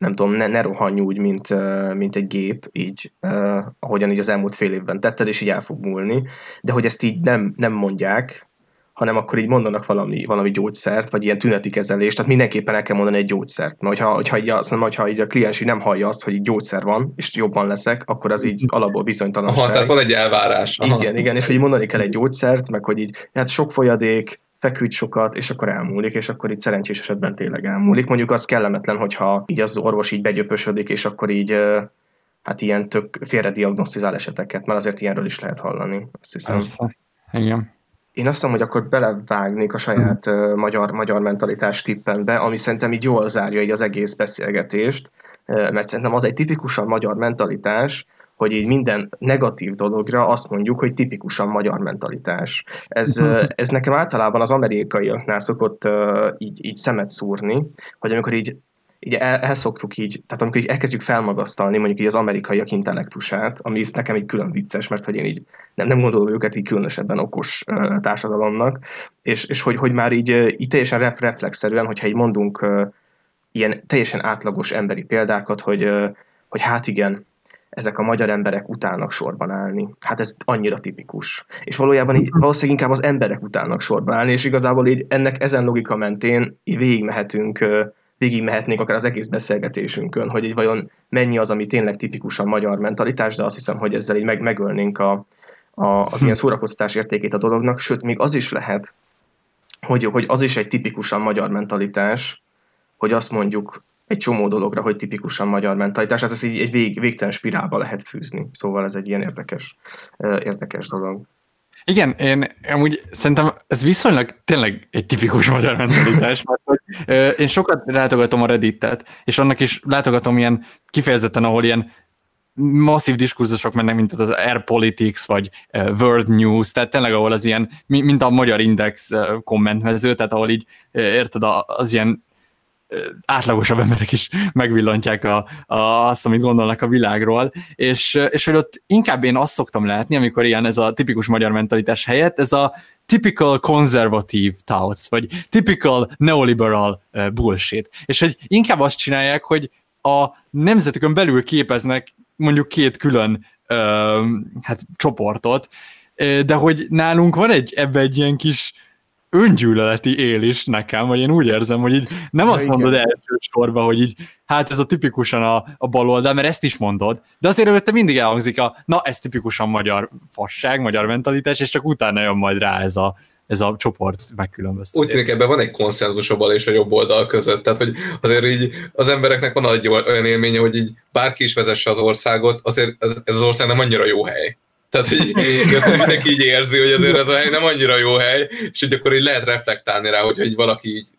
nem tudom, ne, ne rohanj úgy, mint, mint egy gép, így, uh, ahogyan így az elmúlt fél évben tetted, és így el fog múlni, de hogy ezt így nem, nem mondják, hanem akkor így mondanak valami, valami gyógyszert, vagy ilyen tüneti kezelést, tehát mindenképpen el kell mondani egy gyógyszert, mert hogyha, hogyha, így, azt mondom, hogyha így a kliens így nem hallja azt, hogy így gyógyszer van, és jobban leszek, akkor az így alapból bizonytalanság. Aha, tehát van egy elvárás. Aha. Igen, igen, és hogy mondani kell egy gyógyszert, meg hogy így, hát sok folyadék, feküdj sokat, és akkor elmúlik, és akkor így szerencsés esetben tényleg elmúlik. Mondjuk az kellemetlen, hogyha így az orvos így begyöpösödik, és akkor így hát ilyen tök félrediagnosztizál eseteket, mert azért ilyenről is lehet hallani, azt hiszem. Persze. Igen. Én azt mondom, hogy akkor belevágnék a saját uh, magyar, magyar mentalitás tippenbe, ami szerintem így jól zárja így az egész beszélgetést, uh, mert szerintem az egy tipikusan magyar mentalitás, hogy így minden negatív dologra azt mondjuk, hogy tipikusan magyar mentalitás. Ez, uh, ez nekem általában az amerikaiaknál szokott uh, így, így szemet szúrni, hogy amikor így így el, elszoktuk így, tehát amikor így elkezdjük felmagasztalni mondjuk így az amerikaiak intellektusát, ami is nekem így külön vicces, mert hogy én így nem, nem gondolom őket így különösebben okos uh, társadalomnak, és, és hogy, hogy már így, így teljesen ref, reflexzerűen, hogyha így mondunk uh, ilyen teljesen átlagos emberi példákat, hogy, uh, hogy hát igen, ezek a magyar emberek utálnak sorban állni. Hát ez annyira tipikus. És valójában így valószínűleg inkább az emberek utálnak sorban állni, és igazából így ennek ezen logika mentén így végigmehetünk uh, végigmehetnénk akár az egész beszélgetésünkön, hogy így vajon mennyi az, ami tényleg tipikusan magyar mentalitás, de azt hiszem, hogy ezzel így meg, megölnénk a, a, az ilyen szórakoztatás értékét a dolognak, sőt, még az is lehet, hogy, hogy az is egy tipikusan magyar mentalitás, hogy azt mondjuk egy csomó dologra, hogy tipikusan magyar mentalitás, hát ez így egy vég, végtelen spirálba lehet fűzni. Szóval ez egy ilyen érdekes, érdekes dolog. Igen, én amúgy szerintem ez viszonylag tényleg egy tipikus magyar mentalitás, mert hogy, ö, én sokat látogatom a Redditet, és annak is látogatom ilyen kifejezetten, ahol ilyen masszív diskurzusok mennek, mint az Airpolitics, vagy uh, World News, tehát tényleg ahol az ilyen, mint a Magyar Index uh, kommentmező, tehát ahol így, uh, érted, az ilyen átlagosabb emberek is megvillantják a, a, azt, amit gondolnak a világról, és, és hogy ott inkább én azt szoktam látni, amikor ilyen ez a tipikus magyar mentalitás helyett, ez a typical conservative thoughts, vagy typical neoliberal uh, bullshit. És hogy inkább azt csinálják, hogy a nemzetükön belül képeznek mondjuk két külön uh, hát, csoportot, de hogy nálunk van egy, ebbe egy ilyen kis öngyűlöleti él is nekem, vagy én úgy érzem, hogy így nem ja, azt igen. mondod első sorba, hogy így, hát ez a tipikusan a, a baloldal, mert ezt is mondod, de azért előtte mindig elhangzik a, na ez tipikusan magyar fasság, magyar mentalitás, és csak utána jön majd rá ez a, ez a csoport megkülönböztetés. Úgy tűnik, ebben van egy konszenzus a bal és a jobb oldal között, tehát hogy azért így az embereknek van egy olyan élménye, hogy így bárki is vezesse az országot, azért ez, ez az ország nem annyira jó hely. Tehát, hogy ezt mindenki így érzi, hogy azért ez a hely nem annyira jó hely, és hogy akkor így lehet reflektálni rá, hogyha így valaki így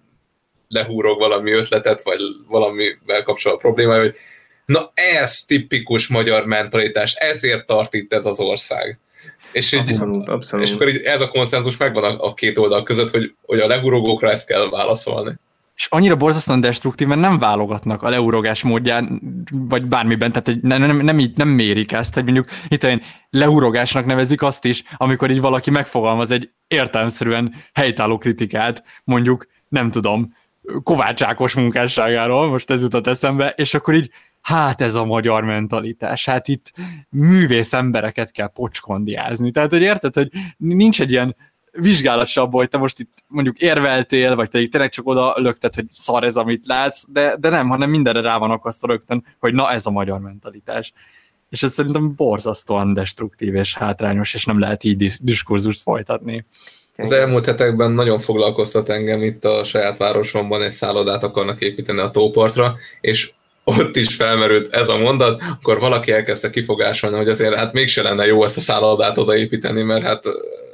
lehúrog valami ötletet, vagy valamivel kapcsolatban problémája, hogy na ez tipikus magyar mentalitás, ezért tart itt ez az ország. És, így, abszolút, abszolút. és akkor így ez a konszenzus megvan a, a két oldal között, hogy, hogy a lehúrogókra ezt kell válaszolni. És annyira borzasztóan destruktív, mert nem válogatnak a leurogás módján, vagy bármiben, tehát nem, nem, nem, így, nem mérik ezt, hogy mondjuk itt olyan leurogásnak nevezik azt is, amikor így valaki megfogalmaz egy értelemszerűen helytálló kritikát, mondjuk, nem tudom, Kovács Ákos munkásságáról, most ez jutott eszembe, és akkor így, hát ez a magyar mentalitás, hát itt művész embereket kell pocskondiázni. Tehát, hogy érted, hogy nincs egy ilyen vizsgálat se abból, hogy te most itt mondjuk érveltél, vagy pedig tényleg csak oda lökted, hogy szar ez, amit látsz, de, de nem, hanem mindenre rá van akasztva rögtön, hogy na ez a magyar mentalitás. És ez szerintem borzasztóan destruktív és hátrányos, és nem lehet így diskurzust folytatni. Az elmúlt hetekben nagyon foglalkoztat engem, itt a saját városomban egy szállodát akarnak építeni a tópartra, és ott is felmerült ez a mondat, akkor valaki elkezdte kifogásolni, hogy azért hát mégse lenne jó ezt a szállodát odaépíteni, mert hát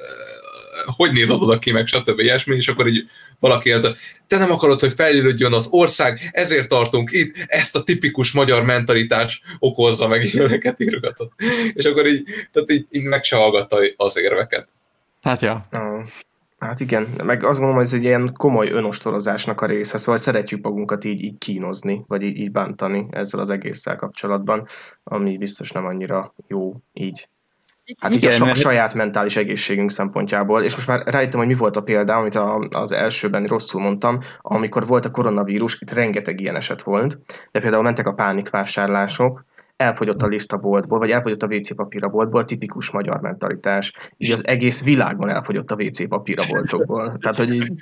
hogy néz az oda ki, meg stb. Ilyesmi, és akkor így valaki élte, te nem akarod, hogy fejlődjön az ország, ezért tartunk itt, ezt a tipikus magyar mentalitás okozza, meg ilyeneket írgatott. És akkor így, tehát így, így meg se hallgatta az érveket. Hát ja. Uh, hát igen, meg azt gondolom, hogy ez egy ilyen komoly önostorozásnak a része, szóval szeretjük magunkat így, így kínozni, vagy így, így bántani ezzel az egésszel kapcsolatban, ami biztos nem annyira jó így. Hát igen, így a mert... saját mentális egészségünk szempontjából, és most már rájöttem, hogy mi volt a példa, amit a, az elsőben rosszul mondtam, amikor volt a koronavírus, itt rengeteg ilyen eset volt, de például mentek a pánikvásárlások, elfogyott a liszt a boltból, vagy elfogyott a vé cé papír a boltból, tipikus magyar mentalitás. Így az egész világon elfogyott a vé cé papír a boltokból. Tehát, hogy így...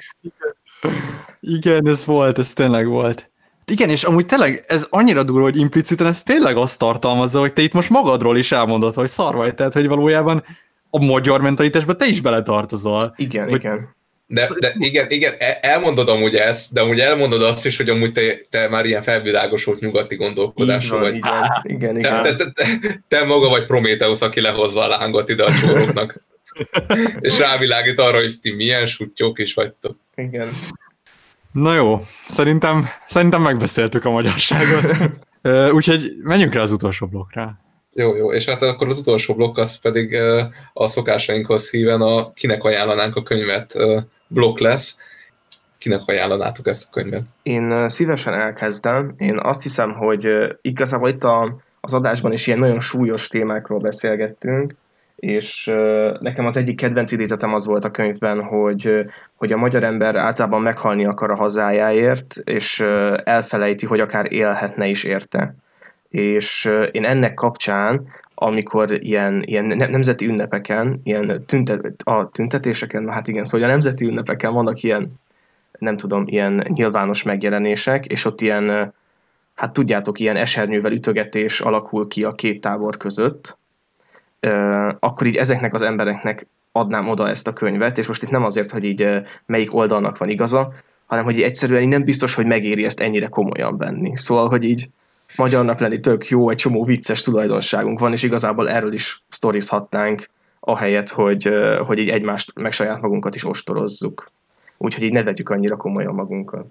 Igen, ez volt, ez tényleg volt. Igen, és amúgy tényleg ez annyira durva, hogy impliciten ez tényleg azt tartalmazza, hogy te itt most magadról is elmondod, hogy szar vagy, tehát hogy valójában a magyar mentalitásban te is beletartozol. Igen, hogy... igen. De, de igen, igen, elmondod amúgy ezt, de amúgy elmondod azt is, hogy amúgy te, te már ilyen felvilágosult nyugati gondolkodású vagy. Igen, igen, igen. Te, te, te, te maga vagy Prométeusz, aki lehozza a lángot ide a csóroknak. És rávilágít arra, hogy ti milyen suttyók is vagytok. Igen. Na jó, szerintem, szerintem megbeszéltük a magyarságot. Úgyhogy menjünk rá az utolsó blokkra. Jó, jó, és hát akkor az utolsó blokk az pedig a szokásainkhoz híven a kinek ajánlanánk a könyvet blokk lesz. Kinek ajánlanátok ezt a könyvet? Én szívesen elkezdem. Én azt hiszem, hogy igazából itt a, az adásban is ilyen nagyon súlyos témákról beszélgettünk, és nekem az egyik kedvenc idézetem az volt a könyvben, hogy, hogy a magyar ember általában meghalni akar a hazájáért, és elfelejti, hogy akár élhetne is érte. És én ennek kapcsán, amikor ilyen, ilyen nemzeti ünnepeken, ilyen tüntet, a tüntetéseken, hát igen, szóval a nemzeti ünnepeken vannak ilyen, nem tudom, ilyen nyilvános megjelenések, és ott ilyen, hát tudjátok, ilyen esernyővel ütögetés alakul ki a két tábor között, akkor így ezeknek az embereknek adnám oda ezt a könyvet, és most itt nem azért, hogy így melyik oldalnak van igaza, hanem hogy így egyszerűen így nem biztos, hogy megéri ezt ennyire komolyan venni. Szóval, hogy így magyarnak lenni tök jó, egy csomó vicces tulajdonságunk van, és igazából erről is sztorizhatnánk, ahelyett, hogy, hogy így egymást, meg saját magunkat is ostorozzuk. Úgyhogy így ne vegyük annyira komolyan magunkat.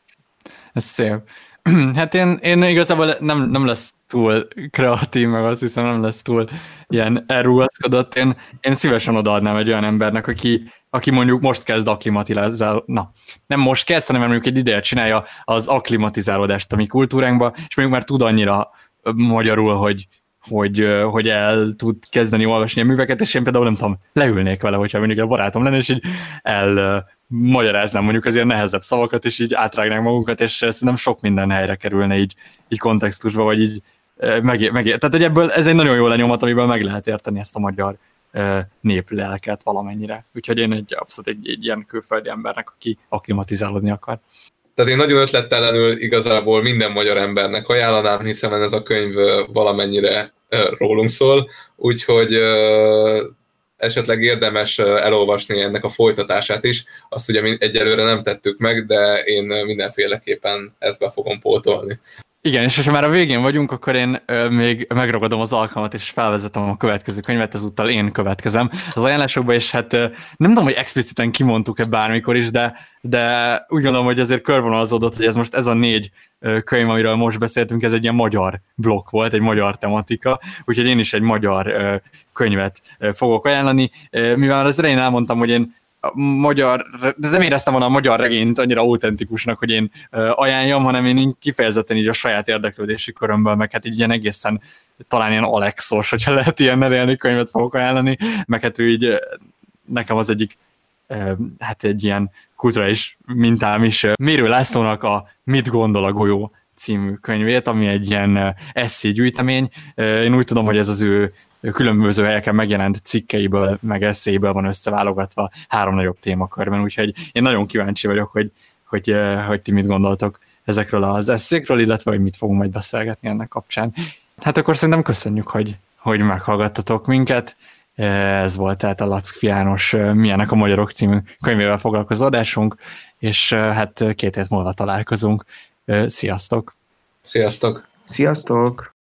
Ez szép. Hát én, én igazából nem, nem lesz túl kreatív, meg azt hiszem nem lesz túl ilyen elrugaszkodott. Én, én szívesen odaadnám egy olyan embernek, aki, aki mondjuk most kezd akklimatizálni, na, nem most kezd, hanem mondjuk egy ideje csinálja az akklimatizálódást a mi kultúránkba, és mondjuk már tud annyira magyarul, hogy, hogy, hogy el tud kezdeni olvasni a műveket, és én például nem tudom, leülnék vele, hogyha mondjuk a barátom lenne, és így el magyaráznám mondjuk az ilyen nehezebb szavakat, és így átrágnánk magunkat, és szerintem sok minden helyre kerülne így, így kontextusba, vagy így meg, meg, tehát, hogy ebből ez egy nagyon jó lenyomat, amiből meg lehet érteni ezt a magyar néplelket valamennyire. Úgyhogy én egy abszolút egy, egy ilyen külföldi embernek, aki akklimatizálódni akar. Tehát én nagyon ötlettelenül igazából minden magyar embernek ajánlanám, hiszen ez a könyv valamennyire rólunk szól, úgyhogy esetleg érdemes elolvasni ennek a folytatását is. Azt ugye mi egyelőre nem tettük meg, de én mindenféleképpen ezt be fogom pótolni. Igen, és ha már a végén vagyunk, akkor én ö, még megragadom az alkalmat, és felvezetem a következő könyvet, ezúttal én következem az ajánlásokba, és hát ö, nem tudom, hogy expliciten kimondtuk-e bármikor is, de, de úgy gondolom, hogy azért körvonalazódott, hogy ez most ez a négy ö, könyv, amiről most beszéltünk, ez egy ilyen magyar blokk volt, egy magyar tematika, úgyhogy én is egy magyar ö, könyvet ö, fogok ajánlani, ö, mivel az elején elmondtam, hogy én a magyar, de nem éreztem volna a magyar regényt annyira autentikusnak, hogy én ajánljam, hanem én kifejezetten így a saját érdeklődési körömből, meg hát így ilyen egészen talán ilyen Alexos, hogyha lehet ilyen nerélni könyvet fogok ajánlani, meg hát ő így nekem az egyik hát egy ilyen kulturális mintám is Mérő Lászlónak a Mit gondol a golyó című könyvét, ami egy ilyen eszé gyűjtemény. Én úgy tudom, hogy ez az ő különböző helyeken megjelent cikkeiből, meg eszéiből van összeválogatva három nagyobb témakörben, úgyhogy én nagyon kíváncsi vagyok, hogy, hogy, hogy ti mit gondoltok ezekről az eszékről, illetve hogy mit fogunk majd beszélgetni ennek kapcsán. Hát akkor szerintem köszönjük, hogy, hogy meghallgattatok minket. Ez volt tehát a Lackfi János Milyenek a magyarok című könyvével foglalkozó adásunk, és hát két hét múlva találkozunk. Sziasztok! Sziasztok! Sziasztok!